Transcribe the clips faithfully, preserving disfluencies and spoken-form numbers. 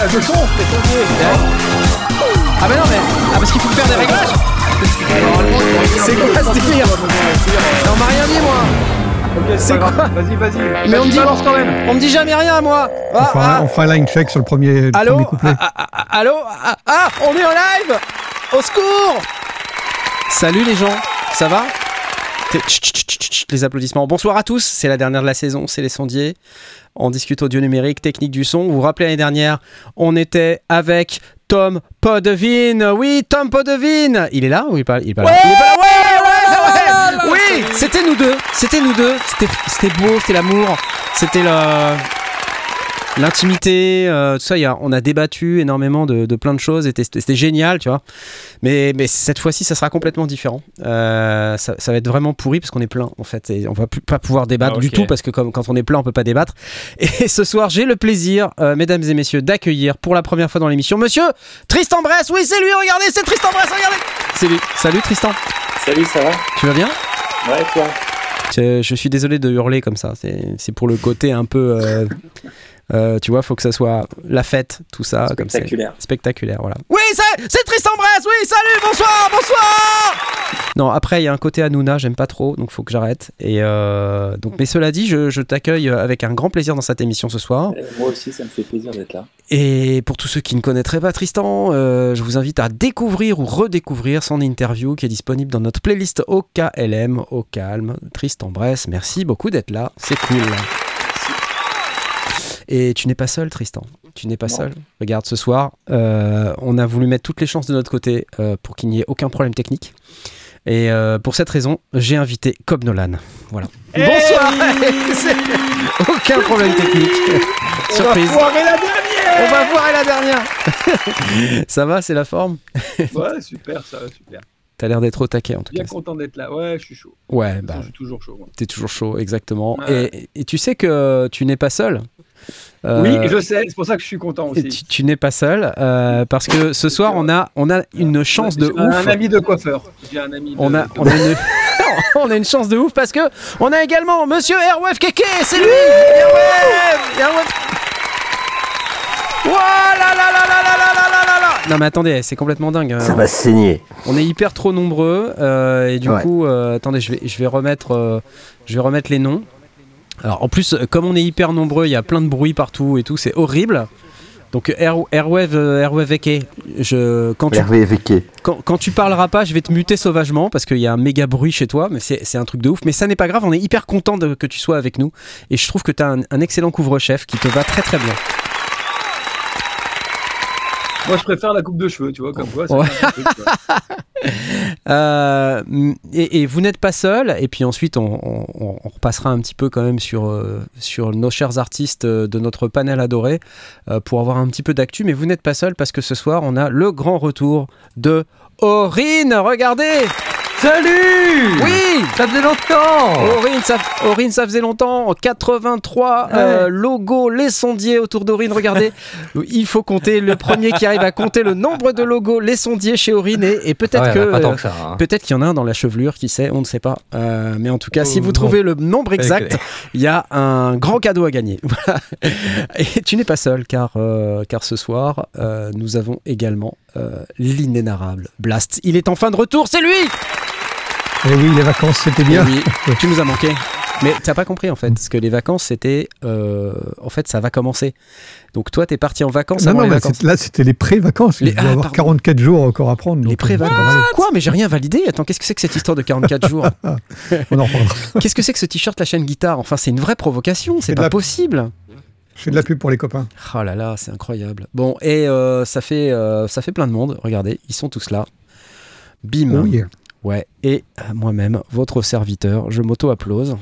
réglages de son, c'est sondier. Ah bah non mais ah parce qu'il faut faire des réglages. C'est quoi ce délire? Non, on m'a rien dit moi. Okay, c'est quoi? Vas-y, vas-y. Mais on me dit quand même. On me dit jamais rien à moi. On, Ah, fera, ah. on fera un line check sur le premier, Allô, premier couplet. ah, ah, ah, allô ah, ah, on est en live. Au secours. Salut les gens, ça va? Chut, chut, chut, chut, les applaudissements. Bonsoir à tous, c'est la dernière de la saison, c'est les sondiers. On discute audio numérique, technique du son. Vous vous rappelez l'année dernière, on était avec Tom Podevin. Oui, Tom Podevin. Il est là ou il est pas, il est pas là? Ouais, il est pas là. Ouais, ouais, ouais, ouais. Oui, c'était nous deux. C'était nous deux. C'était, c'était beau, c'était l'amour. C'était le... l'intimité, euh, tout ça. Y a, on a débattu énormément de, de plein de choses. C'était, c'était génial, tu vois. Mais, mais cette fois-ci, ça sera complètement différent. Euh, ça, ça va être vraiment pourri parce qu'on est plein, en fait. Et on va plus, pas pouvoir débattre ah, okay. du tout parce que comme, quand on est plein, on peut pas débattre. Et ce soir, j'ai le plaisir, euh, mesdames et messieurs, d'accueillir pour la première fois dans l'émission Monsieur Tristan Bress. Oui, c'est lui. Regardez, c'est Tristan Bress. Regardez. C'est lui. Salut Tristan. Salut, ça va? Tu vas bien? Ouais, toi? Je, je suis désolé de hurler comme ça. C'est, c'est pour le côté un peu. Euh, Euh, tu vois, faut que ça soit la fête, tout ça, spectaculaire. Comme c'est spectaculaire, voilà. Oui, c'est, c'est Tristan Bress. Oui, salut, bonsoir, bonsoir. Non, après il y a un côté Hanouna, j'aime pas trop, donc faut que j'arrête. Et euh, donc, mais cela dit, je, je t'accueille avec un grand plaisir dans cette émission ce soir. Et moi aussi, ça me fait plaisir d'être là. Et pour tous ceux qui ne connaîtraient pas Tristan, euh, je vous invite à découvrir ou redécouvrir son interview qui est disponible dans notre playlist O K L M, au calme. Tristan Bress, merci beaucoup d'être là, c'est cool. Et tu n'es pas seul, Tristan. Tu n'es pas non. seul. Regarde, ce soir, euh, on a voulu mettre toutes les chances de notre côté euh, pour qu'il n'y ait aucun problème technique. Et euh, pour cette raison, j'ai invité Cobb Nolan. Voilà. Hey Bonsoir. Aucun problème technique. On Surprise. Va foirer la dernière. On va foirer la dernière. Ça va, c'est la forme? Ouais, super, ça va, super. T'as l'air d'être au taquet en tout Bien cas. Bien content d'être là. Ouais, je suis chaud. Ouais, bah. Je suis toujours chaud. Ouais. T'es toujours chaud, exactement. Ouais. Et, et tu sais que tu n'es pas seul. Euh, oui, je sais, c'est pour ça que je suis content aussi. Tu, tu n'es pas seul, euh, parce que ce soir, on a, on a une chance de J'ai ouf. un ami de coiffeur. J'ai un ami de... On a, on a une... on a une chance de ouf parce que on a également Monsieur Airwave Keke, c'est lui. Airwave, Airwave. Voilà, la la la la la la la la. Non mais attendez, c'est complètement dingue. Ça va saigner. On est hyper trop nombreux euh, et du ouais. coup, euh, attendez, je vais, je vais remettre, euh, je vais remettre les noms. Alors en plus, comme on est hyper nombreux, il y a plein de bruit partout et tout, c'est horrible. Donc Air, Airwave, euh, Airwave Eke, je quand tu quand, quand tu parleras pas, je vais te muter sauvagement parce qu'il y a un méga bruit chez toi, mais c'est, c'est un truc de ouf. Mais ça n'est pas grave, on est hyper content de, que tu sois avec nous et je trouve que tu as un, un excellent couvre-chef qui te va très très bien. Moi, je préfère la coupe de cheveux, tu vois, comme quoi. Ouais. Truc, euh, et, et vous n'êtes pas seul. Et puis ensuite, on, on, on repassera un petit peu quand même sur, euh, sur nos chers artistes de notre panel adoré euh, pour avoir un petit peu d'actu. Mais vous n'êtes pas seul parce que ce soir, on a le grand retour de Aurine. Regardez! Salut! Oui! Ça faisait longtemps! Aurine, ça, Aurine, ça faisait longtemps. En quatre-vingt-trois, ouais. euh, logo, les sondiers autour d'Aurine. Regardez, il faut compter. Le premier qui arrive à compter le nombre de logos, les sondiers chez Aurine. Et, et peut-être, ouais, que, euh, que ça, hein. peut-être qu'il y en a un dans la chevelure, qui sait, on ne sait pas. Euh, mais en tout cas, oh, si vous trouvez bon. le nombre exact, il y a un grand cadeau à gagner. Et tu n'es pas seul, car, euh, car ce soir, euh, nous avons également euh, l'inénarrable Blast. Il est enfin de retour, c'est lui! Et oui, les vacances, c'était bien. Oui, tu nous as manqué. Mais t'as pas compris en fait, parce que les vacances, c'était... Euh, en fait, ça va commencer. Donc toi, t'es parti en vacances non, avant non, les là, vacances. C'est, là, c'était les pré-vacances. Il les... doit ah, avoir pardon. quarante-quatre jours encore à prendre. Les donc, pré-vacances. euh, Quoi? Mais j'ai rien validé. Attends, qu'est-ce que c'est que cette histoire de quarante-quatre jours? On en reparlera. Qu'est-ce que c'est que ce t-shirt La Chaîne Guitare? Enfin, c'est une vraie provocation. C'est, c'est pas la... possible. Je fais de la pub pour les copains. Oh là là, c'est incroyable. Bon, et euh, ça, fait, euh, ça fait plein de monde. Regardez, ils sont tous là. Bim. Oh yeah. Ouais, et moi-même, votre serviteur, je m'auto-applause.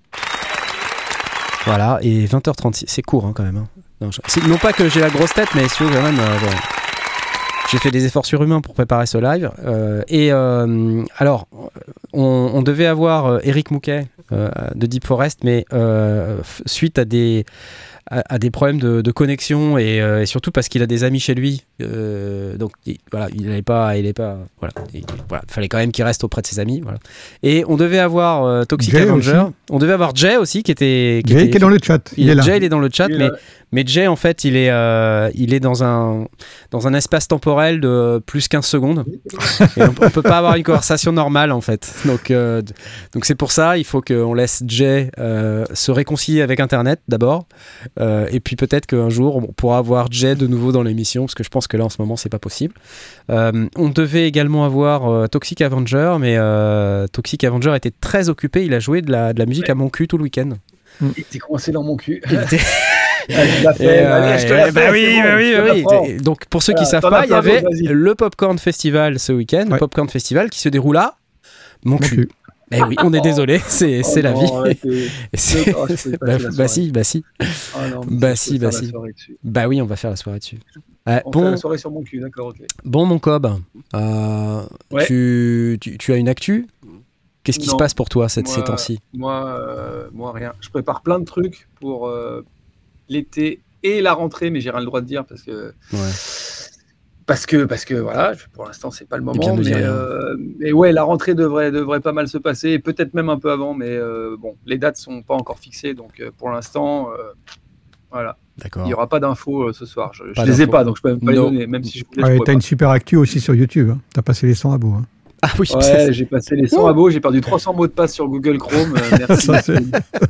Voilà, et vingt heures trente-six, c'est court hein, quand même. Hein. Non, je... c'est, non pas que j'ai la grosse tête, mais si, quand même, euh, bon. J'ai fait des efforts surhumains pour préparer ce live. Euh, et euh, alors, on, on devait avoir euh, Eric Mouquet euh, de Deep Forest, mais euh, f- suite à des... a, a des problèmes de, de connexion et, euh, et surtout parce qu'il a des amis chez lui. Euh, donc il, voilà, il n'allait pas, il est pas, voilà, il, voilà, fallait quand même qu'il reste auprès de ses amis. Voilà. Et on devait avoir euh, Toxic Jay Avenger, aussi. on devait avoir Jay aussi qui était. Qui Jay était, qui est dans le chat. Il, il, est là. Jay il est dans le chat, Il est mais là. mais Jay en fait il est euh, il est dans un dans un espace temporel de plus quinze secondes. Et on, on peut pas avoir une conversation normale en fait. Donc euh, donc c'est pour ça il faut qu'on laisse Jay euh, se réconcilier avec Internet d'abord, euh, et puis peut-être qu'un jour on pourra avoir Jay de nouveau dans l'émission parce que je pense que là en ce moment c'est pas possible. Euh, on devait également avoir euh, Toxic Avenger, mais euh, Toxic Avenger était très occupé. Il a joué de la de la musique Ouais. à mon cul tout le week-end. Il était coincé dans mon cul. Il était... Ah, je la fais, Et, allez, euh, je te la et- bah fais, oui, c'est bah bon, oui, je te bah la oui. prends. Et donc pour ceux qui Voilà, savent t'en pas, as il y plein avait d'autres, vas-y. le Popcorn Festival ce week-end, Ouais. le Popcorn Festival qui se déroule à mon Mon cul. cul. Eh oui, on est désolé, c'est Oh c'est la non, vie. arrêtez. Et c'est- Oh, je peux pas bah, passer la bah soirée. si, bah si, Ah non, mais bah je si, peux bah faire la si. soirée dessus. Bah oui, on va faire la soirée dessus. Ouais, On fait bon, la soirée sur mon cul, d'accord, ok. bon mon Cob, euh, Ouais. tu, tu, tu as une actu? Qu'est-ce qui Non. se passe pour toi cette, Moi- ces temps-ci? Moi, euh, moi, rien. Je prépare plein de trucs pour euh, l'été et la rentrée, mais j'ai rien le droit de dire parce que. Ouais. Parce que, parce que voilà, je- pour l'instant, c'est pas le bien moment. ne dis Mais, rien. euh, mais ouais, la rentrée devrait, devrait pas mal se passer, et peut-être même un peu avant, mais euh, bon, les dates sont pas encore fixées, donc euh, pour l'instant, euh, voilà, D'accord. il n'y aura pas d'infos euh, ce soir. Je, je Pas les ai d'infos. pas, donc je peux même pas No. les donner, même si je voulais. Ouais, je t'as pourrais une super actu aussi sur YouTube. Hein. T'as passé les cent abos. Hein. Ah oui, pas. Ouais, j'ai passé les cent abos, j'ai perdu trois cents mots de passe sur Google Chrome. euh, merci. Ça, c'est-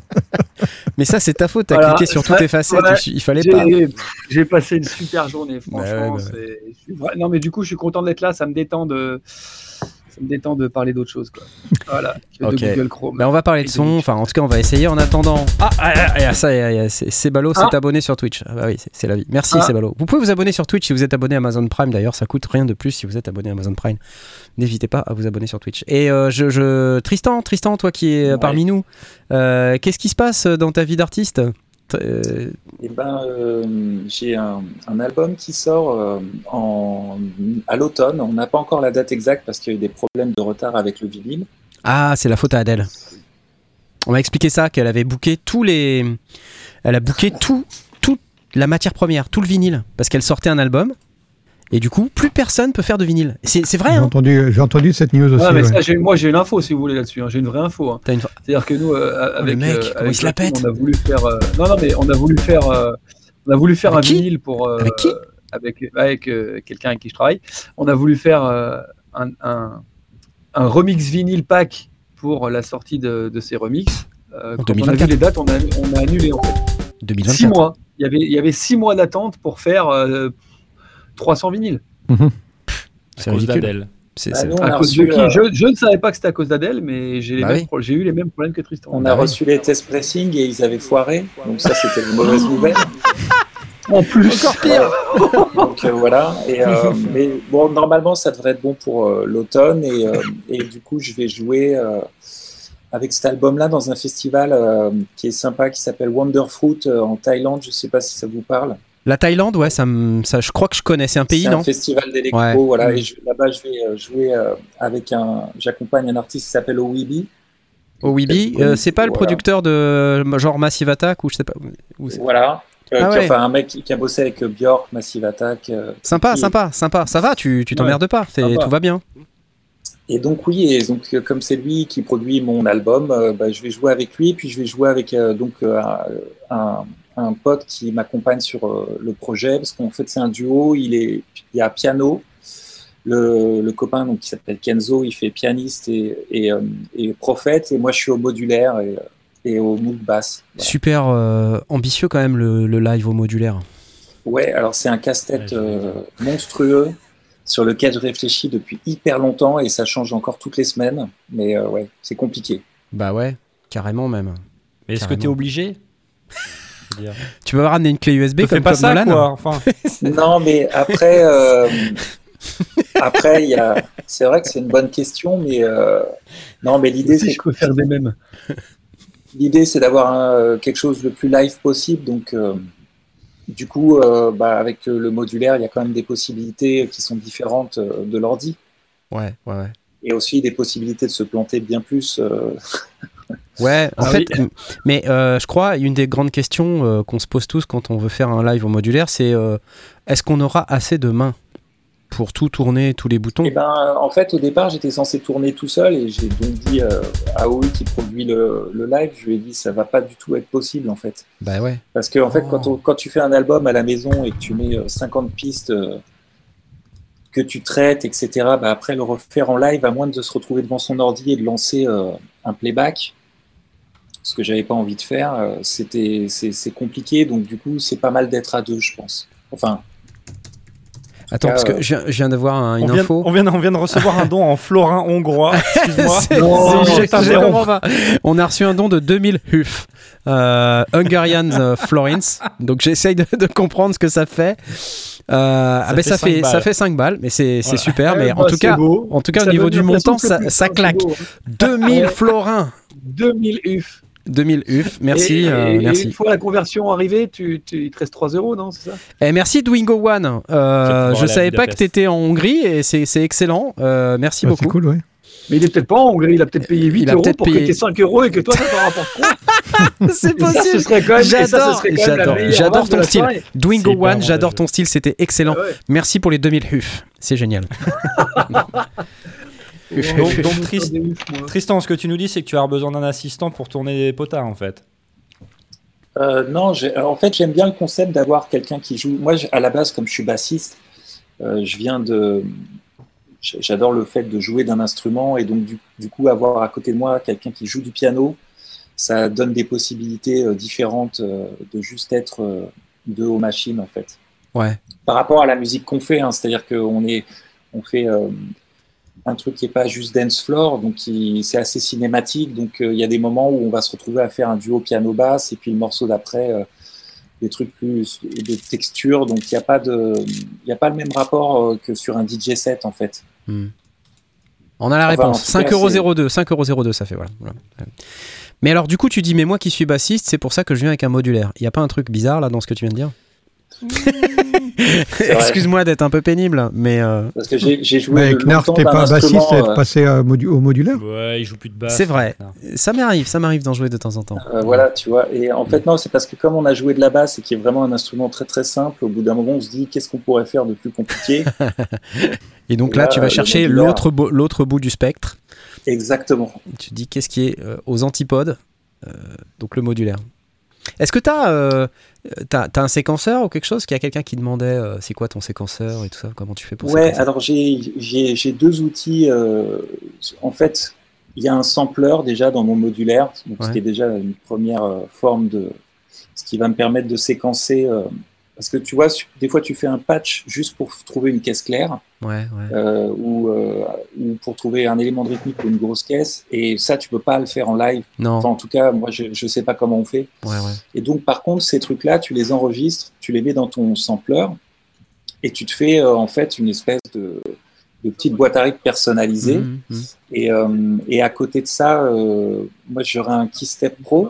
mais ça c'est ta faute, t'as Voilà, cliqué sur tout ça, effacer, ouais, tu- il fallait pas. J'ai j'ai passé une super journée, franchement. Bah ouais, bah c'est- je suis vra- Non, mais du coup, je suis content d'être là. Ça me détend de, ça me détend de parler d'autre chose, quoi. Voilà, que Ok. de Google Chrome. Ben on va parler de son, enfin en tout cas on va essayer en attendant. Ah, ah, ah, ah, ça, y est, c'est Sebalo s'est Ah. abonné sur Twitch. Ah bah oui, c'est- c'est la vie. Merci Ah. Sebalo. Vous pouvez vous abonner sur Twitch si vous êtes abonné à Amazon Prime. D'ailleurs, ça coûte rien de plus si vous êtes abonné à Amazon Prime. N'hésitez pas à vous abonner sur Twitch. Et euh, je, je- Tristan, Tristan, toi qui es Ouais. parmi nous, euh, qu'est-ce qui se passe dans ta vie d'artiste? Euh, Eh ben, euh, j'ai un, un album qui sort euh, en, à l'automne. On n'a pas encore la date exacte parce qu'il y a eu des problèmes de retard avec le vinyle. Ah, c'est la faute à Adèle. On m'a expliqué ça, qu'elle avait booké tous les, elle a booké tout, toute la matière première, tout le vinyle, parce qu'elle sortait un album. Et du coup, plus personne peut faire de vinyle. C'est c'est vrai, J'ai hein? entendu, j'ai entendu cette news aussi. Ah, mais ouais. ça, j'ai- moi, j'ai une info si vous voulez là-dessus. hein. J'ai une vraie info. hein. T'as une... C'est-à-dire que nous, euh, avec, mec, euh, comment avec il se la Joachim, pète. on a voulu faire. euh, Non, non, mais on a voulu faire. euh, On a voulu faire Avec un qui vinyle pour. euh, Avec qui Avec, avec euh, quelqu'un avec qui je travaille. On a voulu faire euh, un, un, un remix vinyle pack pour la sortie de, de ces remixes. Euh, En quand on a vu deux mille vingt-quatre. les dates, on a, on a annulé en fait. deux mille vingt-quatre. Six mois. Il y avait, il y avait six mois d'attente pour faire euh, trois cents vinyles. Mhm. C'est à cause ridicule. d'Adèle. C'est- Bah, c'est- nous, on À a cause de reçu, qui euh, je, je ne savais pas que c'était à cause d'Adèle, mais j'ai les Bah mêmes oui. pro- j'ai eu les mêmes problèmes que Tristan. On Bah a oui. reçu les tests pressing et ils avaient foiré. Donc ça, c'était une mauvaise nouvelle. En plus, Encore pire. Donc euh, voilà. Et, euh, mais bon, normalement, ça devrait être bon pour euh, l'automne. Et, euh, et du coup, je vais jouer euh, avec cet album-là dans un festival euh, qui est sympa, qui s'appelle Wonderfruit euh, en Thaïlande. Je ne sais pas si ça vous parle. La Thaïlande, ouais, ça, me- ça, je crois que je connais. C'est un pays, C'est non? un festival d'électro. Ouais. Voilà. Et je- là-bas, je vais euh, jouer euh, avec un. J'accompagne un artiste qui s'appelle Owibi. Au Weeby, Peut-être euh, c'est pas le voilà. producteur de genre Massive Attack ou je sais pas. Ou c'est- Voilà. Euh, Ah qui- ouais. Enfin, un mec qui, qui a bossé avec euh, Björk, Massive Attack. euh, Sympa, qui- sympa, sympa. Ça va, tu tu t'emmerdes pas, c'est- Sympa. tout va bien. Et donc oui, et donc euh, comme c'est lui qui produit mon album, euh, bah, je vais jouer avec lui, puis je vais jouer avec euh, donc euh, un, un pote qui m'accompagne sur euh, le projet, parce qu'en fait c'est un duo. Il est, il y a piano, le, le copain donc qui s'appelle Kenzo, il fait pianiste et, et, euh, et prophète, et moi je suis au modulaire et, et au mood basse. Voilà. Super euh, ambitieux quand même le, le live au modulaire. Ouais, alors c'est un casse-tête Ouais, euh, monstrueux sur lequel je réfléchis depuis hyper longtemps et ça change encore toutes les semaines, mais euh, ouais, c'est compliqué. Bah ouais, carrément même. Mais est-ce que Carrément. t'es obligé? Je veux dire, Tu peux ramener une clé U S B te fais comme pas Tom ça, Nolan? quoi. Enfin, Non, mais après, euh, après, il y a, c'est vrai que c'est une bonne question, mais euh, non, mais l'idée, si c'est je peux faire des mêmes. l'idée, c'est d'avoir un- quelque chose le plus live possible. Donc, euh, du coup, euh, bah, avec le modulaire, il y a quand même des possibilités qui sont différentes euh, de l'ordi, Ouais, ouais, ouais. et aussi des possibilités de se planter bien plus euh, Ouais, en Ah fait, oui. mais euh, je crois une des grandes questions euh, qu'on se pose tous quand on veut faire un live au modulaire, c'est euh, est-ce qu'on aura assez de mains pour tout tourner, tous les boutons? Et ben, en fait, au départ, j'étais censé tourner tout seul et j'ai donc dit euh, à Oui qui produit le, le live, je lui ai dit ça va pas du tout être possible en fait. Bah ouais. Parce que en fait, Oh. quand, on- quand tu fais un album à la maison et que tu mets euh, cinquante pistes euh, que tu traites, et cetera, bah, après le refaire en live, à moins de se retrouver devant son ordi et de lancer euh, un playback, ce que j'avais pas envie de faire, euh, c'était c'est c'est compliqué. Donc du coup, c'est pas mal d'être à deux, je pense. Enfin, Attends, cas, parce que euh, je viens, je viens d'avoir un- une on, vient, info. on, vient, on vient de recevoir un don en florin hongrois. Excuse-moi. C'est- Non, c'est- je je t'interromps. comprends pas. On a reçu un don de deux mille huf. Euh, Hungarian euh, Florins. Donc j'essaye de, de comprendre ce que ça fait. Euh, ah ben fait ça cinq fait ça balles. fait cinq balles, mais c'est c'est Voilà. super. Mais Ouais, en bah, tout c'est cas, beau. en tout cas au Ça niveau donne du l'impression montant, que ça, le ça putain, claque. c'est beau. deux mille Ouais. florins. deux mille U F. deux mille huf. Merci, Et, euh, et- et merci. une fois la conversion arrivée, tu, tu, il te reste trois euros, non? C'est ça? Et merci Dwingo One. Tu vas Euh, pouvoir je aller à savais pas que Budapest. tu étais en Hongrie et c'est c'est excellent. Euh, merci Ah, c'est beaucoup. cool, ouais. Mais il est peut-être pas en Hongrie, il a peut-être payé huit Il a euros peut-être pour payé- que tu aies cinq euros et que toi, ça t'en rapporte trois. C'est Et ça, ce possible. serait quand même, et ça, ce J'adore, serait quand même la j'adore, meilleure j'adore vente de ton la style. soirée. Dwingo C'est hyper One, bon, j'adore déjà. ton style, c'était excellent. Ah ouais. Merci pour les deux mille huf. C'est génial. Huf, Donc, huf, donc, huf. Trist- Des ouf, moi. Tristan, ce que tu nous dis, c'est que tu as besoin d'un assistant pour tourner des potards, en fait. Euh, non, j'ai- en fait, j'aime bien le concept d'avoir quelqu'un qui joue. Moi, j'- à la base, comme je suis bassiste, euh, je viens de. j'- J'adore le fait de jouer d'un instrument et donc, du, du coup, avoir à côté de moi quelqu'un qui joue du piano, ça donne des possibilités euh, différentes euh, de juste être euh, deux aux machines, en fait. Ouais. Par rapport à la musique qu'on fait, hein, c'est-à-dire qu'on est, on fait euh, un truc qui n'est pas juste dance floor, donc qui- c'est assez cinématique. Donc euh, il y a des moments où on va se retrouver à faire un duo piano-basse et puis le morceau d'après, euh, des trucs plus de texture. Donc il n'y a pas de, il y a pas le même rapport euh, que sur un D J set en fait. Hmm. On a la Enfin, réponse. en tout cas, cinq euros c'est- zéro deux. cinq euros zéro deux, ça fait voilà. Voilà. Mais alors du coup, tu dis mais moi qui suis bassiste, c'est pour ça que je viens avec un modulaire. Il y a pas un truc bizarre là dans ce que tu viens de dire? vrai. Excuse-moi d'être un peu pénible, mais euh, Parce que j'ai j'ai joué Mais de Knarf, longtemps t'es d'un pas bassiste, instrument, t'es euh, passé à modu- au modulaire? Ouais, il joue plus de basse. c'est vrai. Non. Ça m'arrive, ça m'arrive d'en jouer de temps en temps. Euh, voilà, tu vois. Et en fait, non, c'est parce que comme on a joué de la basse et qui est vraiment un instrument très très simple, au bout d'un moment, on se dit qu'est-ce qu'on pourrait faire de plus compliqué. Et donc Et là, là, tu vas le chercher modulaire. l'autre bo- l'autre bout du spectre. Exactement. Tu dis qu'est-ce qui est euh, aux antipodes, euh, donc le modulaire. Est-ce que tu as, euh, t'as, t'as un séquenceur ou quelque chose? Qu'il y a quelqu'un qui demandait euh, c'est quoi ton séquenceur et tout ça? Comment tu fais pour Ouais, séquencer? alors j'ai j'ai j'ai deux outils. euh, en fait, il y a un sampler déjà dans mon modulaire, donc Ouais. ce qui est déjà une première euh, forme de ce qui va me permettre de séquencer. euh, parce que tu vois, su- des fois tu fais un patch juste pour trouver une caisse claire Ouais, ouais. euh, ou, euh, ou pour trouver un élément de rythmique ou une grosse caisse, et ça tu peux pas le faire en live. Non, Enfin, en tout cas, moi je je sais pas comment on fait. ouais, ouais. Et donc, par contre, ces trucs-là, tu les enregistres, tu les mets dans ton sampler et tu te fais euh, en fait une espèce de, de petite boîte à rythme personnalisée. Mhm, mhm. Et, euh, et à côté de ça, euh, moi j'aurais un Keystep Pro,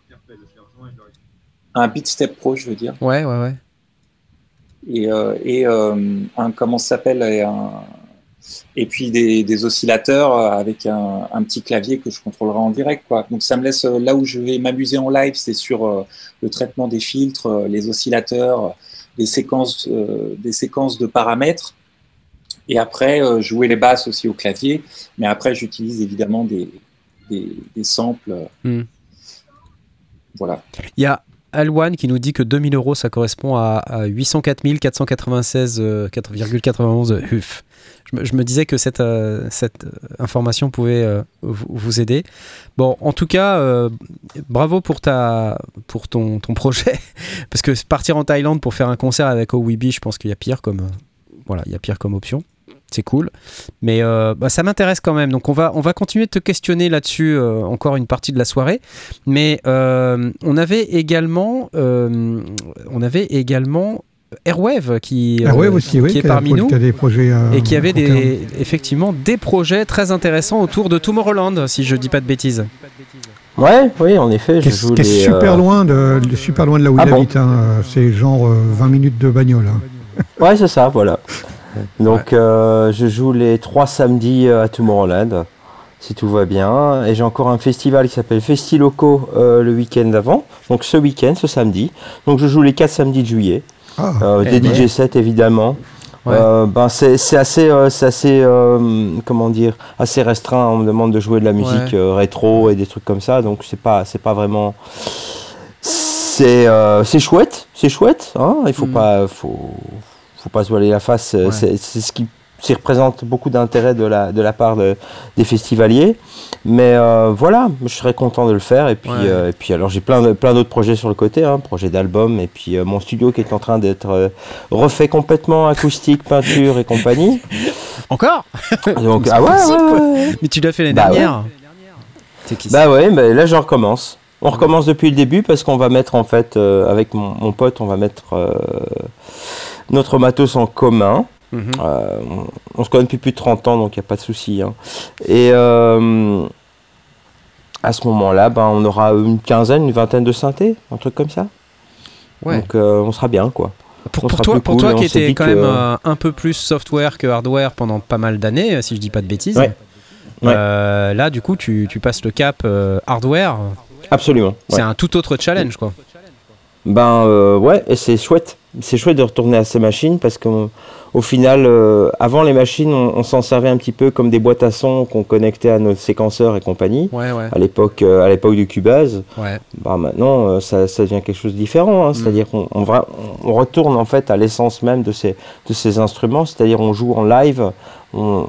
un Beatstep Pro, je veux dire, Ouais, ouais, ouais. et, euh, et euh, un, comment ça s'appelle, et, un, et puis des, des oscillateurs avec un, un petit clavier que je contrôlerai en direct, quoi. Donc ça me laisse, euh, là où je vais m'amuser en live, c'est sur euh, le traitement des filtres, euh, les oscillateurs, des séquences, euh, des séquences de paramètres. Et après, euh, jouer les basses aussi au clavier. Mais après, j'utilise évidemment des, des, des samples. Hmm. Voilà. Il y a Alwan qui nous dit que deux mille euros ça correspond à, à huit cent quatre mille quatre cent quatre-vingt-seize virgule quatre-vingt-onze huf. Je me, je me disais que cette, euh, cette information pouvait euh, vous, vous aider. Bon, en tout cas, euh, bravo pour, ta, pour ton, ton projet. Parce que partir en Thaïlande pour faire un concert avec Owibi, je pense qu'il y a pire comme, euh, voilà, il y a pire comme option. C'est cool, mais euh, bah, ça m'intéresse quand même. Donc on va, on va continuer de te questionner là-dessus euh, encore une partie de la soirée. Mais euh, on avait également, euh, on avait également Airwave qui, euh, Airwave aussi, oui, qui est qui a- parmi nous qui a des projets euh, et qui avait à court terme. des, effectivement des projets très intéressants autour de Tomorrowland, si je dis pas de bêtises. Ouais, oui, en effet, Qui je est, joue qui est les, super euh, loin de, de- super loin de là où Ah il bon habite. Hein. C'est genre euh, vingt minutes de bagnole. Hein. Ouais, c'est ça, voilà. Donc, euh, je joue les trois samedis euh, à Tomorrowland. si tout va bien. Et j'ai encore un festival qui s'appelle Festiloco euh, le week-end d'avant. Donc ce week-end, ce samedi. Donc je joue les quatre samedis de juillet. Ah, Euh, Eh des ben. D J sets évidemment. Ouais. Euh, ben c'est c'est assez euh, c'est assez euh, comment dire assez restreint. On me demande de jouer de la musique Ouais. euh, rétro et des trucs comme ça. Donc c'est pas c'est pas vraiment c'est euh, c'est chouette c'est chouette. Hein, il faut Mm. pas faut faut pas se voiler la face. Ouais. C'est c'est ce qui qui représente beaucoup d'intérêt de la, de la part de, des festivaliers. Mais euh, voilà, je serais content de le faire. Et puis, Ouais. euh, et puis alors j'ai plein, de, plein d'autres projets sur le côté, hein, projet d'album. Et puis euh, mon studio qui est en train d'être euh, refait complètement, acoustique, peinture et compagnie. Encore Donc, ah ouais, ouais, ouais, ouais. Mais tu l'as fait l'année Bah ouais. dernière. C'est qui Bah ouais, bah là je recommence. On recommence depuis le début parce qu'on va mettre en fait, euh, avec mon, mon pote, on va mettre euh, notre matos en commun. Mhm. Euh, on, on se connaît depuis plus de trente ans, donc il n'y a pas de souci. Hein. Et euh, à ce moment-là, ben, on aura une quinzaine, une vingtaine de synthés, un truc comme ça. Ouais. Donc euh, on sera bien, quoi. Pour, on pour sera toi, plus pour cool, toi et qui on s'est était dit quand que- même euh, un peu plus software que hardware pendant pas mal d'années, euh, si je dis pas de bêtises. Ouais. euh, là, du coup, tu, tu passes le cap euh, hardware. Absolument. C'est Ouais. un tout autre challenge, quoi. Ben euh, ouais, et c'est chouette. C'est chouette de retourner à ces machines parce qu'au au final, euh, avant les machines, on, on s'en servait un petit peu comme des boîtes à sons qu'on connectait à nos séquenceurs et compagnie. Ouais, ouais. À l'époque, euh, à l'époque du Cubase. Ouais. Bah maintenant, euh, ça, ça devient quelque chose de différent. Hein. C'est-à-dire qu'on on, vra- on retourne en fait à l'essence même de ces, de ces instruments. C'est-à-dire on joue en live, on,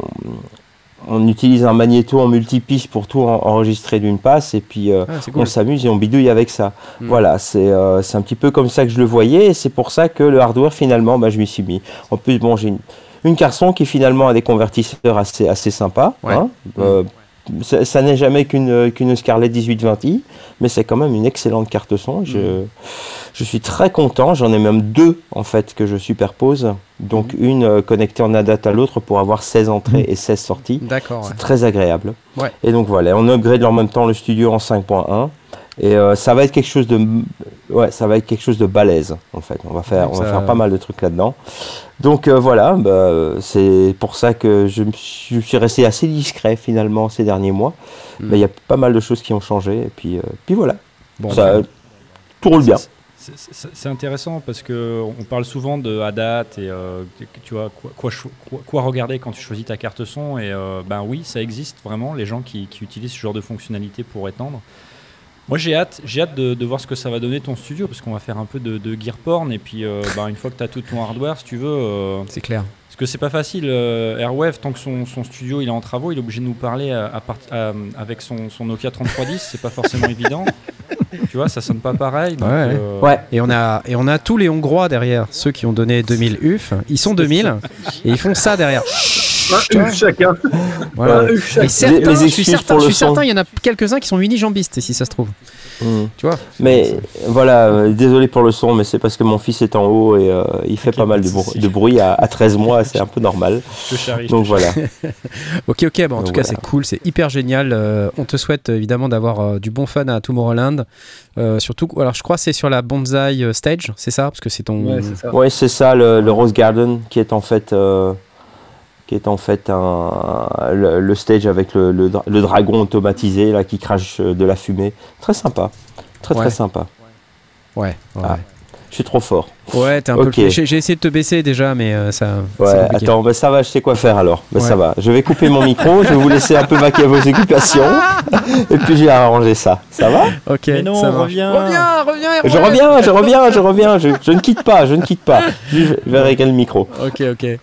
on utilise un magnéto en multipiste pour tout en- enregistrer d'une passe et puis euh, Ah, c'est on cool. s'amuse et on bidouille avec ça. Mm. Voilà, c'est euh, c'est un petit peu comme ça que je le voyais et c'est pour ça que le hardware finalement, bah, je m'y suis mis. En plus, bon, j'ai une, une carte son qui finalement a des convertisseurs assez, assez sympas. Ouais. Hein. Euh, ça ça n'est jamais qu'une qu'une Scarlett dix-huit vingt i, mais c'est quand même une excellente carte son. Je, je suis très content. J'en ai même deux en fait que je superpose. Donc une euh, connectée en A D A T à l'autre pour avoir seize entrées et seize sorties. D'accord, ouais. C'est très agréable. Ouais. Et donc voilà, on upgrade en même temps le studio en cinq point un. Et euh, ça va être quelque chose de, ouais, ça va être quelque chose de balèze en fait. On va faire, Donc on va ça- faire pas mal de trucs là-dedans. Donc euh, voilà, bah, c'est pour ça que je me suis, je suis resté assez discret finalement ces derniers mois. Mm. Mais il y a pas mal de choses qui ont changé et puis, euh, puis voilà, Bon, ça, bah, tout roule bien. C'est- C'est c'est intéressant parce que on parle souvent de A D A T et euh, tu vois quoi, quoi, cho- quoi- quoi regarder quand tu choisis ta carte son et euh, ben oui ça existe vraiment les gens qui, qui utilisent ce genre de fonctionnalité pour étendre. Moi j'ai hâte j'ai hâte de, de voir ce que ça va donner ton studio parce qu'on va faire un peu de, de gear porn et puis euh, ben, une fois que tu as tout ton hardware si tu veux euh, c'est clair. parce que c'est pas facile euh, Airwave tant que son, son studio il est en travaux il est obligé de nous parler à, à part- à- avec son, son Nokia trente-trois dix c'est pas forcément évident. Tu vois, ça sonne pas pareil. Donc, Ouais, ouais. euh, Ouais. Et on a et on a tous les Hongrois derrière, ceux qui ont donné deux mille U F, ils sont deux mille et ils font ça derrière. Un U chacun. Voilà. Ouais. Un U chacun. Et certains, Les- les je suis excuses certain, pour je le suis son. certain, il y en a quelques-uns qui sont unijambistes si ça se trouve. Mm. Tu vois. Mais voilà, euh, désolé pour le son, mais c'est parce que mon fils est en haut et euh, il fait Ok, pas mal de, pas de brou- souci. de bruit à, à treize mois, c'est un peu normal. Je te charrie, je Donc te voilà. Ok, ok, bon, en Donc tout cas voilà. c'est cool, c'est hyper génial. Euh, on te souhaite euh, évidemment d'avoir euh, du bon fun à Tomorrowland. Euh, surtout, alors je crois que c'est sur la Bonsai euh, Stage, c'est ça? Parce que c'est ton. Ouais, c'est ça. Ouais, c'est ça, le, le Rose Garden, qui est en fait, euh, qui est en fait un, le, le stage avec le, le, dra- le dragon automatisé là, qui crache euh, de la fumée. Très sympa, très Ouais. très sympa. Ouais, ouais. Ah. Je suis trop fort. Ouais, t'es un Ok. peu. J'ai j'ai essayé de te baisser déjà, mais euh, ça. Ouais, c'est compliqué. attends, bah ça va, je sais quoi faire alors. Bah Ouais. ça va. Je vais couper mon micro, je vais vous laisser un peu vaquer à vos occupations, et puis j'ai arrangé ça. Ça va? Ok, Mais non, ça marche. reviens. Reviens, reviens, Je Erwan. reviens, je reviens, je reviens. Je, je ne quitte pas, je ne quitte pas. Je vais régler le micro. Ok, ok. Et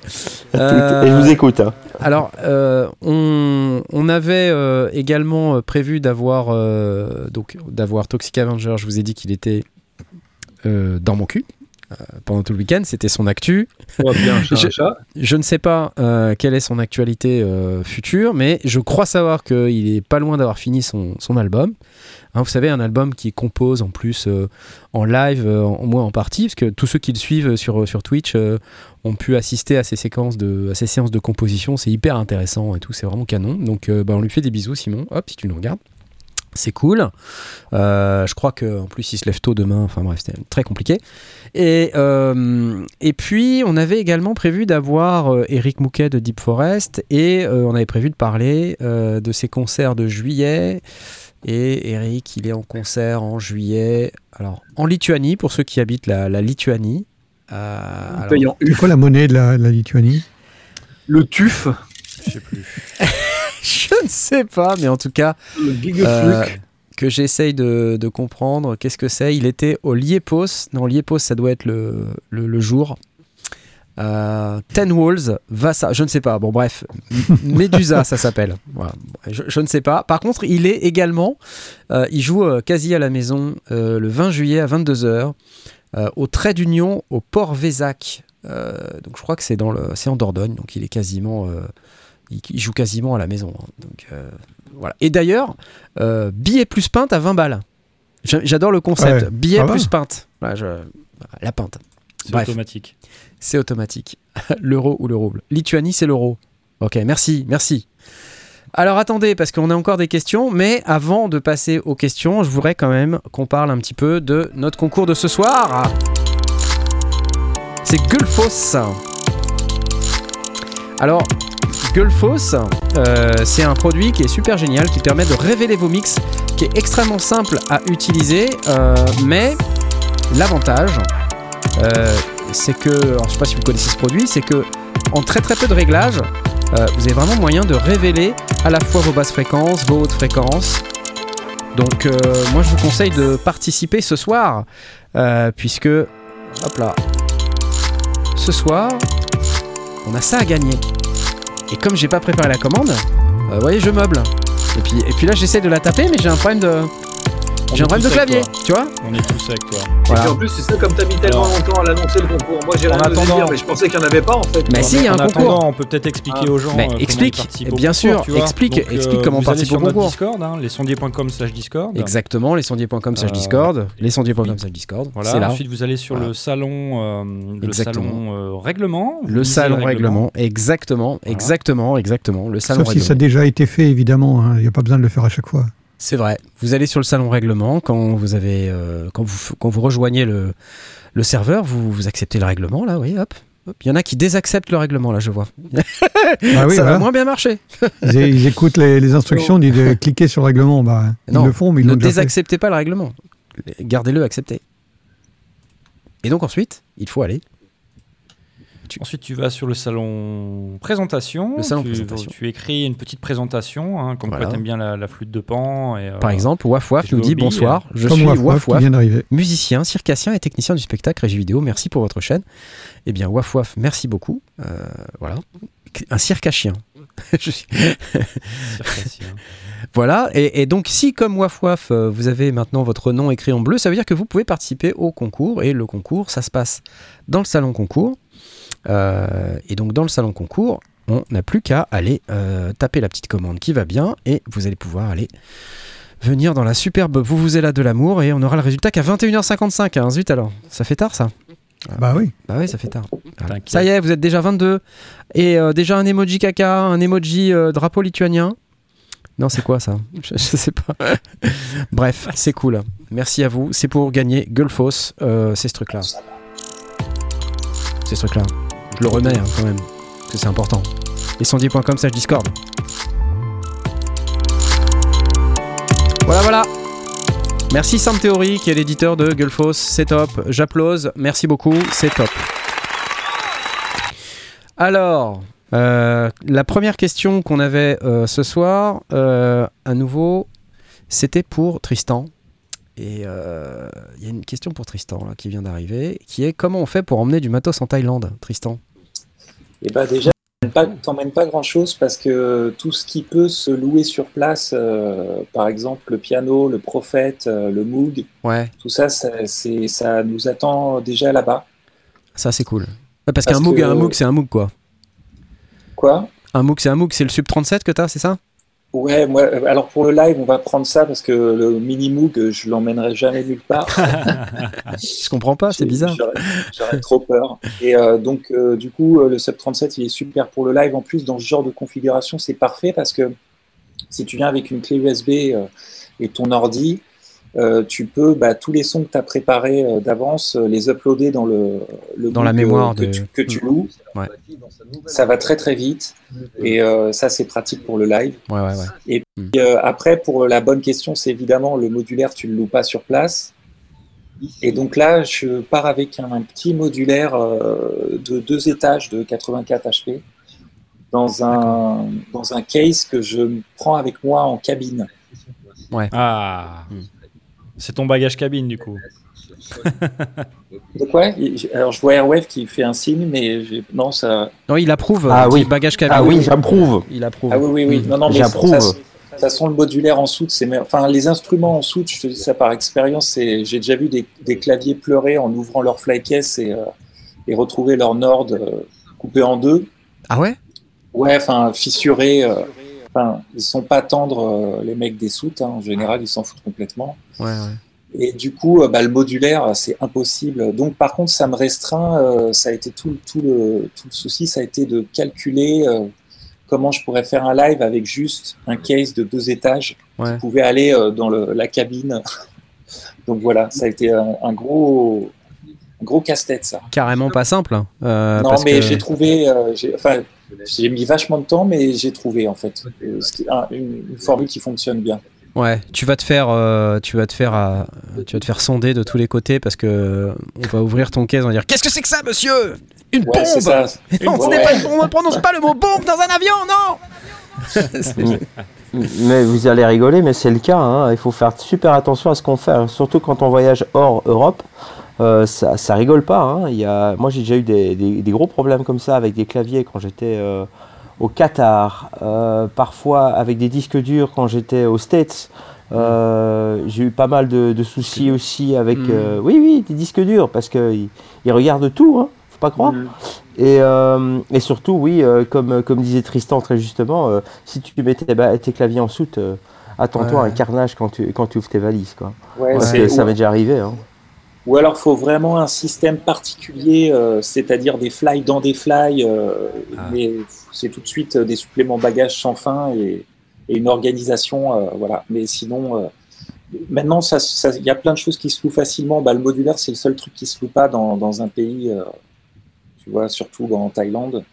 je vous écoute. Hein. Alors, euh, on, on avait euh, également euh, prévu d'avoir euh, donc d'avoir Toxic Avenger. Je vous ai dit qu'il était euh, dans mon cul euh, pendant tout le week-end. C'était son actu. On va bien, chat, Je- chat. Je ne sais pas euh, quelle est son actualité euh, future, mais je crois savoir qu'il est pas loin d'avoir fini son, son album. Hein, vous savez, un album qui compose en plus euh, en live, euh, en, au moins en partie, parce que tous ceux qui le suivent sur, sur Twitch euh, ont pu assister à ces séquences de, à ces séances de composition. C'est hyper intéressant et tout, c'est vraiment canon. Donc, euh, bah, on lui fait des bisous, Simon. Hop, si tu nous regardes. C'est cool. Euh, je crois qu'en plus, il se lève tôt demain. Enfin bref, c'était très compliqué. Et, euh, et puis, on avait également prévu d'avoir euh, Eric Mouquet de Deep Forest. Et euh, on avait prévu de parler euh, de ses concerts de juillet. Et Eric, il est en concert en juillet. Alors, en Lituanie, pour ceux qui habitent la, la Lituanie. Euh, alors, Payant C'est quoi la monnaie de la, de la Lituanie? le T U F, Je sais plus. je ne sais pas, mais en tout cas... le Euh, Gigafluk. que j'essaye de, de comprendre qu'est-ce que c'est. Il était au Liepos. Non, Liepos, ça doit être le, le, le jour. Euh, Ten Walls, Vassa, je ne sais pas. Bon, bref, Medusa, ça s'appelle. Voilà. Je, je ne sais pas. Par contre, il est également, euh, il joue euh, quasi à la maison euh, le vingt juillet à vingt-deux heures euh, au Trait d'Union au Port Vézac. Euh, donc, je crois que c'est dans le, c'est en Dordogne. Donc, il est quasiment, euh, il, il joue quasiment à la maison. Hein. Donc, euh, voilà. Et d'ailleurs, euh, billet plus pinte à vingt balles. J'a- J'adore le concept. Ouais, Billet ça va. plus pinte. Voilà, je- la pinte. C'est Bref. automatique. C'est automatique. L'euro ou le rouble. Lituanie, c'est l'euro. Ok, merci, merci. Alors attendez, parce qu'on a encore des questions, mais avant de passer aux questions, je voudrais quand même qu'on parle un petit peu de notre concours de ce soir. C'est Gullfoss. Alors, Gullfoss, euh, c'est un produit qui est super génial, qui permet de révéler vos mix, qui est extrêmement simple à utiliser, euh, mais l'avantage, euh, c'est que, alors, je ne sais pas si vous connaissez ce produit, c'est que en très très peu de réglages, euh, vous avez vraiment moyen de révéler à la fois vos basses fréquences, vos hautes fréquences. Donc, euh, moi, je vous conseille de participer ce soir, euh, puisque, hop là, ce soir, on a ça à gagner. Et comme j'ai pas préparé la commande, euh, vous voyez, je meuble. Et puis, et puis là, j'essaie de la taper, mais j'ai un problème de, On j'ai est un problème de tous avec clavier, toi. tu vois. On est tous avec toi. Et Voilà. puis en plus, c'est ça, comme t'as mis tellement Alors, longtemps à l'annoncer le concours. Moi, j'ai en rien osé attendant- dire, mais je pensais qu'il n'y en avait pas en fait. Mais En- si, il y a en un attendant, concours. on peut peut-être expliquer Ah. aux gens Mais euh, comment explique, ils participent au bien concours, sûr, tu vois. explique, Donc, euh, explique comment vous allez participer sur au notre concours. Discord, hein, lesondiers point com slash Discord. Exactement, lesondiers point com slash Euh, Discord, lesondiers point com slash Discord, Voilà. c'est là. Ensuite, vous allez sur Voilà. le salon, euh, le Exactement. salon euh, règlement. Vous Le lisez salon règlement, exactement, Voilà. exactement, exactement, le salon Sauf si règlement. ça a déjà été fait, évidemment. Il n'y a pas besoin de le faire à chaque fois. C'est vrai. Vous allez sur le salon règlement quand vous avez, euh, quand vous quand vous rejoignez le le serveur, vous, vous acceptez le règlement là, oui, hop. Hop. Il y en a qui désacceptent le règlement là, je vois. Ah oui, ça va voilà. moins bien marcher. Ils, é- ils écoutent les, les instructions, ils disent de cliquer sur le règlement. Bah, ils Non, le font, mais ils ne l'ont déjà fait. désacceptez pas le règlement. Gardez-le accepté. Et donc ensuite, il faut aller. Ensuite, tu vas sur le salon présentation. Le salon tu, présentation. Tu écris une petite présentation, hein, comme Voilà. quoi tu aimes bien la, la flûte de Pan. Et, euh, Par exemple, Waf Waf je nous dit l'oublie, bonsoir, je Comme suis Waf Waf Waf qui Waf, vient d'arriver. musicien, circassien et technicien du spectacle régie vidéo. Merci pour votre chaîne. Eh bien, Waf Waf, merci beaucoup. Euh, voilà, un circassien. Je suis- circassien. Voilà, et, et donc si comme Waf Waf, euh, vous avez maintenant votre nom écrit en bleu, ça veut dire que vous pouvez participer au concours. Et le concours, ça se passe dans le salon concours. Euh, et donc dans le salon concours, on n'a plus qu'à aller euh, taper la petite commande qui va bien et vous allez pouvoir aller venir dans la superbe Vuvuzela de l'amour et on aura le résultat qu'à vingt et une heures cinquante-cinq. Hein. Zut alors, ça fait tard ça. Bah oui. Bah oui, ça fait tard. Voilà. T'inquiète. Ça y est, vous êtes déjà vingt-deux. Et euh, déjà un emoji caca, un emoji euh, drapeau lituanien. Non, c'est quoi ça? je, je sais pas. Bref, c'est cool. Merci à vous. C'est pour gagner Gullfoss. Euh, c'est ce truc-là. C'est ce truc-là. Je le remets hein, quand même. Parce que c'est important. lesondiers point com slash Discord. Voilà, voilà. Merci Sam Theory qui est l'éditeur de Gullfoss. C'est top. J'applause. Merci beaucoup. C'est top. Alors, euh, la première question qu'on avait euh, ce soir, euh, à nouveau, c'était pour Tristan. Et il euh, y a une question pour Tristan là, qui vient d'arriver, qui est comment on fait pour emmener du matos en Thaïlande, Tristan? Et bah déjà, pas, t'emmènes pas grand chose parce que tout ce qui peut se louer sur place, euh, par exemple le piano, le Prophète, euh, le Moog, Ouais, tout ça, ça, c'est, ça nous attend déjà là-bas. ça c'est cool. Ouais, parce, Parce qu'un Moog, que- un Moog, c'est un Moog quoi. Quoi? Un Moog, c'est un Moog, c'est le Sub trente-sept que t'as, c'est ça? Ouais, moi, alors pour le live, on va prendre ça parce que le mini Moog, je l'emmènerai jamais nulle part. Je comprends pas, c'est J'ai- bizarre. J'aurais, j'aurais trop peur. Et euh, donc, euh, du coup, euh, le Sub trente-sept, il est super pour le live. En plus, dans ce genre de configuration, c'est parfait parce que si tu viens avec une clé U S B euh, et ton ordi, euh, tu peux bah, tous les sons que tu as préparés euh, d'avance euh, les uploader dans le, le dans la mémoire que, de... que tu, que tu loues. Ouais. Ça va très très vite et euh, ça c'est pratique pour le live. Ouais, ouais, ouais. Et puis euh, après pour la bonne question, c'est évidemment le modulaire, tu le loues pas sur place. Et donc là, je pars avec un, un petit modulaire euh, de deux étages de quatre-vingt-quatre H P dans un, dans un case que je prends avec moi en cabine. Ouais. Ah, hmm. C'est ton bagage cabine du coup. De quoi ? Alors je vois Airwave qui fait un signe, mais j'ai... non, ça. Non, il approuve. Ah oui, bagage cabine. Ah oui, j'approuve. Il approuve. Ah oui, oui, oui. Mmh. Non, non, mais j'approuve. Ça, ça, ça sent le modulaire en soute. C'est... Enfin, les instruments en soute, je te dis ça par expérience. C'est... J'ai déjà vu des, des claviers pleurer en ouvrant leur flycase et, euh, et retrouver leur Nord euh, coupé en deux. Ah ouais ? Ouais, enfin, fissurés. Euh... Enfin, ils sont pas tendres, euh, les mecs des soutes. Hein. En général, ils s'en foutent complètement. Ouais, ouais. Et du coup, bah, le modulaire, c'est impossible. Donc, par contre, ça me restreint. Euh, ça a été tout, tout, le, tout le souci, ça a été de calculer euh, comment je pourrais faire un live avec juste un case de deux étages ouais. qui pouvait aller euh, dans le, la cabine. Donc voilà, ça a été un, un gros, un gros casse-tête, ça. Carrément pas simple. Euh, non, parce mais que... j'ai trouvé. Euh, j'ai, enfin, j'ai mis vachement de temps, mais j'ai trouvé en fait euh, une, une formule qui fonctionne bien. Ouais, tu vas te faire, euh, tu vas te faire, euh, tu vas te faire sonder de tous les côtés parce que euh, on va ouvrir ton caisse, on va dire qu'est-ce que c'est que ça, monsieur ? Une ouais, bombe ! C'est ça. Non, ce ouais. n'est pas, on ne prononce pas le mot bombe dans un avion, non. Mais vous allez rigoler, mais c'est le cas. Hein. Il faut faire super attention à ce qu'on fait, hein. Surtout quand on voyage hors Europe. Euh, ça, ça rigole pas. Hein. Il y a, moi, j'ai déjà eu des, des, des gros problèmes comme ça avec des claviers quand j'étais euh, au Qatar, euh, parfois avec des disques durs quand j'étais aux States. Euh, j'ai eu pas mal de, de soucis aussi avec, euh, oui, oui, des disques durs parce qu'ils ils regardent tout, hein, faut pas croire. Mmh. Et, euh, et surtout, oui, euh, comme, comme disait Tristan très justement, euh, si tu mettais bah, tes claviers en soute, euh, attends-toi ouais. à un carnage quand tu, quand tu ouvres tes valises, quoi. Ouais, parce que ça m'est déjà arrivé. Hein. Ou alors, il faut vraiment un système particulier, euh, c'est-à-dire des fly dans des fly, euh, ah. mais c'est tout de suite des suppléments bagages sans fin et, et une organisation, euh, voilà. Mais sinon, euh, maintenant, il ça, ça, y a plein de choses qui se louent facilement. Bah, le modulaire, c'est le seul truc qui se loue pas dans, dans un pays, euh, tu vois, surtout en Thaïlande. Donc,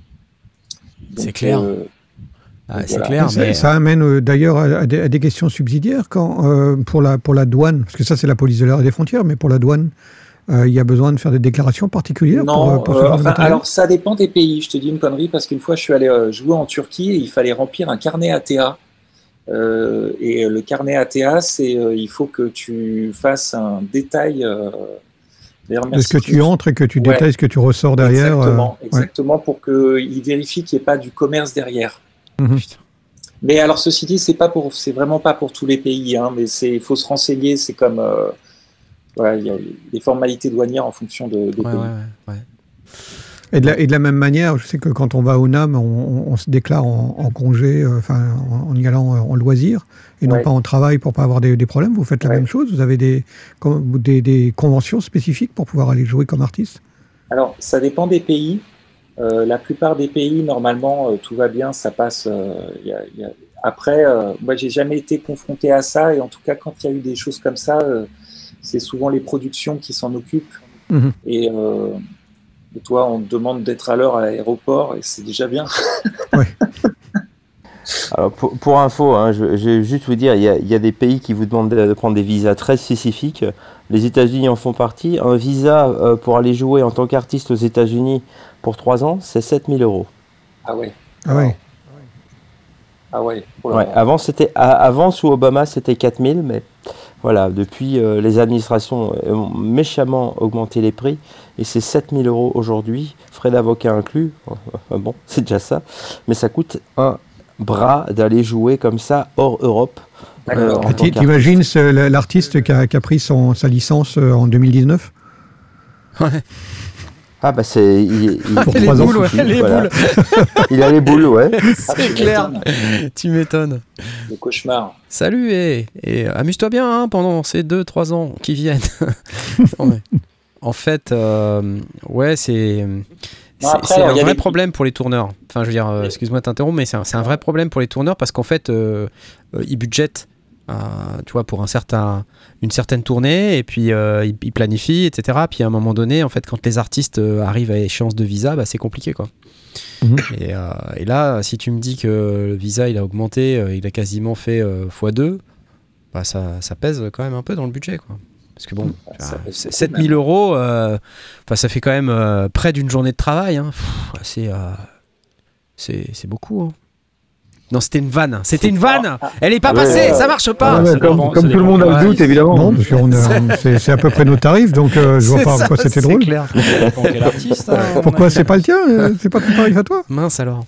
c'est clair. Euh, Ah, c'est voilà. clair, ça, mais... ça amène euh, d'ailleurs à, à, des, à des questions subsidiaires quand, euh, pour, la, pour la douane, parce que ça c'est la police de l'air et des frontières, mais pour la douane, il euh, y a besoin de faire des déclarations particulières non, pour, pour euh, enfin, alors ça dépend des pays, je te dis une connerie, parce qu'une fois je suis allé euh, jouer en Turquie et il fallait remplir un carnet A T A. Euh, et le carnet A T A, c'est euh, il faut que tu fasses un détail... Euh, de ce que tu entres et que tu ouais. détailles ce que tu ressors derrière. Exactement, euh, exactement ouais. pour qu'il vérifie qu'il n'y ait pas du commerce derrière. Mmh. Mais alors ceci dit, c'est pas pour, c'est vraiment pas pour tous les pays, hein, mais c'est, il faut se renseigner, c'est comme, euh, voilà, il y a des formalités douanières en fonction de, des ouais, pays. Ouais, ouais. Et de, la, et de la même manière, je sais que quand on va au N A M, on, on, on se déclare en, en congé, euh, enfin en, en y allant en loisir, et non ouais. pas en travail pour pas avoir des, des problèmes. Vous faites la ouais. même chose. Vous avez des, des, des conventions spécifiques pour pouvoir aller jouer comme artiste. Alors ça dépend des pays. Euh, la plupart des pays, normalement, euh, tout va bien, ça passe. Euh, y a, y a... Après, euh, moi, j'ai jamais été confronté à ça, et en tout cas, quand il y a eu des choses comme ça, euh, c'est souvent les productions qui s'en occupent. Mmh. Et, euh, et toi, on te demande d'être à l'heure à l'aéroport, et c'est déjà bien. Ouais. Alors pour, pour info, hein, je, je vais juste vous dire, il y, a, il y a des pays qui vous demandent de, de prendre des visas très spécifiques. Les États-Unis en font partie. Un visa euh, pour aller jouer en tant qu'artiste aux États-Unis pour trois ans, c'est sept mille euros. Ah ouais. Ah ouais. Ah ouais. ouais avant, c'était, avant, sous Obama, c'était quatre mille, mais voilà, depuis, euh, les administrations ont méchamment augmenté les prix et c'est sept mille euros aujourd'hui, frais d'avocat inclus. Enfin, bon, c'est déjà ça, mais ça coûte un bras d'aller jouer comme ça hors Europe. Euh, T'imagines l'artiste qui a, qui a pris son, sa licence en deux mille dix-neuf? Ouais. Ah bah c'est... Il, il, ah, les boules, ouais, suffit, les voilà. boules. Il a les boules, ouais. C'est ah, clair, tu m'étonnes. Le cauchemar. Salut, et, et amuse-toi bien hein, pendant ces deux trois ans qui viennent. non, mais, en fait, euh, ouais, c'est... C'est, après, c'est alors, un il y a vrai des- problème pour les tourneurs. Enfin, je veux dire, euh, excuse-moi de t'interrompre, mais c'est un, c'est un vrai problème pour les tourneurs parce qu'en fait, euh, euh, ils budgètent, euh, tu vois, pour un certain, une certaine tournée et puis euh, ils, ils planifient, et cetera. Puis à un moment donné, en fait, quand les artistes euh, arrivent à échéance de visa, bah, c'est compliqué, quoi. Mhm. Et, euh, et là, si tu me dis que le visa il a augmenté, euh, il a quasiment fait euh, fois deux, bah, ça, ça pèse quand même un peu dans le budget, quoi. Parce que bon, Ça euh, pèse c'est- beaucoup, sept mille même. euros, euh, enfin, ça fait quand même euh, près d'une journée de travail. Hein. Pff, c'est, euh, c'est, c'est beaucoup. Hein. Non, c'était une vanne. C'était une vanne. Elle est pas Ouais, passée, ouais. ça marche pas. Ah, ouais, ça comme, dépend- comme ça tout le dépend monde a quel le doute, artiste. évidemment. Non, parce que on a- c'est, c'est à peu près nos tarifs, donc euh, je vois C'est pas ça, pourquoi c'était c'est drôle. clair. Ça dépend quel artiste. hein, à mon Pourquoi avis. c'est pas le tien euh, C'est pas ton tarif à toi Mince alors.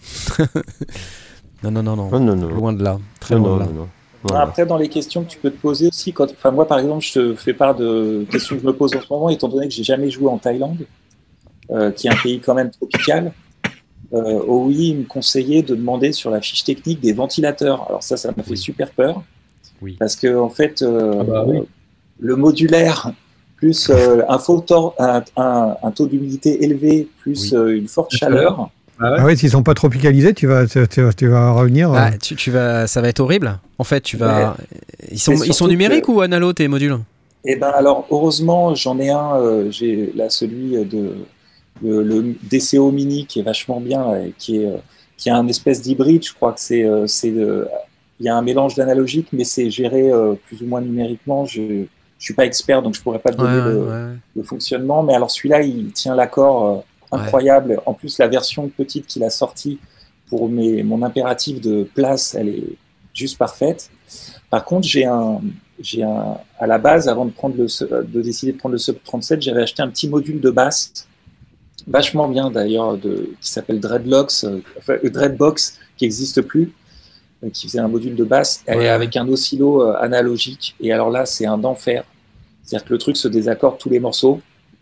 non, non, non, non. Oh, non, non. Loin de là. Très Non, loin non, de là. non, non. Voilà. Après, dans les questions que tu peux te poser aussi, quand, enfin moi par exemple, je te fais part de questions que je me pose en ce moment, étant donné que j'ai jamais joué en Thaïlande, euh, qui est un pays quand même tropical. Euh, O I il me conseillait de demander sur la fiche technique des ventilateurs. Alors ça, ça m'a fait super peur, Oui. parce que en fait, euh, Ah bah oui. le modulaire plus euh, un, faux tor- un, un- un taux d'humidité élevé plus Oui. euh, une forte chaleur. Ah ouais. Ah oui, s'ils sont pas tropicalisés, tu vas, tu, tu- tu vas revenir. euh, Ah, tu, tu vas, ça va être horrible. En fait, tu vas. Ils sont, Mais ils sont surtout numériques que- ou analo tes modules? Eh ben alors heureusement j'en ai un, euh, j'ai là celui de le, le D C O Mini qui est vachement bien, là, et qui est euh, qui a un espèce d'hybride. Je crois que c'est euh, c'est euh, il y a un mélange d'analogique, mais c'est géré euh, plus ou moins numériquement. Je je suis pas expert donc je pourrais pas te Ouais, donner ouais, le, ouais. le fonctionnement, mais alors celui-là il tient l'accord euh, incroyable. En plus la version petite qu'il a sortie pour mes mon impératif de place, elle est juste parfaite. Par contre j'ai un J'ai un, à la base, avant de, prendre le, de décider de prendre le Sub trente-sept, j'avais acheté un petit module de basse, vachement bien d'ailleurs, de, qui s'appelle Dreadlocks, euh, enfin, euh, Dreadbox, qui n'existe plus, euh, qui faisait un module de basse Ouais. et avec un oscillo euh, analogique. Et alors là, c'est un enfer. C'est-à-dire que le truc se désaccorde tous les morceaux.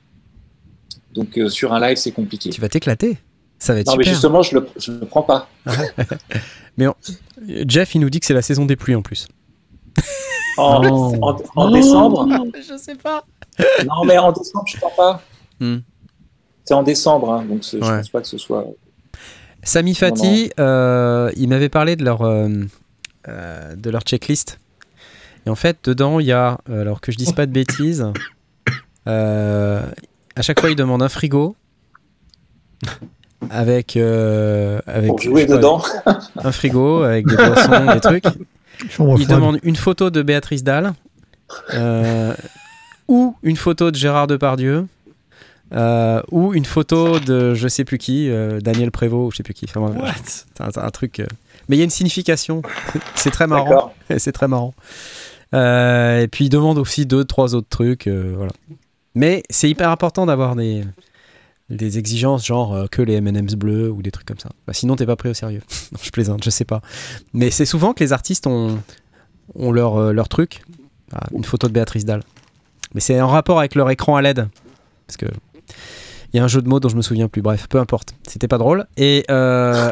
Donc euh, sur un live, c'est compliqué. Tu vas t'éclater. Ça va être Non, mais super. justement, je ne le, je le prends pas. Jeff, il nous dit que c'est la saison des pluies en plus. En, Oh. en, en décembre, Je sais pas. non, mais en décembre, je ne prends pas. Hmm. C'est en décembre, hein, donc c'est- je Ouais. ne pense pas que ce soit. Sami Fati, euh, il m'avait parlé de leur, euh, euh, de leur checklist. Et en fait, dedans, il y a, euh, alors que je dise pas de bêtises, euh, à chaque fois, il demande un frigo avec, euh, avec Pour je jouer sais pas, dedans. un frigo avec des boissons, des trucs. chambre Il froide. demande une photo de Béatrice Dalle euh, ou une photo de Gérard Depardieu. Euh, ou une photo de je sais plus qui, euh, Daniel Prévost, ou je sais plus qui. Enfin, bref, What? c'est un, un truc. euh, Mais il y a une signification. C'est très marrant. D'accord. C'est très marrant. Euh, et puis il demande aussi deux, trois autres trucs. euh, voilà. Mais c'est hyper important d'avoir des, des exigences, genre euh, que les M and M's bleus ou des trucs comme ça. Bah, sinon, t'es pas pris au sérieux. Non, je plaisante, je sais pas. Mais c'est souvent que les artistes ont, ont leur, euh, leur truc. Ah, une photo de Béatrice Dalle. Mais c'est en rapport avec leur écran à L E D. Parce que. Il y a un jeu de mots dont je me souviens plus. Bref, peu importe. C'était pas drôle. Et euh...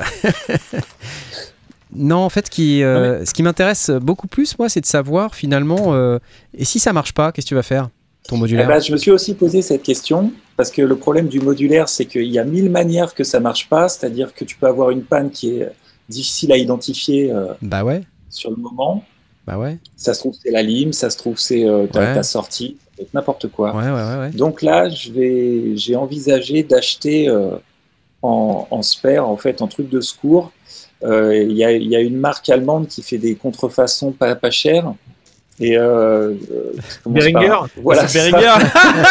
non, en fait, qui, euh, ce qui m'intéresse beaucoup plus, moi, c'est de savoir finalement. Euh... Et si ça marche pas, qu'est-ce que tu vas faire, ton Eh modulaire? ben, je me suis aussi posé cette question parce que le problème du modulaire, c'est qu'il y a mille manières que ça marche pas. C'est-à-dire que tu peux avoir une panne qui est difficile à identifier euh, Bah ouais. sur le moment. Bah ouais. Ça se trouve c'est la lime, ça se trouve c'est euh, ta, Ouais. ta sortie, ça peut être n'importe quoi. Ouais, ouais, ouais, ouais. Donc là, je vais, j'ai envisagé d'acheter euh, en, en spare, en fait, en truc de secours. Euh, Il y, a, il y a une marque allemande qui fait des contrefaçons pas, pas chères. Et euh, euh, qui commence Behringer par- Voilà, C'est ça. Behringer.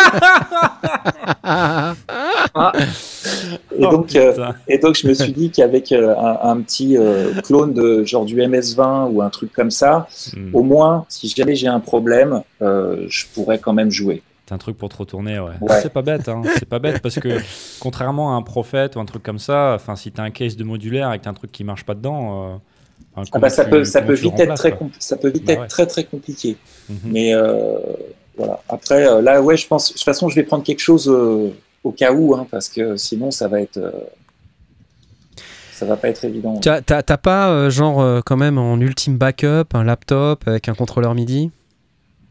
Et Oh, donc, euh, putain. et donc, je me suis dit qu'avec euh, un, un petit euh, clone de genre du M S vingt ou un truc comme ça, Hmm. au moins, si jamais j'ai un problème, euh, je pourrais quand même jouer. T'as un truc pour te retourner, ouais. Ouais. C'est pas bête, hein. C'est pas bête parce que contrairement à un prophète ou un truc comme ça, enfin, si t'as un case de modulaire et que t'as un truc qui marche pas dedans, euh, enfin, Ah comment bah, ça tu- peut, ça comment peut tu le vite être remplaces, très, quoi. compl- ça peut vite Bah être ouais. très très compliqué. Mhm. Mais euh, voilà. Après, euh, là, ouais, je pense. De toute façon, je vais prendre quelque chose euh, au cas où, hein, parce que sinon, ça va être, euh, ça va pas être évident. T'as, t'as, t'as pas, euh, genre, euh, quand même, en ultime backup, un laptop avec un contrôleur MIDI?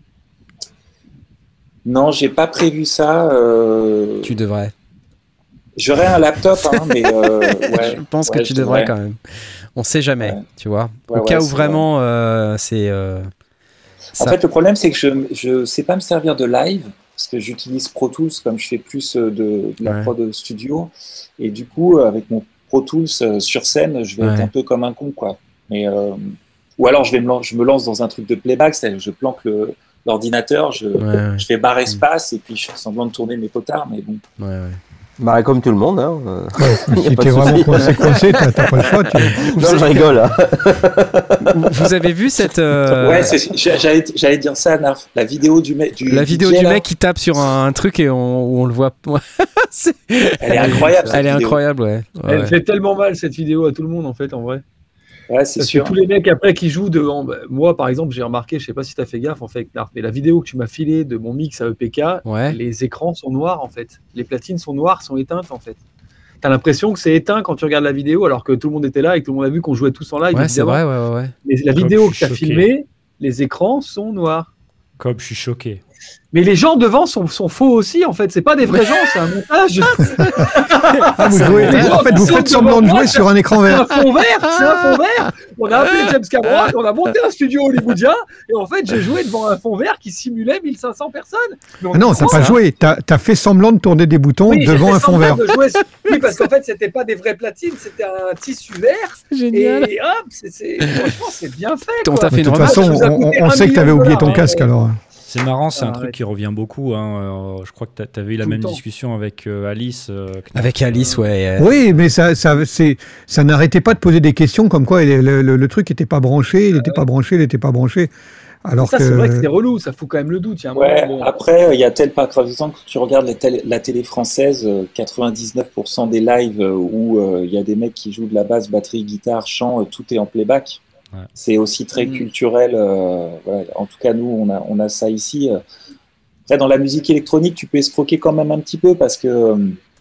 Non, j'ai pas prévu ça. euh, Tu devrais. J'aurais un laptop, hein, mais euh, ouais, je pense ouais, que tu devrais, devrais quand même. On sait jamais, ouais. tu vois. Ouais, Au cas ouais, où vraiment euh, c'est. Euh, en fait, le problème, c'est que je ne sais pas me servir de live parce que j'utilise Pro Tools comme je fais plus de, de la ouais. prod studio. Et du coup, avec mon Pro Tools euh, sur scène, je vais ouais. être un peu comme un con, quoi. Mais, euh, ou alors, je, vais me, je me lance dans un truc de playback, c'est-à-dire je planque le, l'ordinateur, je, ouais. je fais barre espace et puis je fais semblant de tourner mes potards, mais bon. Ouais, ouais. Bah, comme tout le monde. Hein. Ouais, si t'es vraiment coincé, coincé t'as, t'as pas le choix. Tu... Non, je rigole. Hein. Vous avez vu cette. Euh... Ouais, c'est, j'allais, j'allais dire ça, Narf. La vidéo du mec. Du, la vidéo du, du là. mec qui tape sur un, un truc et on, où on le voit. c'est... Elle est incroyable. Elle est vidéo. incroyable, ouais. ouais. Elle ouais. fait tellement mal cette vidéo à tout le monde, en fait, en vrai. Ouais, c'est Parce sûr. que tous les mecs après qui jouent devant. Bah, moi, par exemple, j'ai remarqué, je sais pas si tu as fait gaffe, en fait, mais la vidéo que tu m'as filée de mon mix à E P K, ouais. les écrans sont noirs, en fait. Les platines sont noires, sont éteintes, en fait. T'as l'impression que c'est éteint quand tu regardes la vidéo, alors que tout le monde était là et que tout le monde a vu qu'on jouait tous en live. Ouais, c'est vrai, ouais, ouais, ouais. Mais la Comme vidéo que tu as filmée, les écrans sont noirs. Comme je suis choqué. Mais les gens devant sont, sont faux aussi, en fait. C'est pas des vrais gens, c'est un montage. Ah, vous jouez, en fait, vous faites semblant de jouer sur un écran vert. C'est un fond vert, c'est un fond vert. On a appelé James Cameron, on a monté un studio hollywoodien, et en fait, j'ai joué devant un fond vert qui simulait mille cinq cents personnes. Ah non, t'as pas joué, t'as, t'as fait semblant de tourner des boutons oui, devant un fond vert. De jouer... Oui, parce qu'en fait, c'était pas des vraies platines, c'était un tissu vert. Génial. Et hop, c'est, c'est... franchement, c'est bien fait. On t'a fait de toute façon, on, on sait que t'avais oublié ton casque alors. C'est marrant, c'est ah, un truc ouais. qui revient beaucoup. Hein. Euh, je crois que tu avais eu la Tout même discussion avec euh, Alice. Euh, avec Alice, ouais. Oui, mais ça, ça, c'est, ça n'arrêtait pas de poser des questions comme quoi le, le, le, le truc n'était pas branché, il n'était ah, pas ouais. branché, il n'était pas branché. Alors ça, que... c'est vrai que c'est relou, ça fout quand même le doute. Il y a un ouais, moment, bon. Après, il y a tel pas quand tu regardes la télé, la télé française, quatre-vingt-dix-neuf pour cent des lives où il euh, y a des mecs qui jouent de la basse, batterie, guitare, chant, tout est en playback. Ouais. C'est aussi très mmh. culturel. Euh, voilà. En tout cas, nous, on a, on a ça ici. Après, dans la musique électronique, tu peux escroquer quand même un petit peu parce que.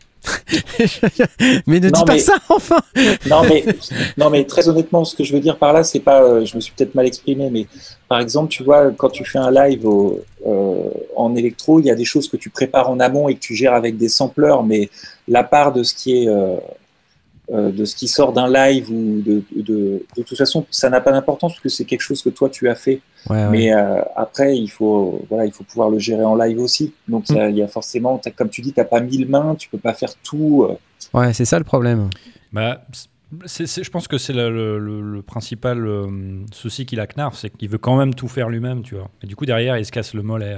mais ne non, dis mais... pas ça, enfin. non, mais non, mais très honnêtement, ce que je veux dire par là, c'est pas. Euh, je me suis peut-être mal exprimé, mais par exemple, tu vois, quand tu fais un live au, euh, en électro, il y a des choses que tu prépares en amont et que tu gères avec des sampleurs, mais la part de ce qui est euh, Euh, de ce qui sort d'un live ou de, de, de, de toute façon, ça n'a pas d'importance parce que c'est quelque chose que toi tu as fait. Ouais, ouais. Mais euh, après, il faut, voilà, il faut pouvoir le gérer en live aussi. Donc il mm. y, y a forcément, comme tu dis, tu n'as pas mille mains, tu peux pas faire tout. Euh. Ouais, c'est ça le problème. Bah, c'est, c'est, je pense que c'est le, le, le principal euh, souci qu'il a Knarf, c'est qu'il veut quand même tout faire lui-même, tu vois. Et du coup derrière, il se casse le molaire.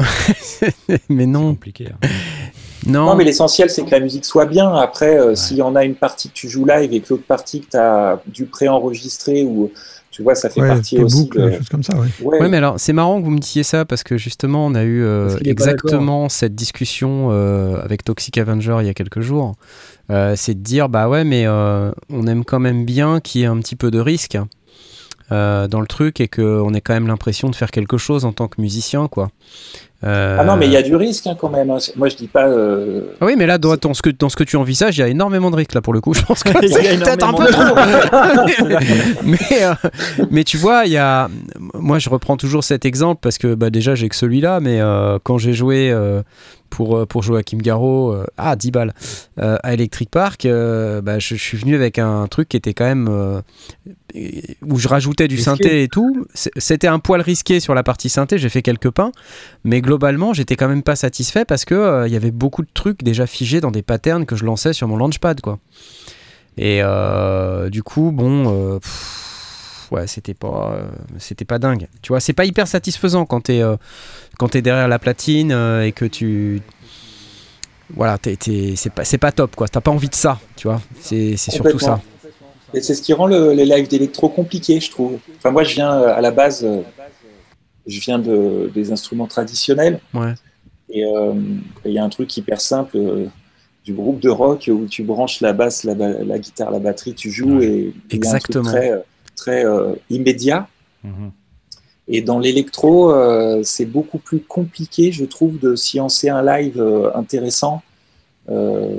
Mais non. C'est compliqué. Hein. Non. non, mais l'essentiel, c'est que la musique soit bien. Après, euh, ouais. s'il y en a une partie que tu joues live et que l'autre partie que tu as dû pré-enregistrer, ou tu vois, ça fait ouais, partie aussi. Boucles, de... des choses comme ça, ouais. Ouais. ouais, mais alors, c'est marrant que vous me disiez ça parce que justement, on a eu euh, exactement cette discussion euh, avec Toxic Avenger il y a quelques jours. Euh, c'est de dire, bah ouais, mais euh, on aime quand même bien qu'il y ait un petit peu de risque euh, dans le truc et qu'on ait quand même l'impression de faire quelque chose en tant que musicien, quoi. Euh... Ah non, mais il y a du risque hein, quand même. Hein. Moi, je dis pas. Euh... Ah oui, mais là, dans, dans, ce que, dans ce que tu envisages, il y a énormément de risques là pour le coup. Je pense que c'est peut-être un peu trop. mais, euh, mais tu vois, il y a. Moi, je reprends toujours cet exemple parce que bah, déjà, j'ai que celui-là, mais euh, quand j'ai joué euh, pour, pour Joachim Garraud, euh, ah, dix balles, euh, à Electric Park, euh, bah, je, je suis venu avec un truc qui était quand même. Euh, où je rajoutais du risqué. Synthé et tout. C'était un poil risqué sur la partie synthé, j'ai fait quelques pains, mais globalement, j'étais quand même pas satisfait parce que euh, y avait beaucoup de trucs déjà figés dans des patterns que je lançais sur mon launchpad, quoi. Et euh, du coup, bon, euh, pff, ouais, c'était pas, euh, c'était pas dingue. Tu vois, c'est pas hyper satisfaisant quand t'es, euh, quand t'es derrière la platine euh, et que tu, voilà, t'es, t'es, c'est pas, c'est pas top, quoi. T'as pas envie de ça, tu vois. C'est, c'est surtout ça. Et c'est ce qui rend le, les lives d'électro compliqués, je trouve. Enfin, moi, je viens à la base. Euh... Je viens de, des instruments traditionnels. Ouais. Et il euh, y a un truc hyper simple euh, du groupe de rock où tu branches la basse, la, la guitare, la batterie, tu joues ouais. et il y a un truc très, très euh, immédiat. Mm-hmm. Et dans l'électro, euh, c'est beaucoup plus compliqué, je trouve, de sciencer un live euh, intéressant euh,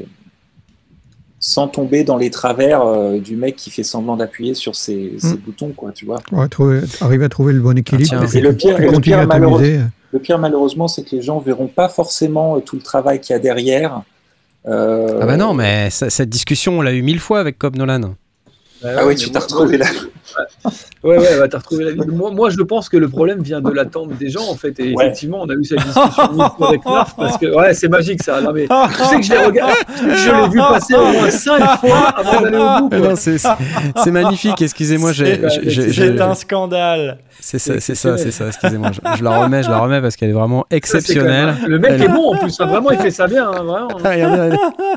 sans tomber dans les travers euh, du mec qui fait semblant d'appuyer sur ses, ses mmh. boutons, quoi, tu vois. Ouais, trouver, arriver à trouver le bon équilibre. Ah, tiens, le, pire, le, pire, malheureux, le pire, malheureusement, c'est que les gens ne verront pas forcément tout le travail qu'il y a derrière. Euh... Ah bah non, mais ça, cette discussion, on l'a eu mille fois avec Cobb Nolan. Ah, ah oui, tu t'as retrouvé là. Ouais, ouais, bah, t'as retrouvé la vie. Moi, moi, je pense que le problème vient de l'attente des gens, en fait. Et ouais. effectivement, on a eu cette discussion avec Narf parce que, ouais, c'est magique ça. Non, mais tu sais que je l'ai regardé, je l'ai vu passer au moins cinq fois avant d'aller au bout. Non, c'est, c'est magnifique, excusez-moi. J'ai, c'est, j'ai, c'est un scandale. C'est ça, c'est ça, c'est ça, excusez-moi. Je, je la remets, je la remets parce qu'elle est vraiment exceptionnelle. Ça, le mec Elle... est bon en plus, hein, vraiment, il fait ça bien. Hein, vraiment. Regardez,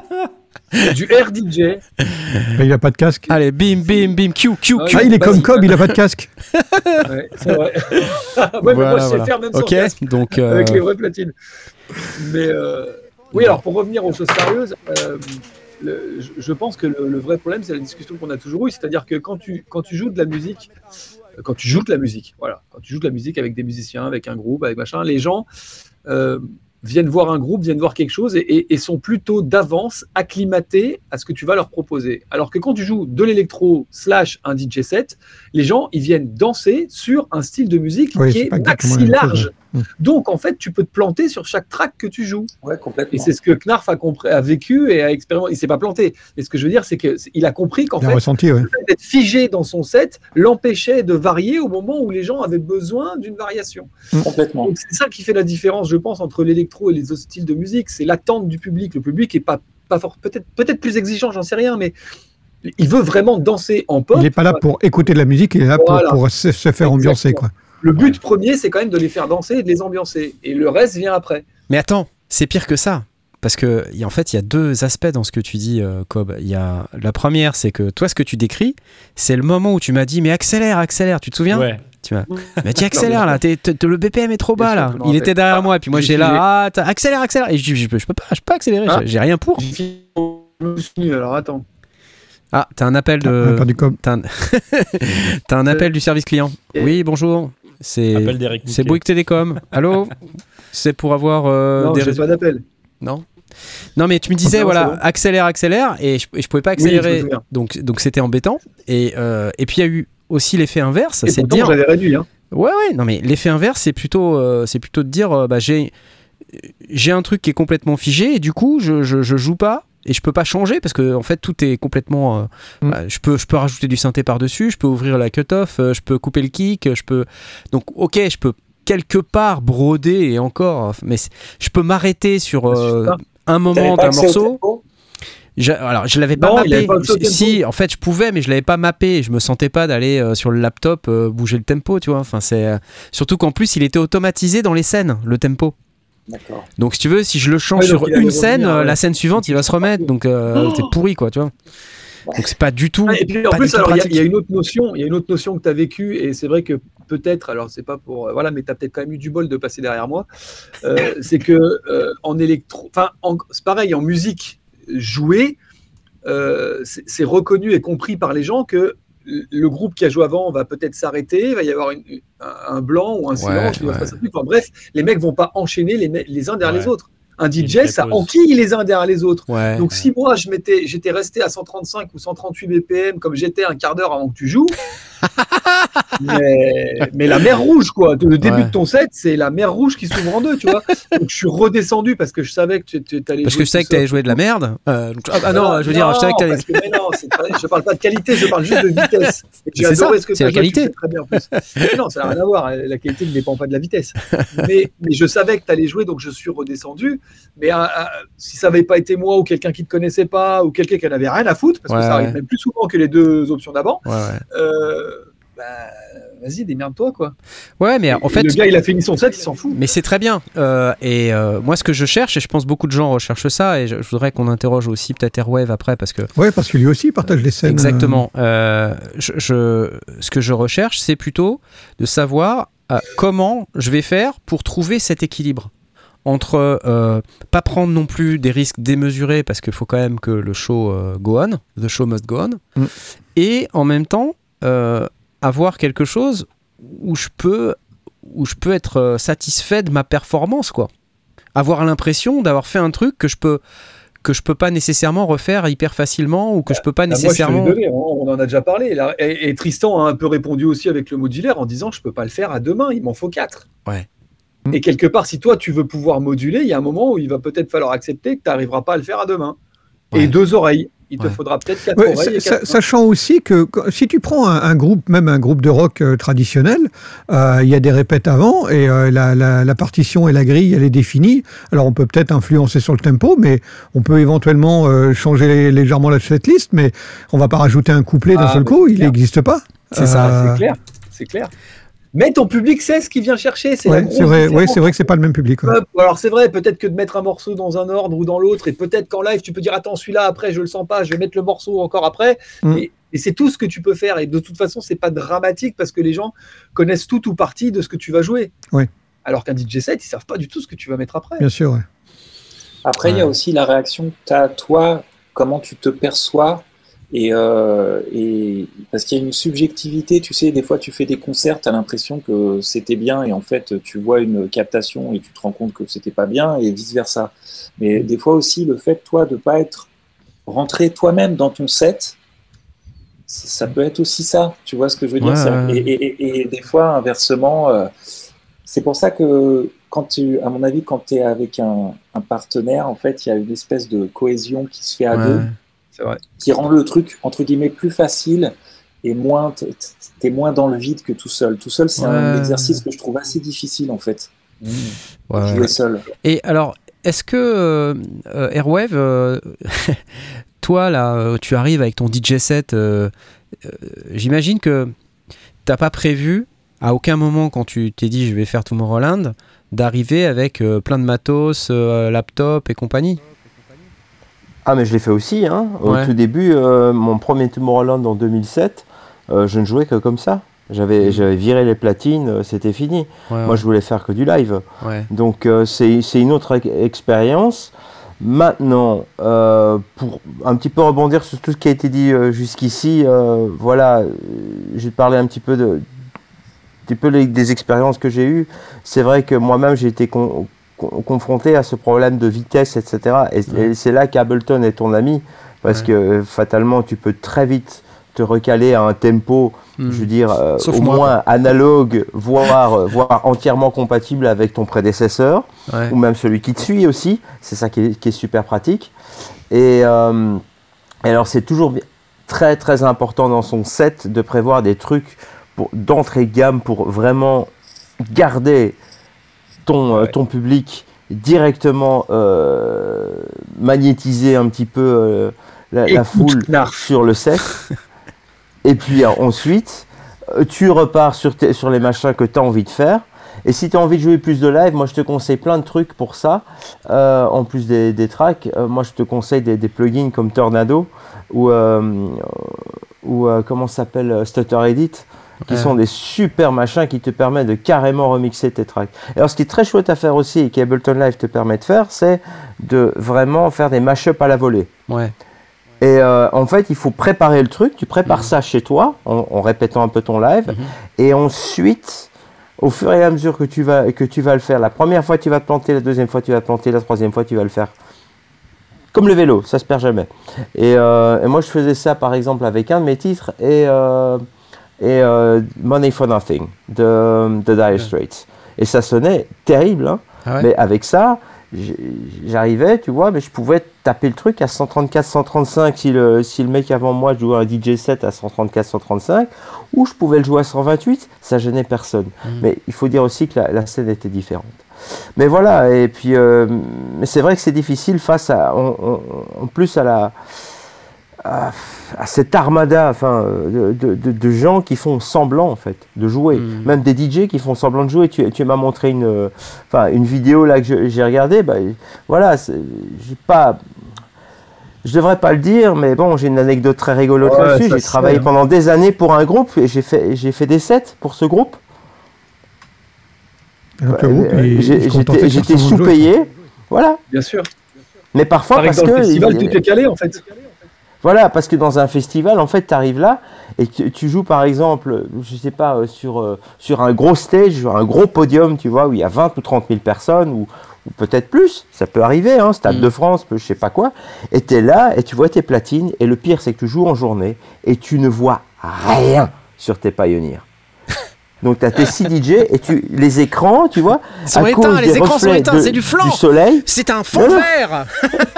du R D J. Mais il a pas de casque. Allez, bim, bim, bim, Q, Q, Q. Ah, il est comme Cobb, il a pas de casque. Ouais, c'est vrai. Ouais, voilà, mais moi, je sais voilà. faire même sans okay, casque. Donc, euh... avec les vraies platines. Mais euh... oui, alors pour revenir aux choses sérieuses, euh, le, je, je pense que le, le vrai problème, c'est la discussion qu'on a toujours eue. C'est-à-dire que quand tu, quand tu joues de la musique, quand tu joues de la musique, voilà, quand tu joues de la musique avec des musiciens, avec un groupe, avec machin, les gens. Euh, viennent voir un groupe, viennent voir quelque chose et, et, et sont plutôt d'avance acclimatés à ce que tu vas leur proposer. Alors que quand tu joues de l'électro slash un D J set, les gens, ils viennent danser sur un style de musique oui, qui est maxi large. Chose, Donc, en fait, tu peux te planter sur chaque track que tu joues. Ouais, complètement. Et c'est ce que Knarf a, compris, a vécu et a expérimenté. Il ne s'est pas planté. Et ce que je veux dire, c'est qu'il a compris qu'en il fait, ressenti, ouais. le fait d'être figé dans son set l'empêchait de varier au moment où les gens avaient besoin d'une variation. Complètement. Donc, c'est ça qui fait la différence, je pense, entre l'électro et les autres styles de musique. C'est l'attente du public. Le public n'est pas, pas fort, peut-être, peut-être plus exigeant, j'en sais rien, mais il veut vraiment danser en pop. Il n'est pas là pour écouter de la musique, il est là voilà. pour, pour se, se faire Exactement. ambiancer, quoi. Le but premier, c'est quand même de les faire danser et de les ambiancer. Et le reste vient après. Mais attends, c'est pire que ça. Parce que, en fait, il y a deux aspects dans ce que tu dis, euh, Cobb. Il y a, la première, c'est que toi, ce que tu décris, c'est le moment où tu m'as dit, mais accélère, accélère. Tu te souviens ? Ouais. Tu m'as mais tu accélères là, t'es, t'es, le B P M est trop bas là. Il était derrière moi, et puis moi j'ai là, ah, accélère, accélère. Et je dis, je peux, je peux pas, je peux pas accélérer, ah. j'ai rien pour. Alors attends. Ah, t'as un appel de. T'as un, t'as un appel du service client. Oui, bonjour. C'est, c'est Bouygues Télécom. Allô ? C'est pour avoir euh, non, des j'ai pas d'appel. Non. Non, mais tu me disais, non, voilà, bon. accélère, accélère, et je, et je pouvais pas accélérer. Oui, donc, donc c'était embêtant. Et, euh, et puis il y a eu aussi l'effet inverse. Et c'est pourtant, de dire. J'avais réduit. Hein. Ouais, ouais. Non, mais l'effet inverse, c'est plutôt, euh, c'est plutôt de dire, euh, bah, j'ai, j'ai un truc qui est complètement figé, et du coup, je, je, je joue pas. Et je peux pas changer parce que en fait tout est complètement. Euh, mm. bah, je peux je peux rajouter du synthé par dessus, je peux ouvrir la cut-off, euh, je peux couper le kick, je peux. Donc ok, je peux quelque part broder et encore, mais je peux m'arrêter sur euh, un moment d'un morceau. Je, alors je l'avais pas non, mappé. Pas si en fait je pouvais, mais je l'avais pas mappé. Je me sentais pas d'aller euh, sur le laptop euh, bouger le tempo, tu vois. Enfin c'est euh, surtout qu'en plus il était automatisé dans les scènes, le tempo. D'accord. Donc si tu veux, si je le change ouais, sur une scène, revenir, euh, ouais. la scène suivante, il va se remettre. Donc euh, oh c'est pourri, quoi, tu vois. Donc c'est pas du tout. Et puis en plus, il y, y a une autre notion, il y a une autre notion que tu as vécue, et c'est vrai que peut-être, alors c'est pas pour, euh, voilà, mais tu as peut-être quand même eu du bol de passer derrière moi. Euh, c'est que euh, en électro, enfin, c'est pareil, en musique jouée, euh, c'est, c'est reconnu et compris par les gens que le groupe qui a joué avant va peut-être s'arrêter, il va y avoir une, un, un blanc ou un silence. Ouais, ouais. Enfin, bref, les mecs vont pas enchaîner les, les uns derrière ouais. les autres. Un D J, ça enquille les uns derrière les autres. Ouais, Donc, ouais. si moi, je m'étais, j'étais resté à cent trente-cinq ou cent trente-huit B P M comme j'étais un quart d'heure avant que tu joues, mais, mais la mer rouge, quoi. Le début ouais. de ton set, c'est la mer rouge qui s'ouvre en deux, tu vois. Donc, je suis redescendu parce que je savais que tu allais Parce que je savais que tu allais jouer de la merde. Euh, donc, ah, ah non, non, je veux dire, je savais que tu allais. Mais non, c'est pas, je parle pas de qualité, je parle juste de vitesse. J'ai c'est adoré ça, ce que c'est la joué, qualité. Très bien en plus. Mais non, ça n'a rien à voir. La qualité ne dépend pas de la vitesse. Mais, mais je savais que tu allais jouer, donc je suis redescendu. Mais euh, si ça n'avait pas été moi ou quelqu'un qui ne te connaissait pas ou quelqu'un qui n'avait rien à foutre, parce ouais, que ça arrive ouais. même plus souvent que les deux options d'avant, ouais, ouais. Euh, bah, vas-y, démerde-toi, quoi. Ouais, mais en fait. Le gars, il a fini son set, il s'en fout. Mais c'est très bien. Euh, et euh, moi, ce que je cherche, et je pense beaucoup de gens recherchent ça, et je, je voudrais qu'on interroge aussi peut-être Airwave après, parce que. Ouais, parce que lui aussi partage les scènes. Exactement. Euh, je, je, ce que je recherche, c'est plutôt de savoir euh, comment je vais faire pour trouver cet équilibre. Entre euh, pas prendre non plus des risques démesurés parce qu'il faut quand même que le show euh, go on, the show must go on, mm. et en même temps euh, avoir quelque chose où je peux, où je peux être satisfait de ma performance, quoi. Avoir l'impression d'avoir fait un truc que je peux que je peux pas nécessairement refaire hyper facilement ou que bah, je peux pas bah nécessairement. Moi, je on en a déjà parlé. Là. Et, et Tristan a un peu répondu aussi avec le modulaire en disant je peux pas le faire à deux mains, il m'en faut quatre. Ouais. Et quelque part, si toi, tu veux pouvoir moduler, il y a un moment où il va peut-être falloir accepter que tu n'arriveras pas à le faire à deux mains. Ouais. Et deux oreilles. Il te ouais. faudra peut-être quatre ouais, oreilles. Et quatre sachant aussi que si tu prends un, un groupe, même un groupe de rock euh, traditionnel, euh, il y a des répètes avant et euh, la, la, la partition et la grille, elle est définie. Alors on peut peut-être influencer sur le tempo, mais on peut éventuellement euh, changer légèrement la setlist, mais on ne va pas rajouter un couplet ah, d'un seul coup, il n'existe pas. C'est euh... ça, c'est clair. C'est clair. Mais ton public sait ce qu'il vient chercher. C'est ouais, vrai, ouais, c'est vrai que c'est pas le même public. Ouais. Alors c'est vrai, peut-être que de mettre un morceau dans un ordre ou dans l'autre, et peut-être qu'en live tu peux dire attends celui-là après je le sens pas, je vais mettre le morceau encore après. Mm. Et, et c'est tout ce que tu peux faire. Et de toute façon c'est pas dramatique parce que les gens connaissent tout ou partie de ce que tu vas jouer. Ouais. Alors qu'un D J set ils savent pas du tout ce que tu vas mettre après. Bien sûr. Ouais. Après il ouais. y a aussi la réaction que t'as toi, comment tu te perçois. Et, euh, et parce qu'il y a une subjectivité, tu sais, des fois tu fais des concerts, tu as l'impression que c'était bien et en fait tu vois une captation et tu te rends compte que c'était pas bien et vice versa. Mais des fois aussi le fait toi de pas être rentré toi-même dans ton set, ça peut être aussi ça, tu vois ce que je veux dire. Ouais. Et, et, et, et des fois inversement, euh, c'est pour ça que quand tu, à mon avis, quand tu es avec un, un partenaire, en fait il y a une espèce de cohésion qui se fait à ouais. deux. C'est vrai. Qui rend le truc, entre guillemets, plus facile et moins, t'es moins dans le vide que tout seul. Tout seul, c'est ouais. un exercice que je trouve assez difficile, en fait. Mmh. Ouais. Jouer seul. Et alors, est-ce que euh, Airwave, euh, toi, là, tu arrives avec ton D J set, euh, euh, j'imagine que t'as pas prévu, à aucun moment, quand tu t'es dit « je vais faire Tomorrowland », d'arriver avec euh, plein de matos, euh, laptop et compagnie. Ah mais je l'ai fait aussi, hein. Au ouais. tout début, euh, mon premier Tomorrowland en deux mille sept, euh, je ne jouais que comme ça. J'avais, mmh. j'avais viré les platines, euh, c'était fini. Ouais, Moi ouais. je voulais faire que du live. Ouais. Donc euh, c'est, c'est une autre expérience. Maintenant, euh, pour un petit peu rebondir sur tout ce qui a été dit euh, jusqu'ici, euh, voilà, je vais te parler un petit peu, de, un petit peu les, des expériences que j'ai eues. C'est vrai que moi-même j'ai été... Con, confronté à ce problème de vitesse, et cetera. Et, mmh. et c'est là qu'Ableton est ton ami, parce ouais. que fatalement, tu peux très vite te recaler à un tempo, mmh. je veux dire, euh, au moi, moins quoi. analogue, voire, voire entièrement compatible avec ton prédécesseur, ouais. ou même celui qui te suit aussi. C'est ça qui est, qui est super pratique. Et, euh, et alors, c'est toujours très, très important dans son set de prévoir des trucs pour, d'entrée de gamme pour vraiment garder Ton, ouais. ton public directement euh, magnétiser un petit peu euh, la, la foule sur le set. Et puis euh, ensuite, euh, tu repars sur, tes, sur les machins que tu as envie de faire. Et si tu as envie de jouer plus de live, moi je te conseille plein de trucs pour ça. Euh, en plus des, des tracks, euh, moi je te conseille des, des plugins comme Tornado ou, euh, ou euh, comment ça s'appelle, Stutter Edit. Qui ouais. sont des super machins qui te permettent de carrément remixer tes tracks. Et alors ce qui est très chouette à faire aussi et qu'Ableton Live te permet de faire, c'est de vraiment faire des mash-ups à la volée. Ouais. Et euh, en fait, il faut préparer le truc, tu prépares mmh. ça chez toi en, en répétant un peu ton live, mmh. et ensuite, au fur et à mesure que tu, vas, que tu vas le faire, la première fois tu vas te planter, la deuxième fois tu vas te planter, la troisième fois tu vas le faire. Comme le vélo, ça se perd jamais. Et, euh, et moi je faisais ça par exemple avec un de mes titres, et... Euh, et euh, Money for Nothing de, de Dire Straits. Et ça sonnait terrible, hein. Ah ouais. Mais avec ça, j'arrivais, tu vois, mais je pouvais taper le truc à cent trente-quatre cent trente-cinq si le, si le mec avant moi jouait un D J set à cent trente-quatre cent trente-cinq, ou je pouvais le jouer à cent vingt-huit, ça gênait personne. Mmh. Mais il faut dire aussi que la, la scène était différente. Mais voilà, et puis, euh, mais c'est vrai que c'est difficile face à, on, on, en plus à la... À, à cette armada enfin, de, de, de, de gens qui font semblant en fait de jouer, mmh. même des D J qui font semblant de jouer. Tu, tu m'as montré une, enfin, une vidéo là que je, j'ai regardée, bah, voilà, c'est, j'ai pas, je devrais pas le dire, mais bon, j'ai une anecdote très rigolote ouais, là-dessus. J'ai travaillé fait, pendant hein. des années pour un groupe et j'ai fait, j'ai fait des sets pour ce groupe. Donc, le groupe euh, j'ai, j'étais, j'étais sous-payé, voilà. Bien sûr. Mais parfois Par parce exemple, que le festival, tout est calé en fait. Voilà, parce que dans un festival, en fait, tu arrives là et tu, tu joues, par exemple, je sais pas, euh, sur, euh, sur un gros stage, un gros podium, tu vois, où il y a vingt ou trente mille personnes, ou, ou peut-être plus, ça peut arriver, hein, Stade mmh. de France, je sais pas quoi, et tu es là et tu vois tes platines, et le pire, c'est que tu joues en journée et tu ne vois rien sur tes Pioneers. Donc tu as tes six D J et tu, les écrans, tu vois, ils sont à éteints, cause les des écrans sont reflets éteints, de, c'est du flanc. du soleil. C'est un fond non, vert.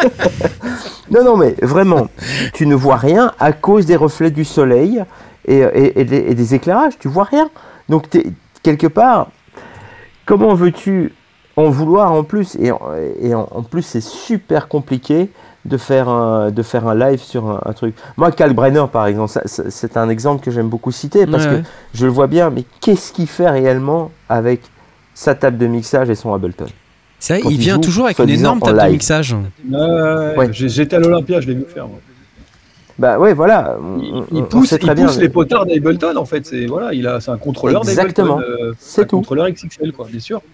Non, non, mais vraiment, tu ne vois rien à cause des reflets du soleil et, et, et, des, et des éclairages, tu vois rien. Donc t'es, quelque part, comment veux-tu en vouloir en plus, et, et en, en plus c'est super compliqué de faire un, de faire un live sur un, un truc. Moi, Kalkbrenner, par exemple, ça, ça, c'est un exemple que j'aime beaucoup citer, parce ouais, que ouais. je le vois bien, mais qu'est-ce qu'il fait réellement avec sa table de mixage et son Ableton? C'est vrai, il, il vient toujours avec une énorme table de mixage. Euh, ouais. J'étais à l'Olympia, je l'ai vu faire. Moi. Bah ouais, voilà. Il, il pousse, il pousse bien, les potards d'Ableton, en fait. C'est, voilà, il a, c'est un contrôleur d'Ableton. Euh, c'est un tout. Contrôleur X X L, quoi, bien sûr.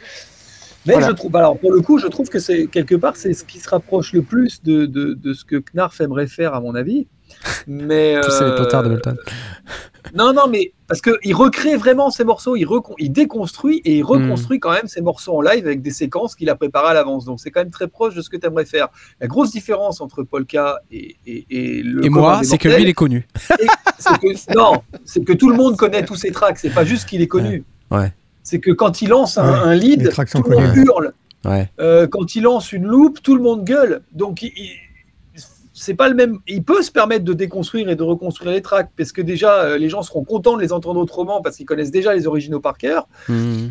Mais voilà. je trouve, alors pour le coup, je trouve que c'est quelque part c'est ce qui se rapproche le plus de, de, de ce que Knarf aimerait faire, à mon avis. Mais pousser euh, les potards d'Ableton. Non, non, mais parce que il recrée vraiment ses morceaux, il, recon, il déconstruit et il reconstruit mmh. quand même ses morceaux en live avec des séquences qu'il a préparées à l'avance. Donc c'est quand même très proche de ce que tu aimerais faire. La grosse différence entre Polka et, et, et le. Et moi, c'est que lui, il est connu. C'est que, non, c'est que tout le monde connaît tous ses tracks. C'est pas juste qu'il est connu. Ouais. ouais. C'est que quand il lance un, ouais, un lead, tout le monde hurle. Ouais. Euh, quand il lance une loupe, tout le monde gueule. Donc, il, il, c'est pas le même. Il peut se permettre de déconstruire et de reconstruire les tracks parce que déjà, euh, les gens seront contents de les entendre autrement parce qu'ils connaissent déjà les originaux par cœur. Mmh.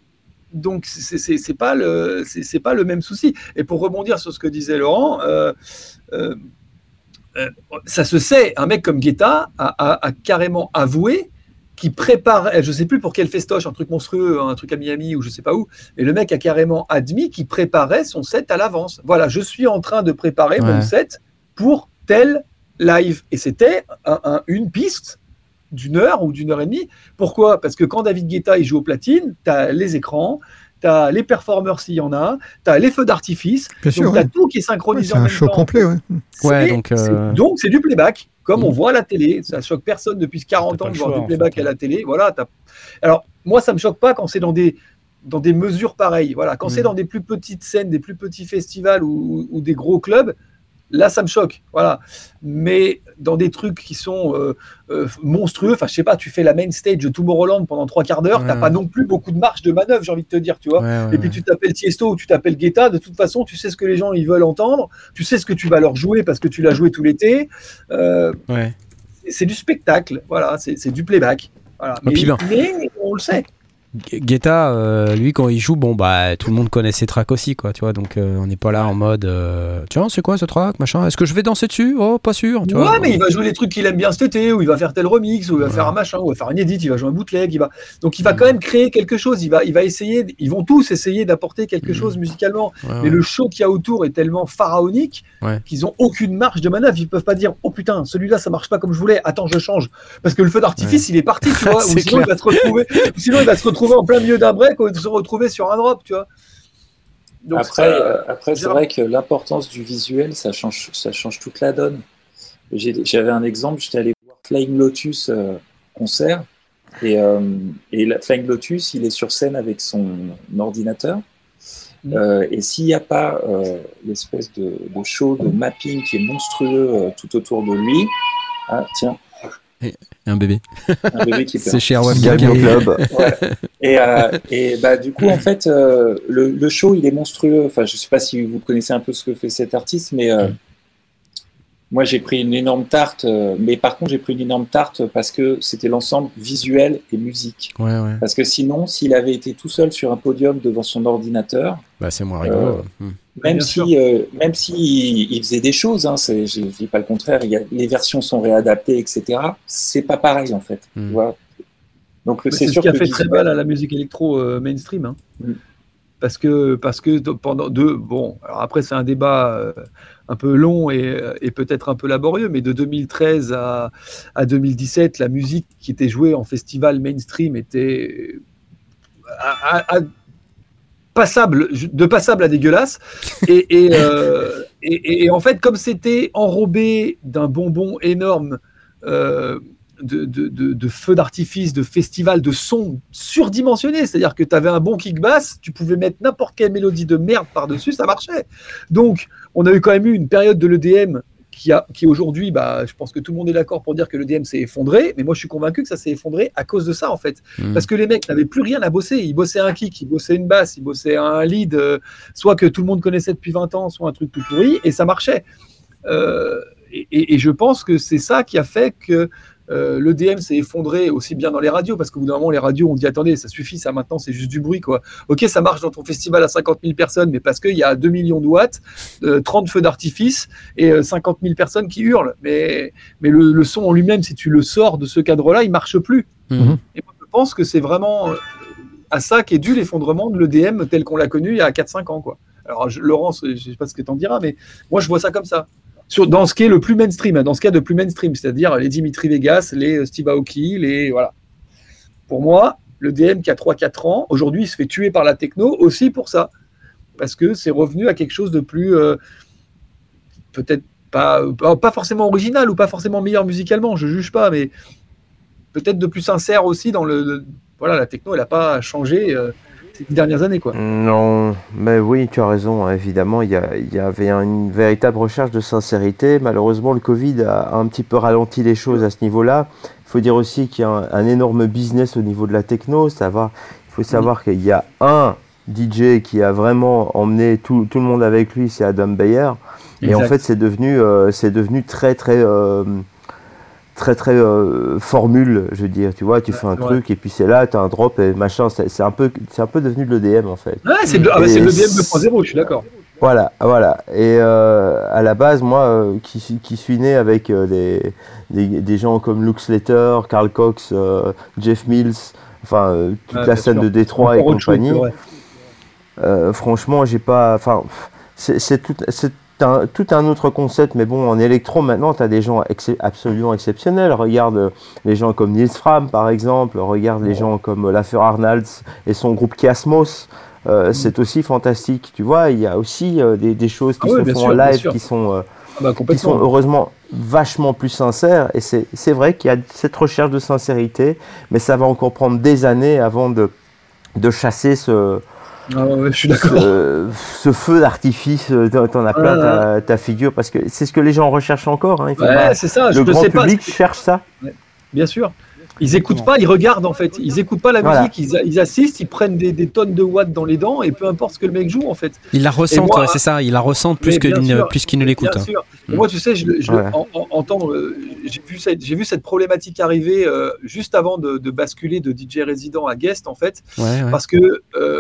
Donc, c'est, c'est, c'est, pas le, c'est, c'est pas le même souci. Et pour rebondir sur ce que disait Laurent, euh, euh, euh, ça se sait. Un mec comme Guetta a, a, a carrément avoué qui prépare, je sais plus pour quel festoche, un truc monstrueux, un truc à Miami ou je sais pas où, et le mec a carrément admis qu'il préparait son set à l'avance. Voilà, je suis en train de préparer ouais. mon set pour tel live. Et c'était un, un, une piste d'une heure ou d'une heure et demie. Pourquoi ? Parce que quand David Guetta il joue aux platines, tu as les écrans, tu as les performeurs s'il y en a, tu as les feux d'artifice, Bien donc tu as ouais. tout qui est synchronisé ouais, en même temps. C'est un show complet, ouais. C'est, ouais donc, euh... c'est, donc c'est du playback. Comme mmh. on voit à la télé, ça choque personne depuis quarante ans de voir choix, du playback en fait. À la télé. Voilà, t'as... Alors, moi, ça me choque pas quand c'est dans des, dans des mesures pareilles. Voilà, quand mmh. c'est dans des plus petites scènes, des plus petits festivals ou, ou, ou des gros clubs, là, ça me choque. Voilà. Mais dans des trucs qui sont euh, euh, monstrueux, enfin, je sais pas, tu fais la main stage de Tomorrowland pendant trois quarts d'heure, ouais. t'as pas non plus beaucoup de marge de manœuvre, j'ai envie de te dire, tu vois. Ouais, ouais, et puis ouais. tu t'appelles Tiesto ou tu t'appelles Guetta, de toute façon, tu sais ce que les gens ils veulent entendre, tu sais ce que tu vas leur jouer parce que tu l'as joué tout l'été. Euh, ouais. c'est, c'est du spectacle, voilà, c'est, c'est du playback. Voilà. Mais, ben, mais on le sait. Guetta, euh, lui, quand il joue, bon, bah, tout le monde connaît ses tracks aussi, quoi, tu vois, donc euh, on n'est pas là en mode, euh, tiens, c'est quoi ce track, machin, est-ce que je vais danser dessus ? Oh, pas sûr, tu ouais, vois. mais il va jouer les trucs qu'il aime bien cet été, ou il va faire tel remix, ou il va ouais. faire un machin, ou il va faire un edit, il va jouer un bootleg, il va... donc il va quand même créer quelque chose, il va, il va essayer, ils vont tous essayer d'apporter quelque mmh. chose musicalement, ouais, mais ouais. le show qu'il y a autour est tellement pharaonique ouais. qu'ils n'ont aucune marge de manœuvre, ils peuvent pas dire, oh putain, celui-là ça marche pas comme je voulais, attends, je change, parce que le feu d'artifice ouais. il est parti, tu vois, ou sinon il va se retrouver, sinon il va se retrouver en plein milieu d'un break, ou se retrouver sur un drop, tu vois. Donc, après, euh, après c'est vrai que l'importance du visuel, ça change, ça change toute la donne. J'ai, j'avais un exemple, j'étais allé voir Flying Lotus euh, concert, et, euh, et la, Flying Lotus, il est sur scène avec son ordinateur, mmh. euh, et s'il n'y a pas euh, l'espèce de, de show, de mapping qui est monstrueux euh, tout autour de lui, ah tiens, et un bébé. Un bébé qui c'est chez Erwan Gab Club. Ouais. Et, euh, et bah, du coup, en fait, euh, le, le show, il est monstrueux. Enfin, je ne sais pas si vous connaissez un peu ce que fait cet artiste, mais euh, mm. moi, j'ai pris une énorme tarte. Euh, mais par contre, j'ai pris une énorme tarte parce que c'était l'ensemble visuel et musique. Ouais, ouais. Parce que sinon, s'il avait été tout seul sur un podium devant son ordinateur, bah, c'est moins rigolo. Euh, mm. Même si, euh, même si il, il faisait des choses, hein, c'est, je ne dis pas le contraire, il y a, les versions sont réadaptées, et cetera. C'est pas pareil en fait. Mm. Tu vois. Donc c'est, c'est sûr ce qui a fait très mal à la musique électro euh, mainstream, hein. Mm. parce que parce que pendant deux, bon, alors après c'est un débat euh, un peu long et, et peut-être un peu laborieux, mais de deux mille treize à, à deux mille dix-sept, la musique qui était jouée en festival mainstream était à, à, à, passable, de passable à dégueulasse, et, et, euh, et, et en fait, comme c'était enrobé d'un bonbon énorme euh, de, de, de, de feux d'artifice, de festivals, de sons surdimensionnés, c'est-à-dire que tu avais un bon kick bass, tu pouvais mettre n'importe quelle mélodie de merde par-dessus, ça marchait. Donc, on a eu quand même eu une période de l'E D M qui, a, qui aujourd'hui, bah, je pense que tout le monde est d'accord pour dire que le D M s'est effondré, mais moi je suis convaincu que ça s'est effondré à cause de ça en fait. Mmh. Parce que les mecs n'avaient plus rien à bosser, ils bossaient un kick, ils bossaient une basse, ils bossaient un lead, euh, soit que tout le monde connaissait depuis vingt ans, soit un truc tout pourri, et ça marchait. Euh, et, et, et je pense que c'est ça qui a fait que Euh, le D M s'est effondré aussi bien dans les radios, parce qu'au bout d'un moment, les radios ont dit attendez, ça suffit, ça maintenant, c'est juste du bruit, quoi. Ok, ça marche dans ton festival à cinquante mille personnes, mais parce qu'il y a deux millions de watts, euh, trente feux d'artifice et euh, cinquante mille personnes qui hurlent. Mais, mais le, le son en lui-même, si tu le sors de ce cadre-là, il marche plus. Mmh. Et moi, je pense que c'est vraiment euh, à ça qu'est dû l'effondrement de l'E D M tel qu'on l'a connu il y a quatre cinq ans, quoi. Alors, je, Laurence, je sais pas ce que t'en diras, mais moi, je vois ça comme ça. Sur, dans ce qui est le plus mainstream, dans ce cas de plus mainstream, c'est-à-dire les Dimitri Vegas, les Steve Aoki, les voilà. Pour moi, le D M qui a trois quatre ans, aujourd'hui, il se fait tuer par la techno aussi pour ça, parce que c'est revenu à quelque chose de plus, euh, peut-être pas, pas forcément original ou pas forcément meilleur musicalement, je juge pas, mais peut-être de plus sincère aussi dans le, le voilà, la techno, elle n'a pas changé. Euh, ces dernières années, quoi. Non, mais oui, tu as raison, évidemment, il y, a, il y avait une véritable recherche de sincérité. Malheureusement, le Covid a un petit peu ralenti les choses à ce niveau-là. Il faut dire aussi qu'il y a un, un énorme business au niveau de la techno. Ça va, il faut savoir mmh. qu'il y a un D J qui a vraiment emmené tout, tout le monde avec lui, c'est Adam Beyer. Et exact. En fait, c'est devenu, euh, c'est devenu très, très... Euh, très très euh, formule, je veux dire, tu vois, tu ouais, fais un ouais. truc et puis c'est là, tu as un drop et machin, c'est, c'est, un peu, c'est un peu devenu le D M en fait. Ouais, c'est, le, ah bah c'est le D M deux point zéro, je suis d'accord. Voilà, voilà. Et euh, à la base, moi, euh, qui, qui suis né avec euh, des, des, des gens comme Luke Slater, Carl Cox, euh, Jeff Mills, enfin, euh, toute ouais, la scène sûr. de Détroit et compagnie, chose, euh, franchement, j'ai pas... Enfin, c'est, c'est tout... C'est, Un, tout un autre concept, mais bon, en électro, maintenant, tu as des gens ex- absolument exceptionnels. Regarde euh, les gens comme Nils Fram, par exemple. Regarde oh. les gens comme euh, Laffer Arnalds et son groupe Chiasmos. Euh, mm. C'est aussi fantastique. Tu vois, il y a aussi euh, des, des choses qui ah se oui, font sûr, en live, qui sont, euh, ah bah, qui sont heureusement vachement plus sincères. Et c'est, c'est vrai qu'il y a cette recherche de sincérité, mais ça va encore prendre des années avant de, de chasser ce... Ah ouais, je suis d'accord. Ce, ce feu d'artifice, t'en as plein ta, ta figure, parce que c'est ce que les gens recherchent encore. Hein. Il faut ouais, pas, c'est ça. Le je grand sais public pas. cherche ça. Ouais, bien sûr. Ils écoutent pas, ils regardent en fait. Ils écoutent pas la voilà. musique, ils, ils assistent, ils prennent des, des tonnes de watts dans les dents et peu importe ce que le mec joue en fait. Ils la ressentent, moi, ouais, c'est ça. Ils la ressentent plus, que sûr, plus qu'ils ne l'écoutent. Bien sûr. Mmh. Moi, tu sais, je, je ouais. en, en, entendre, j'ai vu cette, j'ai vu cette problématique arriver euh, juste avant de, de basculer de D J résident à guest en fait, ouais, ouais. parce que euh,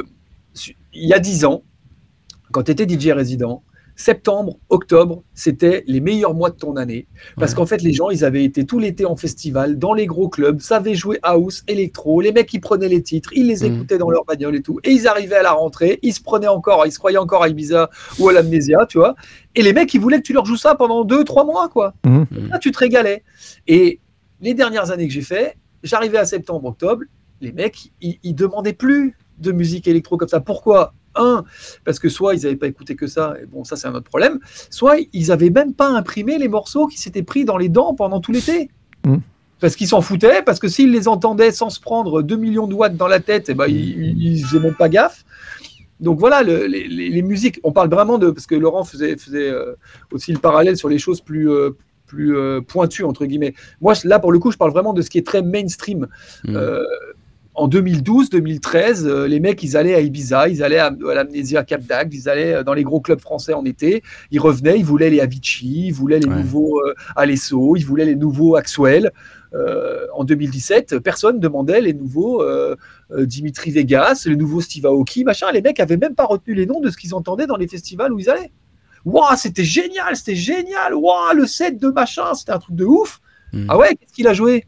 il y a dix ans, quand tu étais D J résident, septembre, octobre, c'était les meilleurs mois de ton année. Parce ouais. qu'en fait, les gens, ils avaient été tout l'été en festival, dans les gros clubs, savaient jouer house, électro. Les mecs, ils prenaient les titres, ils les écoutaient mmh. dans leur bagnole et tout. Et ils arrivaient à la rentrée, ils se prenaient encore, ils se croyaient encore à Ibiza ou à l'Amnésia, tu vois. Et les mecs, ils voulaient que tu leur joues ça pendant deux, trois mois, quoi. Mmh. Là, tu te régalais. Et les dernières années que j'ai fait, j'arrivais à septembre, octobre, les mecs, ils, ils demandaient plus de musique électro comme ça. Pourquoi ? Un, parce que soit ils n'avaient pas écouté que ça, et bon, ça c'est un autre problème, soit ils n'avaient même pas imprimé les morceaux qui s'étaient pris dans les dents pendant tout l'été. Mmh. Parce qu'ils s'en foutaient, parce que s'ils les entendaient sans se prendre deux millions de watts dans la tête, eh ben, ils ne faisaient même pas gaffe. Donc voilà, le, les, les, les musiques, on parle vraiment de... Parce que Laurent faisait, faisait euh, aussi le parallèle sur les choses plus... Euh, plus euh, pointues, entre guillemets. Moi, là, pour le coup, je parle vraiment de ce qui est très mainstream. Mmh. Euh, En deux mille douze, deux mille treize, euh, les mecs, ils allaient à Ibiza, ils allaient à, à l'Amnésia Cap d'Agde, ils allaient dans les gros clubs français en été, ils revenaient, ils voulaient les Avicii, ils voulaient les ouais. nouveaux euh, Alesso, ils voulaient les nouveaux Axwell. Euh, en deux mille dix-sept, personne demandait les nouveaux euh, euh, Dimitri Vegas, les nouveaux Steve Aoki, machin. Les mecs avaient même pas retenu les noms de ce qu'ils entendaient dans les festivals où ils allaient. Waouh, c'était génial, c'était génial. Waouh, le set de machin, c'était un truc de ouf. Mmh. Ah ouais, qu'est-ce qu'il a joué?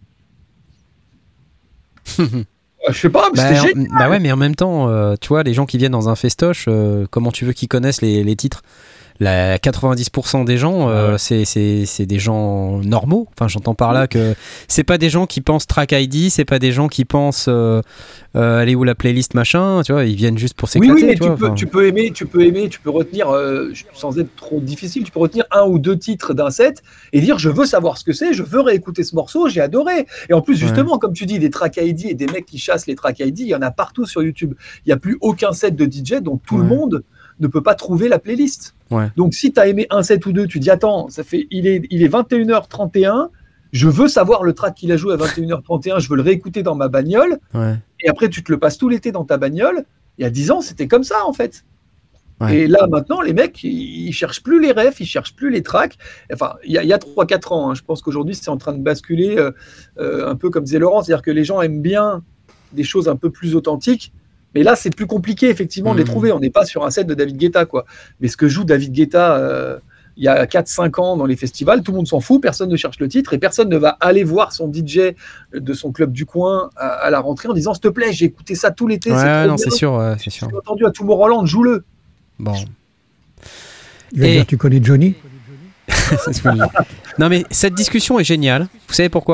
Je sais pas, mais bah, c'était génial. Bah ouais, mais en même temps, euh, tu vois, les gens qui viennent dans un festoche, euh, comment tu veux qu'ils connaissent les, les titres? La quatre-vingt-dix pour cent des gens, euh, ouais. c'est, c'est, c'est des gens normaux. Enfin, j'entends par là que c'est pas des gens qui pensent Track I D, c'est pas des gens qui pensent euh, euh, aller où la playlist machin. Tu vois, ils viennent juste pour s'éclater. Oui, oui, mais tu, tu, vois, peux, tu peux aimer, tu peux aimer, tu peux retenir euh, sans être trop difficile. Tu peux retenir un ou deux titres d'un set et dire je veux savoir ce que c'est, je veux réécouter ce morceau, j'ai adoré. Et en plus, justement, ouais. comme tu dis, des Track I D et des mecs qui chassent les Track I D, il y en a partout sur YouTube. Il y a plus aucun set de D J dont tout ouais. le monde ne peut pas trouver la playlist. Ouais. Donc, si tu as aimé un set ou deux, tu dis, attends, ça fait, il est, il est vingt et une heures trente et un, je veux savoir le track qu'il a joué à vingt et une heures trente et un, je veux le réécouter dans ma bagnole. Ouais. Et après, tu te le passes tout l'été dans ta bagnole. Il y a dix ans, c'était comme ça, en fait. Ouais. Et là, maintenant, les mecs, ils, ils cherchent plus les refs, ils cherchent plus les tracks. Enfin, il y a, y a trois quatre ans, hein, je pense qu'aujourd'hui, c'est en train de basculer euh, euh, un peu comme disait Laurent. C'est-à-dire que les gens aiment bien des choses un peu plus authentiques. Mais là, c'est plus compliqué, effectivement, mmh. de les trouver. On n'est pas sur un set de David Guetta, quoi. Mais ce que joue David Guetta euh, il y a quatre cinq ans dans les festivals, tout le monde s'en fout, personne ne cherche le titre et personne ne va aller voir son D J de son club du coin à, à la rentrée en disant « S'il te plaît, j'ai écouté ça tout l'été, ouais, c'est trop non, bien. c'est sûr, ouais, c'est sûr. J'ai entendu à Tomorrowland, joue-le. » Bon. Je veux et... dire, tu connais Johnny. C'est ce que je dis. Non, mais cette discussion est géniale. Vous savez pourquoi ?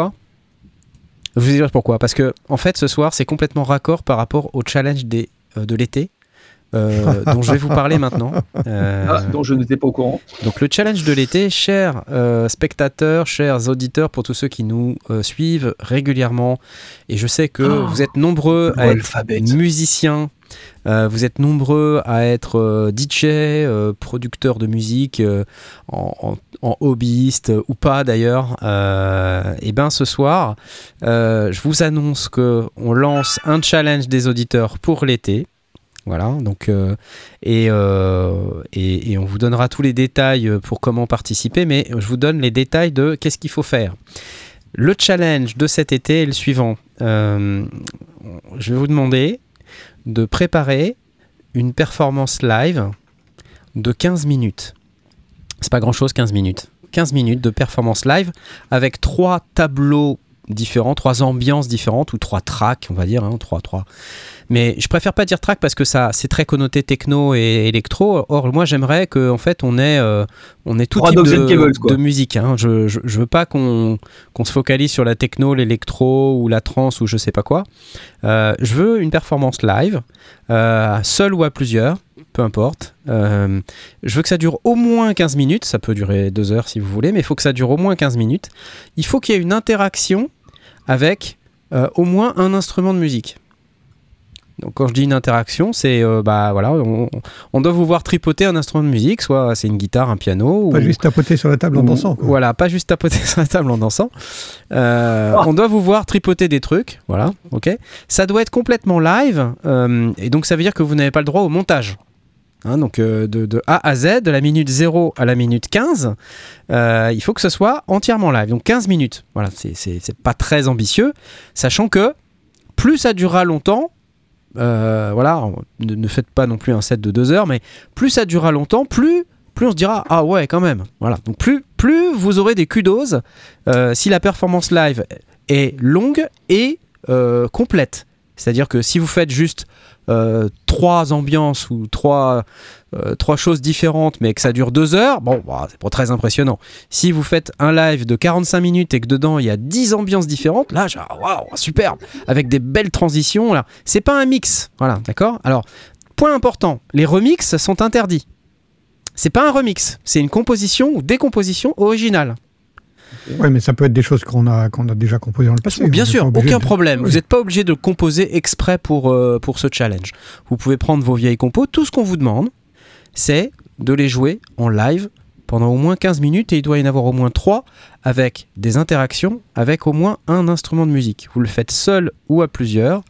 Je vais vous dire pourquoi. Parce que, en fait, ce soir, c'est complètement raccord par rapport au challenge des, euh, de l'été. Euh, dont je vais vous parler maintenant. Euh, ah, dont je n'étais pas au courant. Donc le challenge de l'été, chers euh, spectateurs, chers auditeurs, pour tous ceux qui nous euh, suivent régulièrement, et je sais que oh, vous êtes nombreux à être musiciens, euh, vous êtes nombreux à être euh, D J, euh, producteurs de musique, euh, en, en, en hobbyiste euh, ou pas d'ailleurs. Euh, et bien ce soir, euh, je vous annonce qu'on lance un challenge des auditeurs pour l'été. Voilà, donc euh, et, euh, et, et on vous donnera tous les détails pour comment participer, mais je vous donne les détails de qu'est-ce qu'il faut faire. Le challenge de cet été est le suivant. Euh, je vais vous demander de préparer une performance live de quinze minutes. C'est pas grand-chose, quinze minutes. quinze minutes de performance live avec trois tableaux différents, trois ambiances différentes, ou trois tracks, on va dire, hein, trois, trois. Mais je préfère pas dire track parce que ça, c'est très connoté techno et électro. Or, moi, j'aimerais qu'en fait, on ait, euh, on ait tout trois type de, cables, de musique. Hein. Je, je, je veux pas qu'on, qu'on se focalise sur la techno, l'électro ou la trance ou je sais pas quoi. Euh, je veux une performance live, euh, seule ou à plusieurs, peu importe. Euh, je veux que ça dure au moins quinze minutes. Ça peut durer deux heures si vous voulez, mais il faut que ça dure au moins quinze minutes. Il faut qu'il y ait une interaction avec euh, au moins un instrument de musique. Donc quand je dis une interaction, c'est euh, bah voilà, on, on doit vous voir tripoter un instrument de musique, soit c'est une guitare, un piano, pas ou, juste tapoter sur la table en ou, dansant. Quoi. Voilà, pas juste tapoter sur la table en dansant. Euh, oh. On doit vous voir tripoter des trucs, voilà, ok. Ça doit être complètement live, euh, et donc ça veut dire que vous n'avez pas le droit au montage. Hein, donc euh, de, de A à Z, de la minute zéro à la minute quinze, euh, il faut que ce soit entièrement live. Donc quinze minutes, voilà, c'est, c'est, c'est pas très ambitieux, sachant que plus ça durera longtemps, euh, voilà, ne, ne faites pas non plus un set de deux heures, mais plus ça durera longtemps, plus, plus on se dira ah ouais quand même. Voilà, donc plus, plus vous aurez des kudos euh, si la performance live est longue et euh, complète. C'est-à-dire que si vous faites juste euh, trois ambiances ou trois, euh, trois choses différentes, mais que ça dure deux heures, bon, bah, c'est pas très impressionnant. Si vous faites un live de quarante-cinq minutes et que dedans il y a dix ambiances différentes, là, genre, waouh, superbe, avec des belles transitions. Là. C'est pas un mix, voilà, d'accord ? Alors, point important, les remixes sont interdits. C'est pas un remix, c'est une composition ou décomposition originale. Oui, mais ça peut être des choses qu'on a, qu'on a déjà composées dans le passé. Bien sûr, aucun de... problème. Oui. Vous n'êtes pas obligé de composer exprès pour, euh, pour ce challenge. Vous pouvez prendre vos vieilles compos. Tout ce qu'on vous demande, c'est de les jouer en live pendant au moins quinze minutes et il doit y en avoir au moins trois avec des interactions avec au moins un instrument de musique. Vous le faites seul ou à plusieurs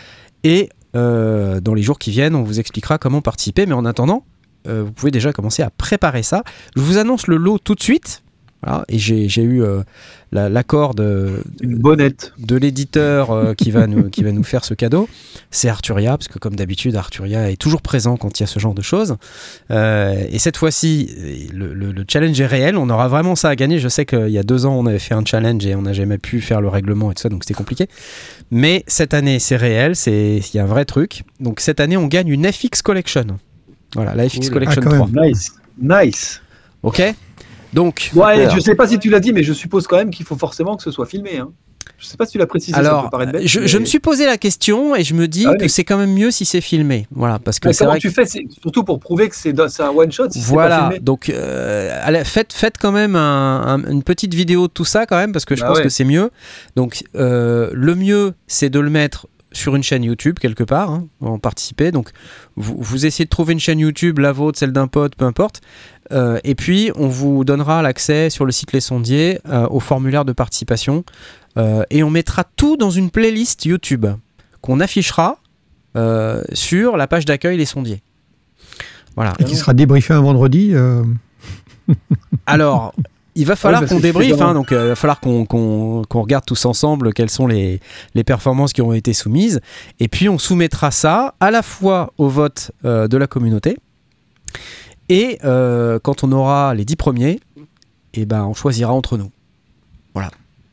et euh, dans les jours qui viennent, on vous expliquera comment participer. Mais en attendant, euh, vous pouvez déjà commencer à préparer ça. Je vous annonce le lot tout de suite. Voilà, et j'ai, j'ai eu euh, la, l'accord de, Une bonnette. de l'éditeur euh, qui, va nous, qui va nous faire ce cadeau. C'est Arturia, parce que comme d'habitude, Arturia est toujours présent quand il y a ce genre de choses. Euh, et cette fois-ci, le, le, le challenge est réel. On aura vraiment ça à gagner. Je sais qu'il y a deux ans, on avait fait un challenge et on n'a jamais pu faire le règlement et tout ça, donc c'était compliqué. Mais cette année, c'est réel. C'est, il y a un vrai truc. Donc cette année, on gagne une F X Collection. Voilà, la F X Ouh, Collection ah, trois. Nice. Nice. Ok ? Donc, ouais, je ne sais pas si tu l'as dit, mais je suppose quand même qu'il faut forcément que ce soit filmé. Hein. Je ne sais pas si tu l'as précisé. Alors, ça peut paraître bête, je, mais... je me suis posé la question et je me dis ah, que mais... c'est quand même mieux si c'est filmé. Voilà, parce que mais c'est comment vrai tu que... fais, c'est surtout pour prouver que c'est, c'est un one shot. Si voilà, c'est pas filmé. Donc euh, faites, faites quand même un, un, une petite vidéo de tout ça quand même, parce que je bah pense ouais. que c'est mieux. Donc euh, le mieux, c'est de le mettre sur une chaîne YouTube quelque part, hein, en participer. Donc, vous, vous essayez de trouver une chaîne YouTube, la vôtre, celle d'un pote, peu importe. Euh, et puis, on vous donnera l'accès sur le site Les Sondiers euh, au formulaire de participation. Euh, et on mettra tout dans une playlist YouTube qu'on affichera euh, sur la page d'accueil Les Sondiers. Voilà. Et qui sera débriefé un vendredi euh... Alors... Il va falloir ouais, qu'on débriefe, hein, donc il euh, va falloir qu'on, qu'on, qu'on regarde tous ensemble quelles sont les, les performances qui ont été soumises. Et puis on soumettra ça à la fois au vote euh, de la communauté. Et euh, quand on aura les dix premiers, eh ben, on choisira entre nous. Voilà.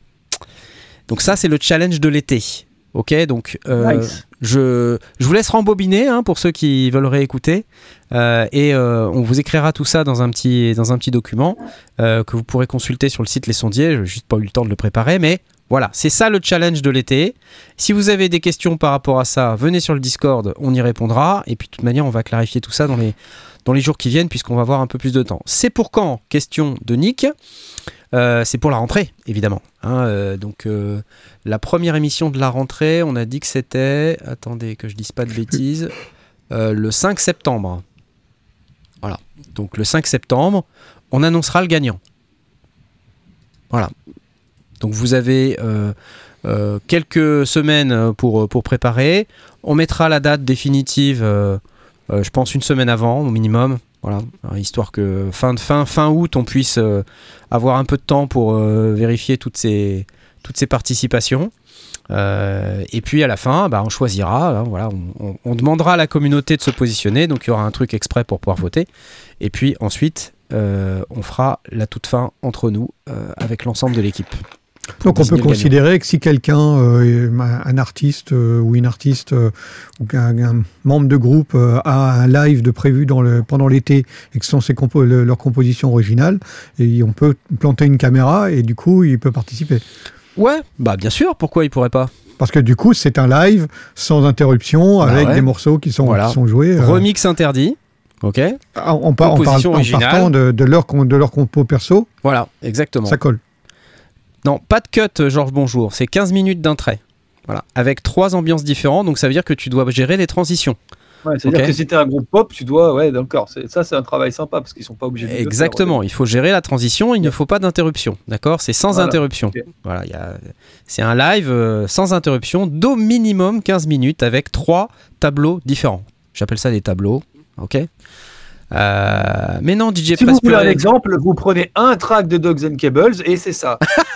Donc ça, c'est le challenge de l'été. Ok, donc euh, nice. je, je vous laisse rembobiner hein, pour ceux qui veulent réécouter. Euh, et euh, on vous écrira tout ça dans un petit, dans un petit document euh, que vous pourrez consulter sur le site Les Sondiers. Je n'ai juste pas eu le temps de le préparer, mais voilà, c'est ça le challenge de l'été. Si vous avez des questions par rapport à ça, venez sur le Discord, on y répondra. Et puis de toute manière, on va clarifier tout ça dans les, dans les jours qui viennent puisqu'on va avoir un peu plus de temps. C'est pour quand ? Question de Nick. Euh, c'est pour la rentrée, évidemment. Hein, euh, donc, euh, la première émission de la rentrée, on a dit que c'était... Attendez, que je dise pas de bêtises. Euh, le cinq septembre. Voilà. Donc, le cinq septembre, on annoncera le gagnant. Voilà. Donc, vous avez euh, euh, quelques semaines pour, pour préparer. On mettra la date définitive, euh, euh, je pense, une semaine avant, au minimum. Voilà, histoire que fin, fin, fin août, on puisse euh, avoir un peu de temps pour euh, vérifier toutes ces, toutes ces participations. Euh, et puis à la fin, bah, on choisira, hein, voilà, on, on, on demandera à la communauté de se positionner, donc il y aura un truc exprès pour pouvoir voter. Et puis ensuite, euh, on fera la toute fin entre nous euh, avec l'ensemble de l'équipe. Donc on peut considérer que si quelqu'un, euh, un artiste euh, ou une artiste euh, ou un, un membre de groupe euh, a un live de prévu dans le, pendant l'été et que ce sont ses compo- le, leur composition originale, et on peut planter une caméra et du coup il peut participer. Ouais, bah bien sûr, pourquoi il pourrait pas ? Parce que du coup c'est un live sans interruption bah avec ouais. des morceaux qui sont, voilà. qui sont joués. Euh... Remix interdit. Ok. Ah, on, par, on parle en partant de, de, leur, de leur compo perso. Voilà, exactement. Ça colle. Non, pas de cut, Georges Bonjour, c'est quinze minutes d'un trait. Voilà, avec trois ambiances différentes, donc ça veut dire que tu dois gérer les transitions. Ouais, c'est-à-dire okay. que si tu es un groupe pop, tu dois... Ouais, d'accord, c'est, ça c'est un travail sympa, parce qu'ils sont pas obligés de Exactement, le faire, il faut gérer la transition, il ouais. ne faut pas d'interruption, d'accord ? C'est sans voilà. interruption. Okay. Voilà, y a... c'est un live euh, sans interruption d'au minimum quinze minutes avec trois tableaux différents. J'appelle ça des tableaux, ok ? Euh, mais non, D J Si vous voulez un exemple, vous prenez un track de Dogs and Cables et c'est ça.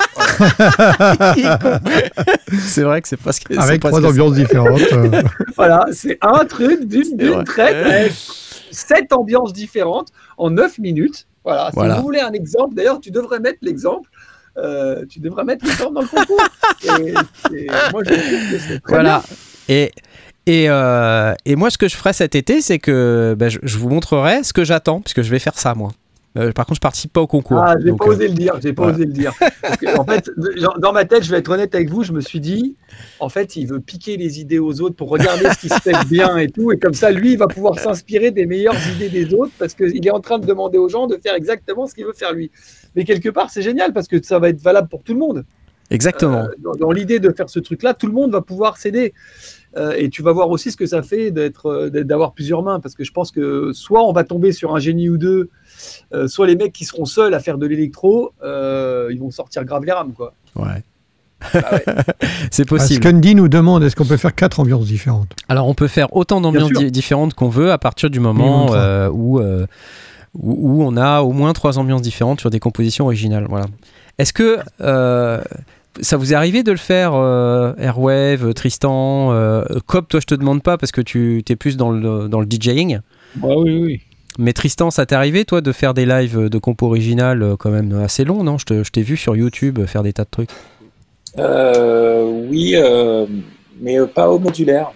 C'est vrai que c'est pas ce que avec trois ambiances différentes. Voilà, c'est un truc d'une, d'une traite avec sept ambiances différentes en neuf minutes. Voilà, si voilà. vous voulez un exemple, d'ailleurs, tu devrais mettre l'exemple. Euh, tu devrais mettre l'exemple dans le concours. et, et moi, je trouve que c'est très voilà. bien. Et Et, euh, et moi, ce que je ferai cet été, c'est que bah, je, je vous montrerai ce que j'attends, puisque je vais faire ça, moi. Euh, par contre, je participe pas au concours. Ah, j'ai donc, pas euh, osé le dire. J'ai pas voilà. osé le dire. Que, en fait, dans ma tête, je vais être honnête avec vous, je me suis dit, en fait, il veut piquer les idées aux autres pour regarder ce qui se fait bien et tout, et comme ça, lui, il va pouvoir s'inspirer des meilleures idées des autres, parce qu'il est en train de demander aux gens de faire exactement ce qu'il veut faire lui. Mais quelque part, c'est génial, parce que ça va être valable pour tout le monde. Exactement. Euh, dans, dans l'idée de faire ce truc-là, tout le monde va pouvoir s'aider. Euh, et tu vas voir aussi ce que ça fait d'être, d'être, d'avoir plusieurs mains, parce que je pense que soit on va tomber sur un génie ou deux, euh, soit les mecs qui seront seuls à faire de l'électro, euh, ils vont sortir grave les rames, quoi. Ouais. Ah ouais. C'est possible. Skundy nous demande, est-ce qu'on peut faire quatre ambiances différentes ? Alors on peut faire autant d'ambiances di- différentes qu'on veut à partir du moment euh, où, euh, où, où on a au moins trois ambiances différentes sur des compositions originales. Voilà. Est-ce que... Euh, ça vous est arrivé de le faire, euh, Airwave, Tristan, euh, Cobb, toi je te demande pas parce que tu es plus dans le, dans le DJing. Bah oui, oui. Mais Tristan, ça t'est arrivé toi de faire des lives de compo originales quand même assez longs, non ? Je, te, je t'ai vu sur YouTube faire des tas de trucs. Euh, oui, euh, mais euh, pas au modulaire.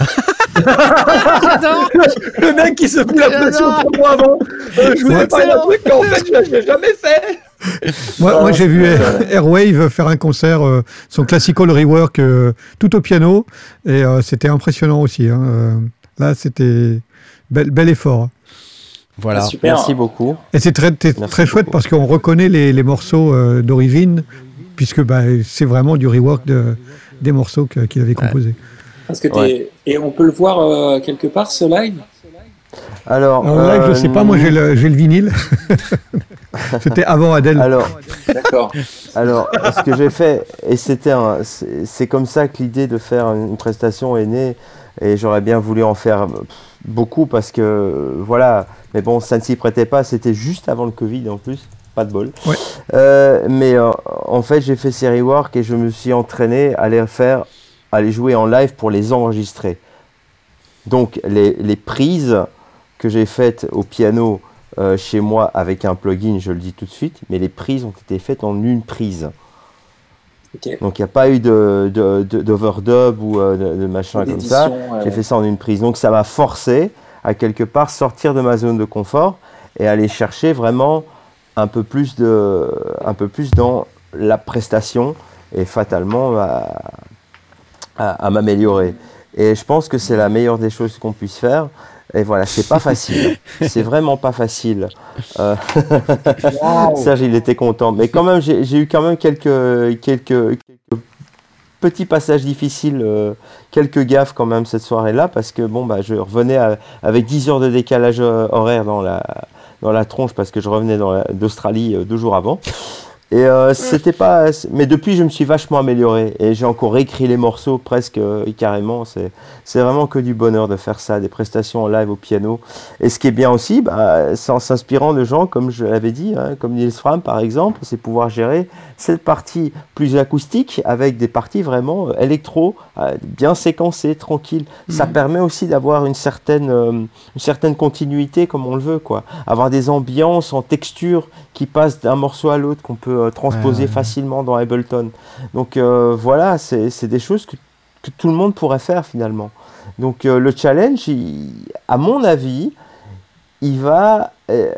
Le mec qui se fout la pression trois mois avant. Euh, je voulais parler d'un truc qu'en fait je l'ai jamais fait. Moi, non, moi j'ai vu Airwave faire un concert, euh, son classical rework euh, tout au piano, et euh, c'était impressionnant aussi. Hein. Euh, là, c'était bel, bel effort. Voilà. Super. Merci beaucoup. Et c'est très, très, très chouette parce qu'on reconnaît les, les morceaux euh, d'origine, puisque bah, c'est vraiment du rework de, des morceaux que, qu'il avait composés. Parce que ouais. Et on peut le voir euh, quelque part, ce live? Alors, Alors live, euh, je sais pas, moi j'ai le, j'ai le vinyle. C'était avant Adèle. Alors, d'accord. Alors, ce que j'ai fait, et c'était un, c'est, c'est comme ça que l'idée de faire une prestation est née, et j'aurais bien voulu en faire beaucoup parce que, voilà, mais bon, ça ne s'y prêtait pas, c'était juste avant le Covid en plus, pas de bol. Ouais. Euh, mais euh, en fait, j'ai fait ces reworks et je me suis entraîné à les faire, à les jouer en live pour les enregistrer. Donc, les, les prises que j'ai faites au piano euh, chez moi avec un plugin, je le dis tout de suite, mais les prises ont été faites en une prise. Okay. Donc il n'y a pas eu de, de, de, d'overdub ou euh, de, de machin comme ça. Ouais, j'ai ouais. fait ça en une prise. Donc ça m'a forcé à quelque part sortir de ma zone de confort et aller chercher vraiment un peu plus, de, un peu plus dans la prestation et fatalement à, à, à m'améliorer. Et je pense que c'est la meilleure des choses qu'on puisse faire. Et voilà, c'est pas facile. C'est vraiment pas facile. Euh... Wow. Serge, il était content. Mais quand même, j'ai, j'ai eu quand même quelques, quelques, quelques petits passages difficiles, euh, quelques gaffes quand même cette soirée-là, parce que bon, bah, je revenais à, avec dix heures de décalage horaire dans la, dans la tronche, parce que je revenais dans la, d'Australie euh, deux jours avant. Et euh, c'était pas. Mais depuis, je me suis vachement amélioré et j'ai encore écrit les morceaux presque euh, carrément. C'est, c'est vraiment que du bonheur de faire ça, des prestations en live au piano. Et ce qui est bien aussi, bah, c'est en s'inspirant de gens, comme je l'avais dit, hein, comme Nils Fram par exemple, c'est pouvoir gérer cette partie plus acoustique avec des parties vraiment euh, électro, euh, bien séquencées, tranquilles. Mmh. Ça permet aussi d'avoir une certaine, euh, une certaine continuité comme on le veut, quoi. Avoir des ambiances en texture qui passent d'un morceau à l'autre, qu'on peut euh, transposer ouais, ouais. facilement dans Ableton. Donc euh, voilà, c'est, c'est des choses que, que tout le monde pourrait faire finalement. Donc euh, le challenge, il, à mon avis, il va, euh,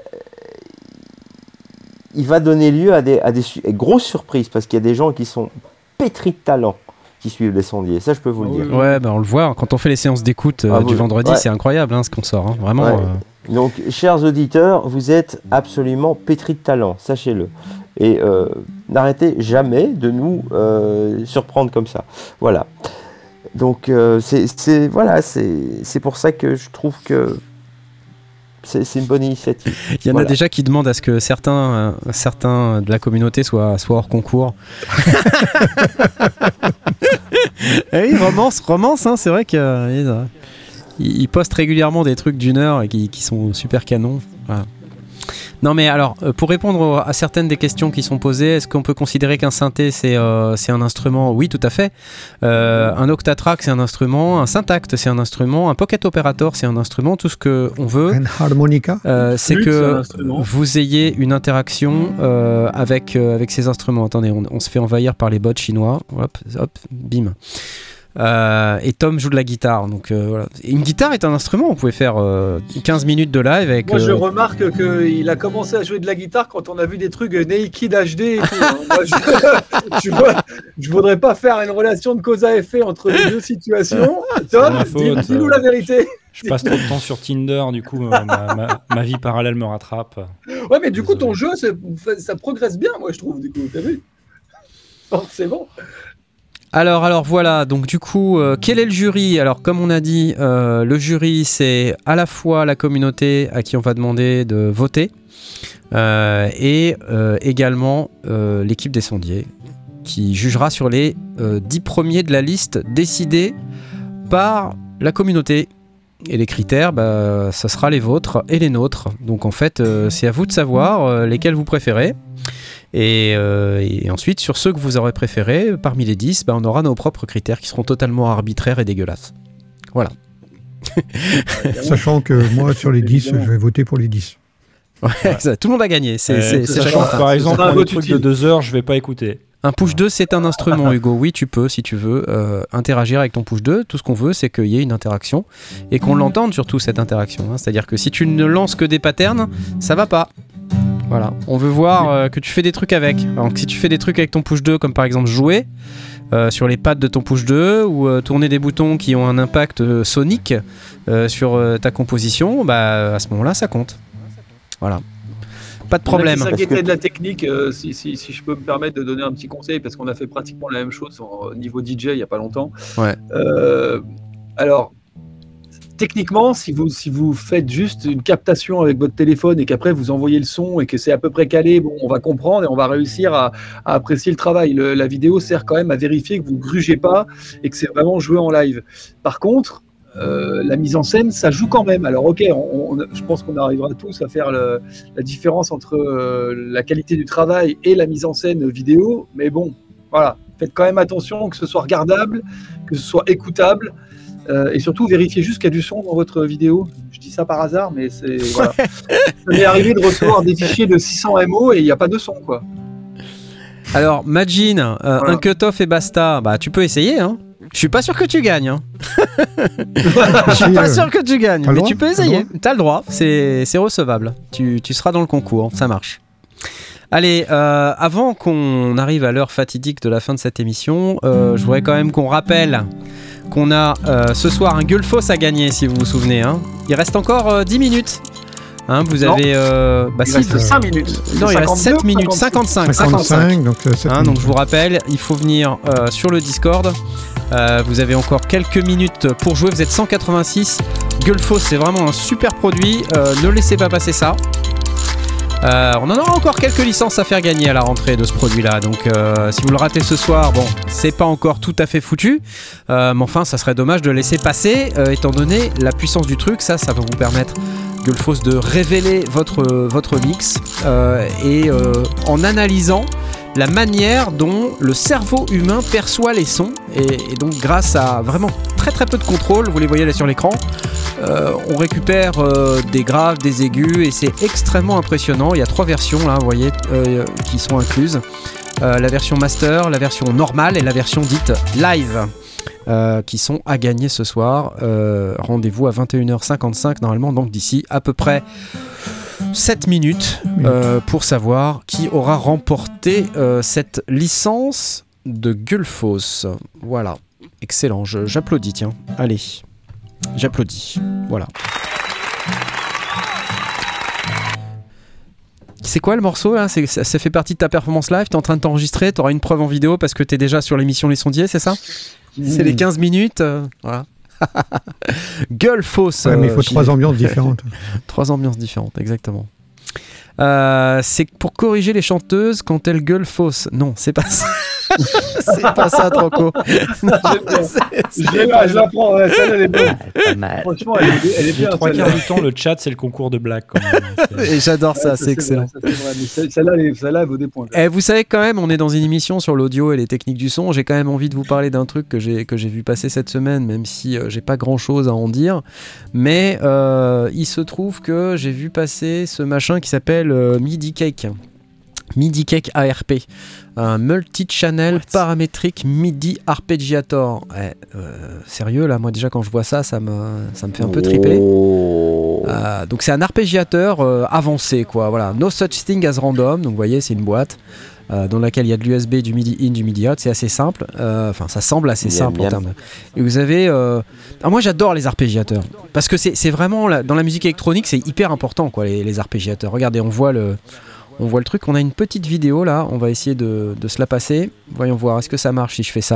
il va donner lieu à des, à des su- grosses surprises, parce qu'il y a des gens qui sont pétris de talent qui suivent les sondiers, ça je peux vous le dire. Ouais, bah on le voit, quand on fait les séances d'écoute euh, ah, du vendredi, ouais. c'est incroyable hein, ce qu'on sort, hein. Vraiment. Ouais. Euh... Donc, chers auditeurs, vous êtes absolument pétris de talent, sachez-le. Et euh, n'arrêtez jamais de nous euh, surprendre comme ça. Voilà. Donc, euh, c'est, c'est, voilà, c'est, c'est pour ça que je trouve que c'est, c'est une bonne initiative. Il y en voilà. a déjà qui demandent à ce que certains, euh, certains de la communauté soient, soient hors concours. Et oui, romance, romance hein, c'est vrai qu'ils euh, ils postent régulièrement des trucs d'une heure et qui, qui sont super canons. Voilà. Non mais alors, pour répondre à certaines des questions qui sont posées, est-ce qu'on peut considérer qu'un synthé c'est, euh, c'est un instrument ? Oui, tout à fait. Euh, un octatrack c'est un instrument, un syntact c'est un instrument, un pocket operator c'est un instrument, tout ce qu'on veut. Un harmonica euh, C'est Flûte, que c'est vous ayez une interaction euh, avec, euh, avec ces instruments. Attendez, on, on se fait envahir par les bots chinois. Hop, hop, bim. Euh, et Tom joue de la guitare, donc euh, voilà. Une guitare est un instrument, on pouvait faire euh, quinze minutes de live avec. Moi, euh... je remarque qu'il a commencé à jouer de la guitare quand on a vu des trucs Naked H D et tout. Hein. Moi, je, je, vois, je voudrais pas faire une relation de cause à effet entre les deux situations. Tom, dis, dis-nous la vérité. Je passe trop de temps sur Tinder, du coup, ma, ma, ma vie parallèle me rattrape. Ouais, mais du Désolé. coup, ton jeu, ça progresse bien, moi, je trouve, du coup, t'as vu ? Forcément. Alors, alors voilà, donc du coup, euh, quel est le jury ? Alors, comme on a dit, euh, le jury, c'est à la fois la communauté à qui on va demander de voter euh, et euh, également euh, l'équipe des sondiers qui jugera sur les euh, dix premiers de la liste décidés par la communauté. Et les critères, bah, ça sera les vôtres et les nôtres. Donc en fait, euh, c'est à vous de savoir euh, lesquels vous préférez. Et, euh, et ensuite, sur ceux que vous aurez préférés, parmi les dix, bah, on aura nos propres critères qui seront totalement arbitraires et dégueulasses. Voilà. Sachant que moi, sur les dix, je vais voter pour les dix. Ouais, ouais. Ça, tout le monde a gagné. C'est, euh, c'est, c'est chacun. Par exemple, un truc utile. de deux heures, je vais pas écouter. Un push deux, c'est un instrument, Hugo. Oui, tu peux, si tu veux, euh, interagir avec ton push deux. Tout ce qu'on veut, c'est qu'il y ait une interaction et qu'on l'entende surtout, cette interaction. Hein. C'est-à-dire que si tu ne lances que des patterns, ça va pas. Voilà. On veut voir euh, que tu fais des trucs avec. Donc, si tu fais des trucs avec ton push deux, comme par exemple jouer euh, sur les pads de ton push deux ou euh, tourner des boutons qui ont un impact euh, sonique euh, sur euh, ta composition, bah, à ce moment-là, ça compte. Voilà. pas de problème. Si s'inquiéter de la technique, euh, si, si, si je peux me permettre de donner un petit conseil, parce qu'on a fait pratiquement la même chose au niveau D J il n'y a pas longtemps. Ouais. Euh, alors, techniquement, si vous, si vous faites juste une captation avec votre téléphone et qu'après vous envoyez le son et que c'est à peu près calé, bon, on va comprendre et on va réussir à, à apprécier le travail. Le, la vidéo sert quand même à vérifier que vous ne grugez pas et que c'est vraiment joué en live. Par contre, Euh, la mise en scène, ça joue quand même. Alors ok, on, on, je pense qu'on arrivera tous à faire le, la différence entre euh, la qualité du travail et la mise en scène vidéo, mais bon, voilà, faites quand même attention que ce soit regardable, que ce soit écoutable, euh, et surtout vérifiez juste qu'il y a du son dans votre vidéo. Je dis ça par hasard, mais c'est voilà. Ça m'est arrivé de recevoir des fichiers de six cents M O et il n'y a pas de son, quoi. Alors, Majin, euh, voilà. Un cut-off et basta, bah tu peux essayer, hein. Je suis pas sûr que tu gagnes. Hein. Je suis pas sûr que tu gagnes, mais tu peux essayer. T'as le droit, c'est, c'est recevable. Tu, tu seras dans le concours, ça marche. Allez, euh, avant qu'on arrive à l'heure fatidique de la fin de cette émission, euh, je voudrais quand même qu'on rappelle qu'on a euh, ce soir un Gueulfos à gagner, si vous vous souvenez. Hein. Il reste encore euh, dix minutes. Hein, vous non. avez. Euh, bah il si, reste cinq minutes. Non, il reste sept minutes. cinquante-cinq. cinquante-cinq donc, euh, hein, donc je vous rappelle, il faut venir euh, sur le Discord. Euh, vous avez encore quelques minutes pour jouer. Vous êtes cent quatre-vingt-six. Gueulfos, c'est vraiment un super produit. Euh, ne laissez pas passer ça. Euh, on en aura encore quelques licences à faire gagner à la rentrée de ce produit-là. Donc, euh, si vous le ratez ce soir, bon, c'est pas encore tout à fait foutu. Euh, mais enfin, ça serait dommage de laisser passer, euh, étant donné la puissance du truc. Ça, ça va vous permettre, Gueulfos, de révéler votre, votre mix euh, et euh, en analysant la manière dont le cerveau humain perçoit les sons et, et donc grâce à vraiment très très peu de contrôle, vous les voyez là sur l'écran, euh, on récupère euh, des graves, des aigus et c'est extrêmement impressionnant. Il y a trois versions là, vous voyez, euh, qui sont incluses. Euh, la version master, la version normale et la version dite live. Euh, qui sont à gagner ce soir. Euh, rendez-vous à vingt et une heures cinquante-cinq normalement, donc d'ici à peu près sept minutes euh, pour savoir qui aura remporté euh, cette licence de Gueulfos. Voilà, excellent, Je, j'applaudis, tiens. Allez, j'applaudis. Voilà. C'est quoi le morceau là ? c'est, ça, ça fait partie de ta performance live ? T'es en train de t'enregistrer ? T'auras une preuve en vidéo parce que t'es déjà sur l'émission Les Sondiers, c'est ça ? Mmh. C'est les quinze minutes, euh, voilà. Gueulfos. Ouais, mais il faut euh, trois ambiances différentes. Trois ambiances différentes, exactement. Euh, c'est pour corriger les chanteuses quand elles gueulent fausse. Non, c'est pas ça. C'est pas ça, Troco. Non, c'est, c'est pas je la prends, ouais, celle-là, elle est bonne. Ah, franchement, elle est, elle est bien. Les trois quarts du temps, le chat, c'est le concours de blagues. Quand même. Et j'adore ça, ouais, ça c'est, c'est excellent. Vrai, ça, c'est vrai. Celle-là, elle, celle-là, elle vaut des points. Et vous savez, quand même, on est dans une émission sur l'audio et les techniques du son. J'ai quand même envie de vous parler d'un truc que j'ai, que j'ai vu passer cette semaine, même si euh, j'ai pas grand-chose à en dire. Mais euh, il se trouve que j'ai vu passer ce machin qui s'appelle euh, MIDI Cake. MIDI Cake A R P, un multi-channel What? paramétrique MIDI arpeggiator. Ouais, euh, sérieux là, moi déjà quand je vois ça, ça me, ça me fait un peu triper. Oh. Euh, donc c'est un arpégiateur euh, avancé quoi. Voilà, no such thing as random. Donc vous voyez, c'est une boîte euh, dans laquelle il y a de l'U S B, du MIDI in, du MIDI out. C'est assez simple. Enfin, euh, ça semble assez bien, simple bien. en termes. De... Et vous avez. Euh... Ah, moi j'adore les arpégiateurs parce que c'est, c'est vraiment là, dans la musique électronique, c'est hyper important quoi les, les arpégiateurs. Regardez, on voit le. On voit le truc, on a une petite vidéo là, on va essayer de, de se la passer. Voyons voir, est-ce que ça marche si je fais ça ?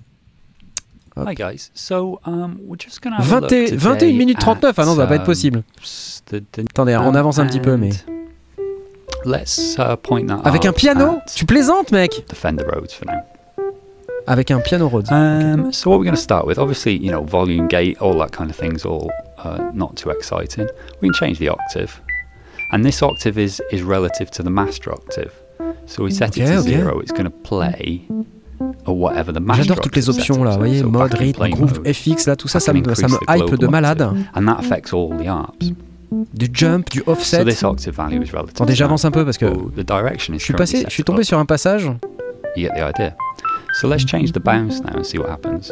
Hop. Hi guys, so um, we're just gonna have a look vingt, vingt et une minutes trente-neuf, ah non, ça va pas être possible. The, the, Attendez, on avance un petit peu, mais... Let's uh, point that Avec un piano ? Tu plaisantes, mec ? The Fender Rhodes for now. Avec un piano Rhodes. Um, okay. So what we're going to start with, obviously, you know, volume, gate, all that kind of thing's all uh, not too exciting. We can change the octave. And this octave is, is relative to the master octave. So we set okay, it to okay. zero, it's going to play or whatever the master J'adore toutes les options là, vous voyez, so mode, rythme, groove, mode. F X, là, tout ça, ça me, ça me hype de malade. And that affects all the arps. Du jump, du offset. So this octave value is relative. Attendez, j'avance un peu parce que oh, the direction is je suis passé, je suis tombé sur un passage. You get the idea. So let's change the bounce now and see what happens.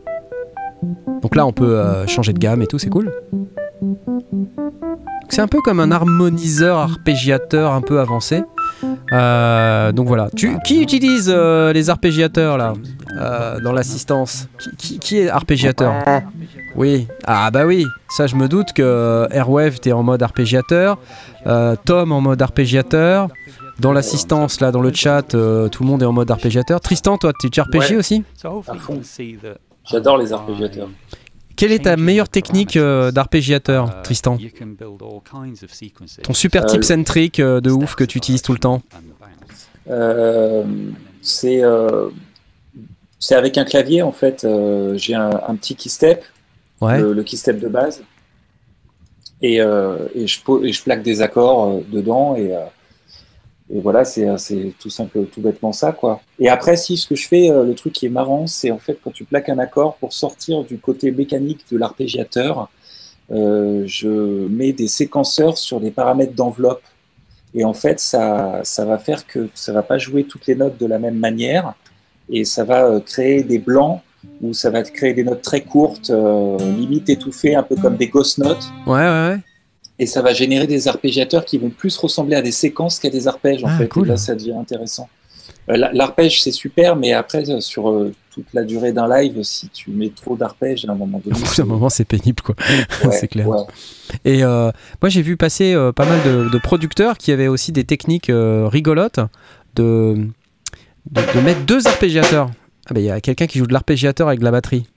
Donc là, on peut euh, changer de gamme et tout, c'est cool. C'est un peu comme un harmoniseur arpégiateur un peu avancé. Euh, donc voilà. Tu, qui utilise euh, les arpégiateurs là ? euh, dans l'assistance. Qui, qui, qui est arpégiateur? Oui. Ah bah oui. Ça, je me doute que Airwave, t'es en mode arpégiateur. Euh, Tom en mode arpégiateur. Dans l'assistance, là, dans le chat, euh, tout le monde est en mode arpégiateur. Tristan, toi, tu, tu arpégies Ouais. aussi? J'adore les arpégiateurs. Quelle est ta meilleure technique euh, d'arpégiateur, Tristan? Ton super Euh, tips and tricks euh, de ouf que tu utilises tout le temps? Euh, c'est euh, c'est avec un clavier en fait. Euh, j'ai un, un petit keystep, Ouais. le, le keystep de base, et, euh, et, je, po- et je plaque des accords euh, dedans et, euh, et voilà, c'est c'est tout simple, tout bêtement ça quoi. Et après, si ce que je fais, euh, le truc qui est marrant, c'est en fait quand tu plaques un accord pour sortir du côté mécanique de l'arpégiateur, euh, je mets des séquenceurs sur des paramètres d'enveloppe. Et en fait, ça, ça va faire que ça va pas jouer toutes les notes de la même manière, et ça va euh, créer des blancs ou ça va créer des notes très courtes, euh, limite étouffées, un peu comme des ghost notes. Ouais, ouais, ouais. Et ça va générer des arpégiateurs qui vont plus ressembler à des séquences qu'à des arpèges en Ah, fait. cool. Et là, ça devient intéressant. Euh, la- L'arpège, c'est super, mais après, euh, sur euh, toute la durée d'un live, si tu mets trop d'arpèges, à un moment donné, Au bout d'un moment, c'est pénible, quoi. ouais, C'est clair. ouais. Et euh, moi, j'ai vu passer euh, pas mal de, de producteurs qui avaient aussi des techniques euh, rigolotes de, de, de mettre deux arpégiateurs. Ah ben, il y a quelqu'un qui joue de l'arpégiateur avec de la batterie.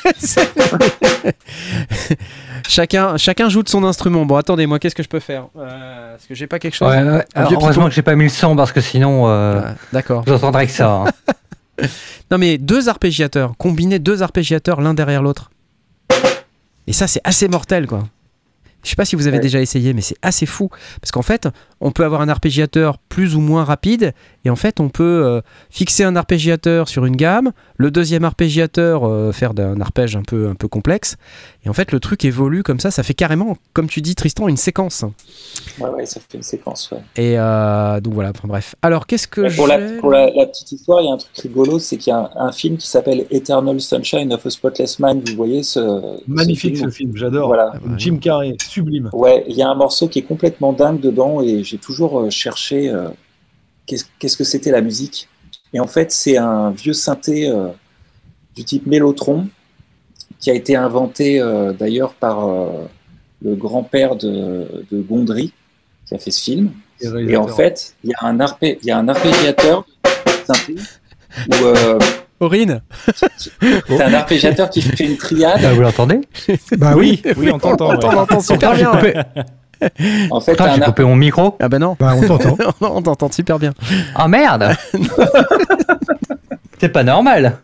chacun, chacun joue de son instrument. Bon, attendez, moi, qu'est-ce que je peux faire euh, Est-ce que j'ai pas quelque chose? Ouais, ouais. Un vieux Heureusement piton. que j'ai pas mis le son parce que sinon, euh, Ah, d'accord. vous entendrez que ça. hein. Non, mais deux arpégiateurs, combiner deux arpégiateurs l'un derrière l'autre. Et ça, c'est assez mortel, quoi. Je sais pas si vous avez Ouais. déjà essayé, mais c'est assez fou. Parce qu'en fait, on peut avoir un arpégiateur plus ou moins rapide, et en fait, on peut euh, fixer un arpégiateur sur une gamme, le deuxième arpégiateur euh, faire d'un arpège un peu, un peu complexe, et en fait, le truc évolue comme ça, ça fait carrément, comme tu dis, Tristan, une séquence. Ouais, ouais, ça fait une séquence, ouais. Et euh, donc voilà, enfin bref. Alors, qu'est-ce que Mais pour j'ai... la, pour la, la petite histoire, il y a un truc rigolo, c'est qu'il y a un, un film qui s'appelle Eternal Sunshine of a Spotless Mind. Vous voyez ce Magnifique ce ce film. film, j'adore. Voilà. Ah bah, Jim Carrey, sublime. Ouais, il y a un morceau qui est complètement dingue dedans et j'ai toujours euh, cherché euh, qu'est-ce qu'est-ce que c'était la musique. Et en fait, c'est un vieux synthé euh, du type Mellotron qui a été inventé euh, d'ailleurs par euh, le grand-père de, de Gondry qui a fait ce film. Et en fait, il y a un arpé, il y a un arpégiateur synthé où euh, Aurine. t'as un arpégiateur qui fait une triade. Ah, vous l'entendez? Bah oui. Oui, on t'entend. On ouais. entend super Pourtant, j'ai bien. coupé, En fait, pourtant, t'as j'ai un coupé mon micro. Ah bah non. Bah on t'entend. On t'entend super bien. Ah merde. C'est pas normal.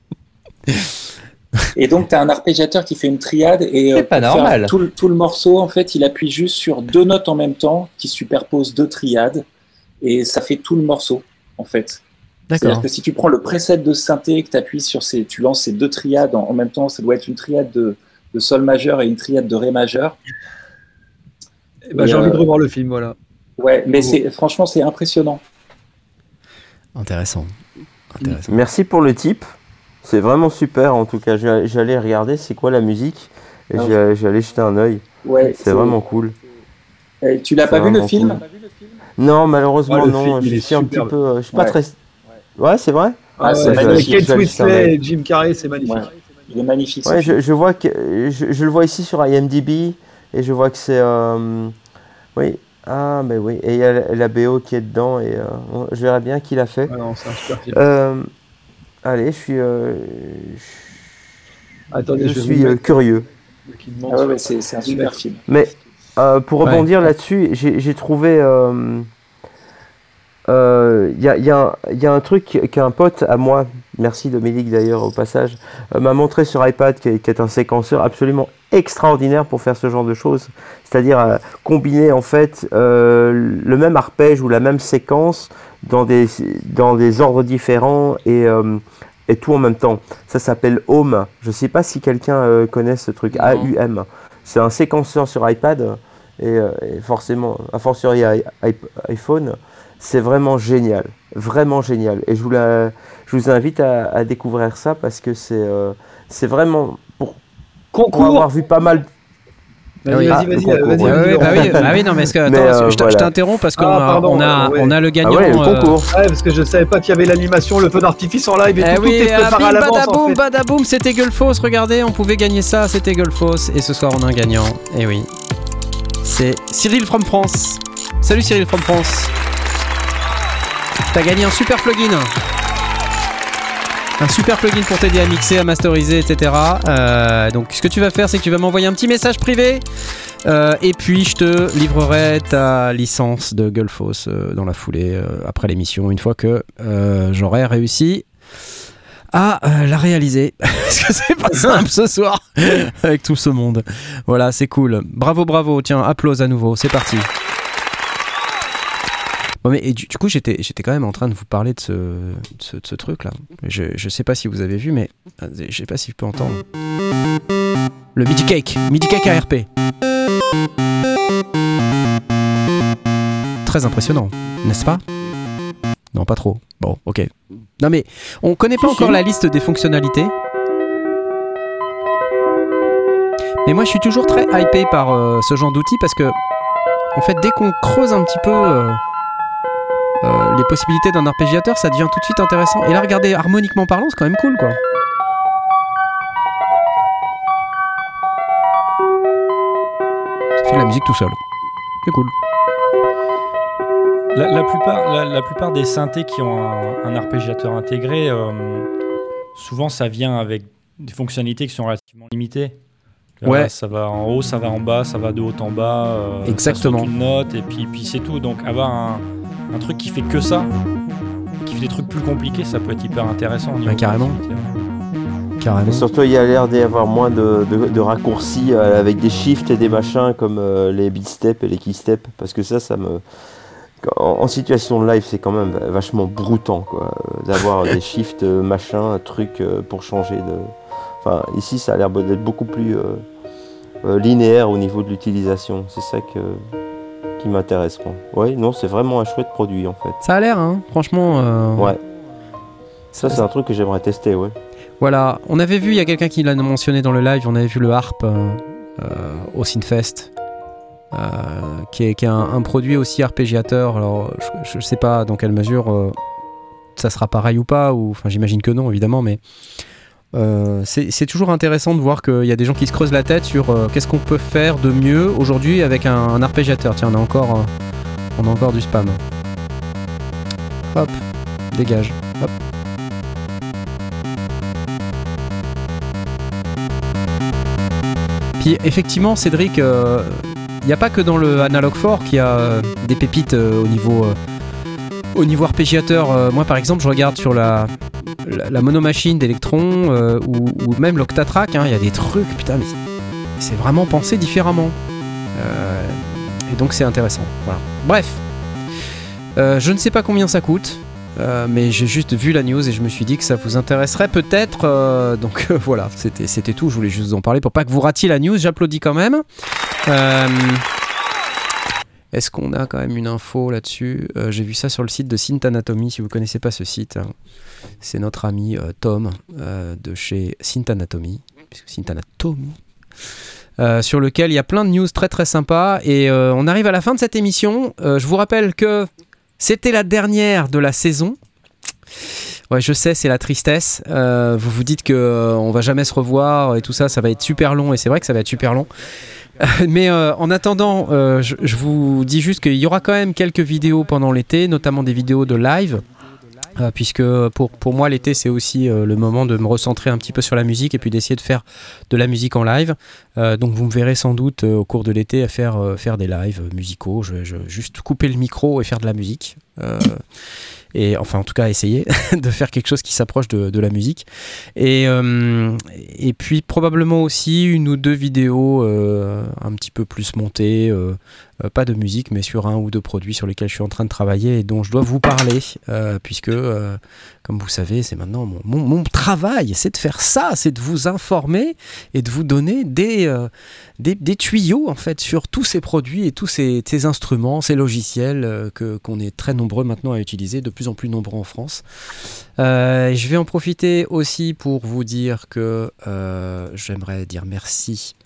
Et donc, tu as un arpégiateur qui fait une triade et C'est pas pour faire normal. Tout, le, tout le morceau, en fait, il appuie juste sur deux notes en même temps qui superposent deux triades et ça fait tout le morceau, en fait. D'accord. C'est-à-dire que si tu prends le preset de synthé et que tu appuies sur ces, tu lances ces deux triades en, en même temps, ça doit être une triade de, de sol majeur et une triade de ré majeur. Eh ben, j'ai Et, envie euh, de revoir le film, voilà. Ouais, mais c'est, franchement, c'est impressionnant. Intéressant. Intéressant. Merci pour le tip. C'est vraiment super en tout cas. J'allais j'allais regarder c'est quoi la musique et Ah. j'ai- j'allais jeter un œil. Ouais, C'est vraiment cool. Et tu l'as C'est pas vu le vraiment film? cool. Non, malheureusement Ouais, le non. film, il Je est suis un petit superbe. peu. euh, Je suis pas Ouais. très. Ouais, c'est vrai. Ah, c'est ouais, avec magnifique. Kate J'allais jeter un œil. Winslet et Jim Carrey, c'est magnifique. Ouais. Il est magnifique. ce Ouais, film. je, je vois que je, je le vois ici sur I M D B et je vois que c'est. euh, Oui. Ah, mais oui. Et il y a la, la B O qui est dedans et euh, je verrai bien qui l'a fait. Ah non, c'est un super film. Euh, allez, je suis. euh, je- Attendez, je je vais suis vous euh, mettre- curieux. qui demande Ah ouais, sur- ouais, c'est, c'est un super film. Mais euh, pour Ouais. rebondir là-dessus, j'ai j'ai trouvé. euh, euh, Il y, a, il y a un- il y a un truc qu'un pote à moi, merci Dominique d'ailleurs au passage, euh, m'a montré sur iPad qui est, qui est un séquenceur absolument extraordinaire pour faire ce genre de choses. C'est-à-dire euh, combiner en fait euh, le même arpège ou la même séquence dans des, dans des ordres différents et, euh, et tout en même temps. Ça s'appelle Home. Je ne sais pas si quelqu'un euh, connaît ce truc. A U M. C'est un séquenceur sur iPad et, euh, et forcément, a fortiori i- i- iPhone. C'est vraiment génial, vraiment génial. Et je vous, la, je vous invite à, à découvrir ça parce que c'est euh, c'est vraiment pour, pour Concours avoir vu pas mal. Vas-y, ah, vas-y, vas-y. vas-y, ouais, ouais, bah, oui, bah oui, non, mais, que, attends, mais euh, je, voilà. je t'interromps parce qu'on ah, pardon, on a, ouais. on a le gagnant. Ah ouais, le concours. Euh... Ouais, parce que je savais pas qu'il y avait l'animation, le feu d'artifice en live et eh tout, oui, tout est préparé à l'avance. Badaboum, en fait. badaboum, c'était Gullfoss, regardez, on pouvait gagner ça, c'était Gullfoss. Et ce soir, on a un gagnant. Et oui, c'est Cyril from France. Salut Cyril from France. T'as gagné un super plugin. Un super plugin pour t'aider à mixer, à masteriser, et cetera. Euh, donc, ce que tu vas faire, c'est que tu vas m'envoyer un petit message privé. Euh, et puis, je te livrerai ta licence de Gullfoss euh, dans la foulée, euh, après l'émission, une fois que euh, j'aurai réussi à euh, la réaliser. Parce que c'est pas simple ce soir, avec tout ce monde. Voilà, c'est cool. Bravo, bravo. Tiens, applause à nouveau. C'est parti. Bon, mais et du, du coup, j'étais, j'étais quand même en train de vous parler de ce, de ce, de ce truc-là. Je, je sais pas si vous avez vu, mais je sais pas si je peux entendre. Le MIDI Cake, MIDI Cake A R P. Très impressionnant, n'est-ce pas ? Non, pas trop. Bon, ok. Non, mais on connaît pas encore la liste des fonctionnalités. Mais moi, je suis toujours très hypé par euh, ce genre d'outils parce que, en fait, dès qu'on creuse un petit peu... Euh, Euh, les possibilités d'un arpégiateur, ça devient tout de suite intéressant. Et là, regardez, harmoniquement parlant, c'est quand même cool, quoi. Ça fait de la musique tout seul. C'est cool. La, la, plupart, la, la plupart des synthés qui ont un, un arpégiateur intégré, euh, souvent ça vient avec des fonctionnalités qui sont relativement limitées. Ouais. Là, ça va en haut, ça va en bas, ça va de haut en bas. Euh, Exactement. Ça saute une note et puis, puis c'est tout. Donc avoir un Un truc qui fait que ça, qui fait des trucs plus compliqués, ça peut être hyper intéressant. Bah, carrément. Carrément. Et surtout, il y a l'air d'y avoir moins de, de, de raccourcis euh, avec des shifts et des machins comme euh, les beat step et les key step, parce que ça, ça me. En, en situation de live, c'est quand même vachement broutant, quoi, d'avoir des shifts, machins, trucs euh, pour changer de. Enfin, ici, ça a l'air d'être beaucoup plus euh, euh, linéaire au niveau de l'utilisation. C'est ça que. qui m'intéresse, quoi. Ouais, non, c'est vraiment un chouette produit, en fait. Ça a l'air, hein, franchement. Euh... Ouais. Ça, c'est un truc que j'aimerais tester, ouais. Voilà, on avait vu, il y a quelqu'un qui l'a mentionné dans le live, on avait vu le Harp euh, euh, au Synfest, euh, qui est, qui est un, un produit aussi arpégiateur. Alors, je, je sais pas dans quelle mesure euh, ça sera pareil ou pas, ou, enfin, j'imagine que non, évidemment, mais Euh, c'est, c'est toujours intéressant de voir qu'il y a des gens qui se creusent la tête sur euh, qu'est-ce qu'on peut faire de mieux aujourd'hui avec un, un arpégiateur. Tiens, on a encore, euh, on a encore du spam. Hop, dégage. Hop. Puis effectivement, Cédric, il euh, n'y a pas que dans le Analog four qu'il y a euh, des pépites euh, au niveau, euh, au niveau arpégiateur. Euh, moi, par exemple, je regarde sur la La, la monomachine d'Electron euh, ou, ou même l'Octatrack, il hein, y a des trucs, putain, mais c'est vraiment pensé différemment. Euh, et donc c'est intéressant. Voilà. Bref, euh, je ne sais pas combien ça coûte, euh, mais j'ai juste vu la news et je me suis dit que ça vous intéresserait peut-être. Euh, donc euh, voilà, c'était, c'était tout. Je voulais juste vous en parler pour pas que vous ratiez la news. J'applaudis quand même. Euh, Est-ce qu'on a quand même une info là-dessus ? euh, J'ai vu ça sur le site de Synth Anatomy, si vous ne connaissez pas ce site. Hein. C'est notre ami euh, Tom euh, de chez Synth Anatomy, Synth Anatomy euh, sur lequel il y a plein de news très très sympas. Et euh, on arrive à la fin de cette émission. Euh, je vous rappelle que c'était la dernière de la saison. Ouais, je sais, c'est la tristesse. Euh, vous vous dites qu'on euh, ne va jamais se revoir et tout ça, ça va être super long. Et c'est vrai que ça va être super long. Mais euh, en attendant, euh, je, je vous dis juste qu'il y aura quand même quelques vidéos pendant l'été, notamment des vidéos de live, euh, puisque pour, pour moi l'été c'est aussi euh, le moment de me recentrer un petit peu sur la musique et puis d'essayer de faire de la musique en live. Euh, donc vous me verrez sans doute euh, au cours de l'été à faire, euh, faire des lives musicaux, je vais je, juste couper le micro et faire de la musique. Euh, et enfin en tout cas essayer de faire quelque chose qui s'approche de, de la musique et, euh, et puis probablement aussi une ou deux vidéos euh, un petit peu plus montées, euh, euh, pas de musique mais sur un ou deux produits sur lesquels je suis en train de travailler et dont je dois vous parler euh, puisque euh, comme vous savez c'est maintenant mon, mon, mon travail, c'est de faire ça, c'est de vous informer et de vous donner des, euh, des, des tuyaux en fait sur tous ces produits et tous ces, ces instruments, ces logiciels euh, que, qu'on est très nombreux maintenant à utiliser, de plus en plus nombreux en France. Euh, je vais en profiter aussi pour vous dire que euh, j'aimerais dire merci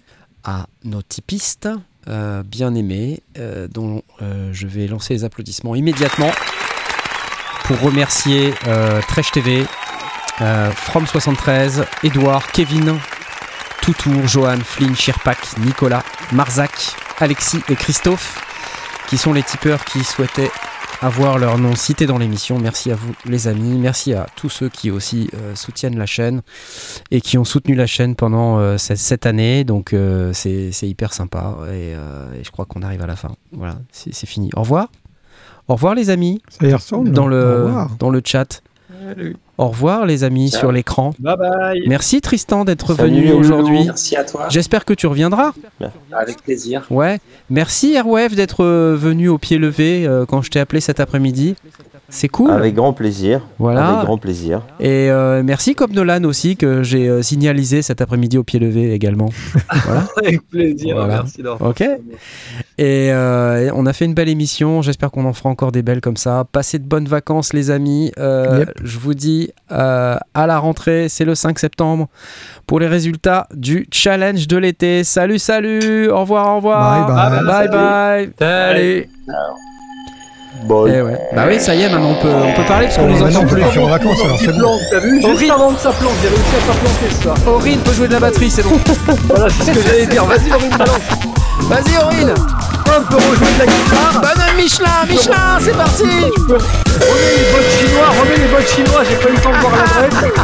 à nos tipistes euh, bien aimés, euh, dont euh, je vais lancer les applaudissements immédiatement pour remercier euh, Trèche T V, euh, From soixante-treize, Edouard, Kevin, Toutour, Johan, Flynn, Chirpac, Nicolas, Marzac, Alexis et Christophe, qui sont les tipeurs qui souhaitaient avoir leur nom cité dans l'émission. Merci à vous les amis, merci à tous ceux qui aussi euh, soutiennent la chaîne et qui ont soutenu la chaîne pendant euh, cette, cette année, donc euh, c'est, c'est hyper sympa et, euh, et je crois qu'on arrive à la fin. Voilà, c'est, c'est fini. Au revoir. Au revoir les amis. Ça y ressemble. Dans le, dans le chat. Salut. Au revoir les amis. Ciao. Sur l'écran. Bye bye. Merci Tristan d'être Salut, venu Loulou. aujourd'hui. Merci à toi. J'espère que tu reviendras. Avec plaisir. Ouais. Merci Airwave d'être euh, venu au pied levé euh, quand je t'ai appelé cet après-midi. C'est cool. Avec grand plaisir. Voilà. Avec grand plaisir. Et euh, merci Comme Nolan aussi que j'ai euh, signalisé cet après-midi au pied levé également. Voilà. Avec plaisir. Voilà. Merci d'avoir Ok. Et euh, on a fait une belle émission. J'espère qu'on en fera encore des belles comme ça. Passez de bonnes vacances les amis. Euh, Yep. Je vous dis euh, à la rentrée, c'est le cinq septembre pour les résultats du challenge de l'été. Salut, salut. Au revoir, au revoir. Bye, Bye bye. bye. Salut. Bon, Eh ouais. Bah oui, ça y est, maintenant on peut, on peut parler parce qu'on Oh, nous maintenant, entend on peut plus. Je suis en vacances, alors c'est bon. Plante, t'as vu? Juste Horrible. avant que ça plante, j'ai réussi à faire planter ce soir. Aurine peut jouer de la batterie, c'est bon. Voilà, c'est ce que j'allais dire. Vas-y, Aurine, balance. Vas-y, Aurine. On peut rejouer de la guitare. Bonne Michelin, Michelin, c'est parti. Remets les bottes chinois, remets les bottes chinois, j'ai pas eu le temps de voir l'adresse.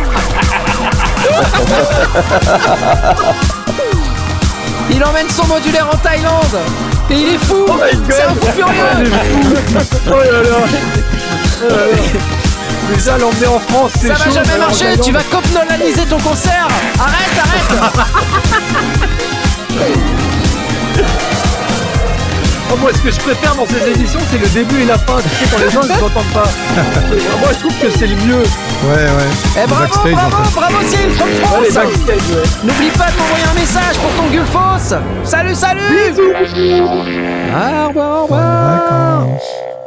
Il emmène son modulaire en Thaïlande. Et il est fou. Oh my God. C'est un fou furieux. Oh là là. Oh là là. Déjà l'emmener en France, c'est Ça chaud. va jamais alors, marcher. Thaïlande. Tu vas cop-nolaniser ton concert. Arrête, arrête. Oh, moi, ce que je préfère dans ces émissions, c'est le début et la fin. Tu sais, quand les gens ne s'entendent pas. Moi, je trouve que c'est le mieux. Ouais, ouais. Eh Le bravo, backstage, en bravo, fait. bravo Cyril from Ouais, les France. backstage, ouais. N'oublie pas de m'envoyer un message pour ton gueule fausse. Salut, salut. Bisous. Au revoir, au Bonnes revoir. vacances.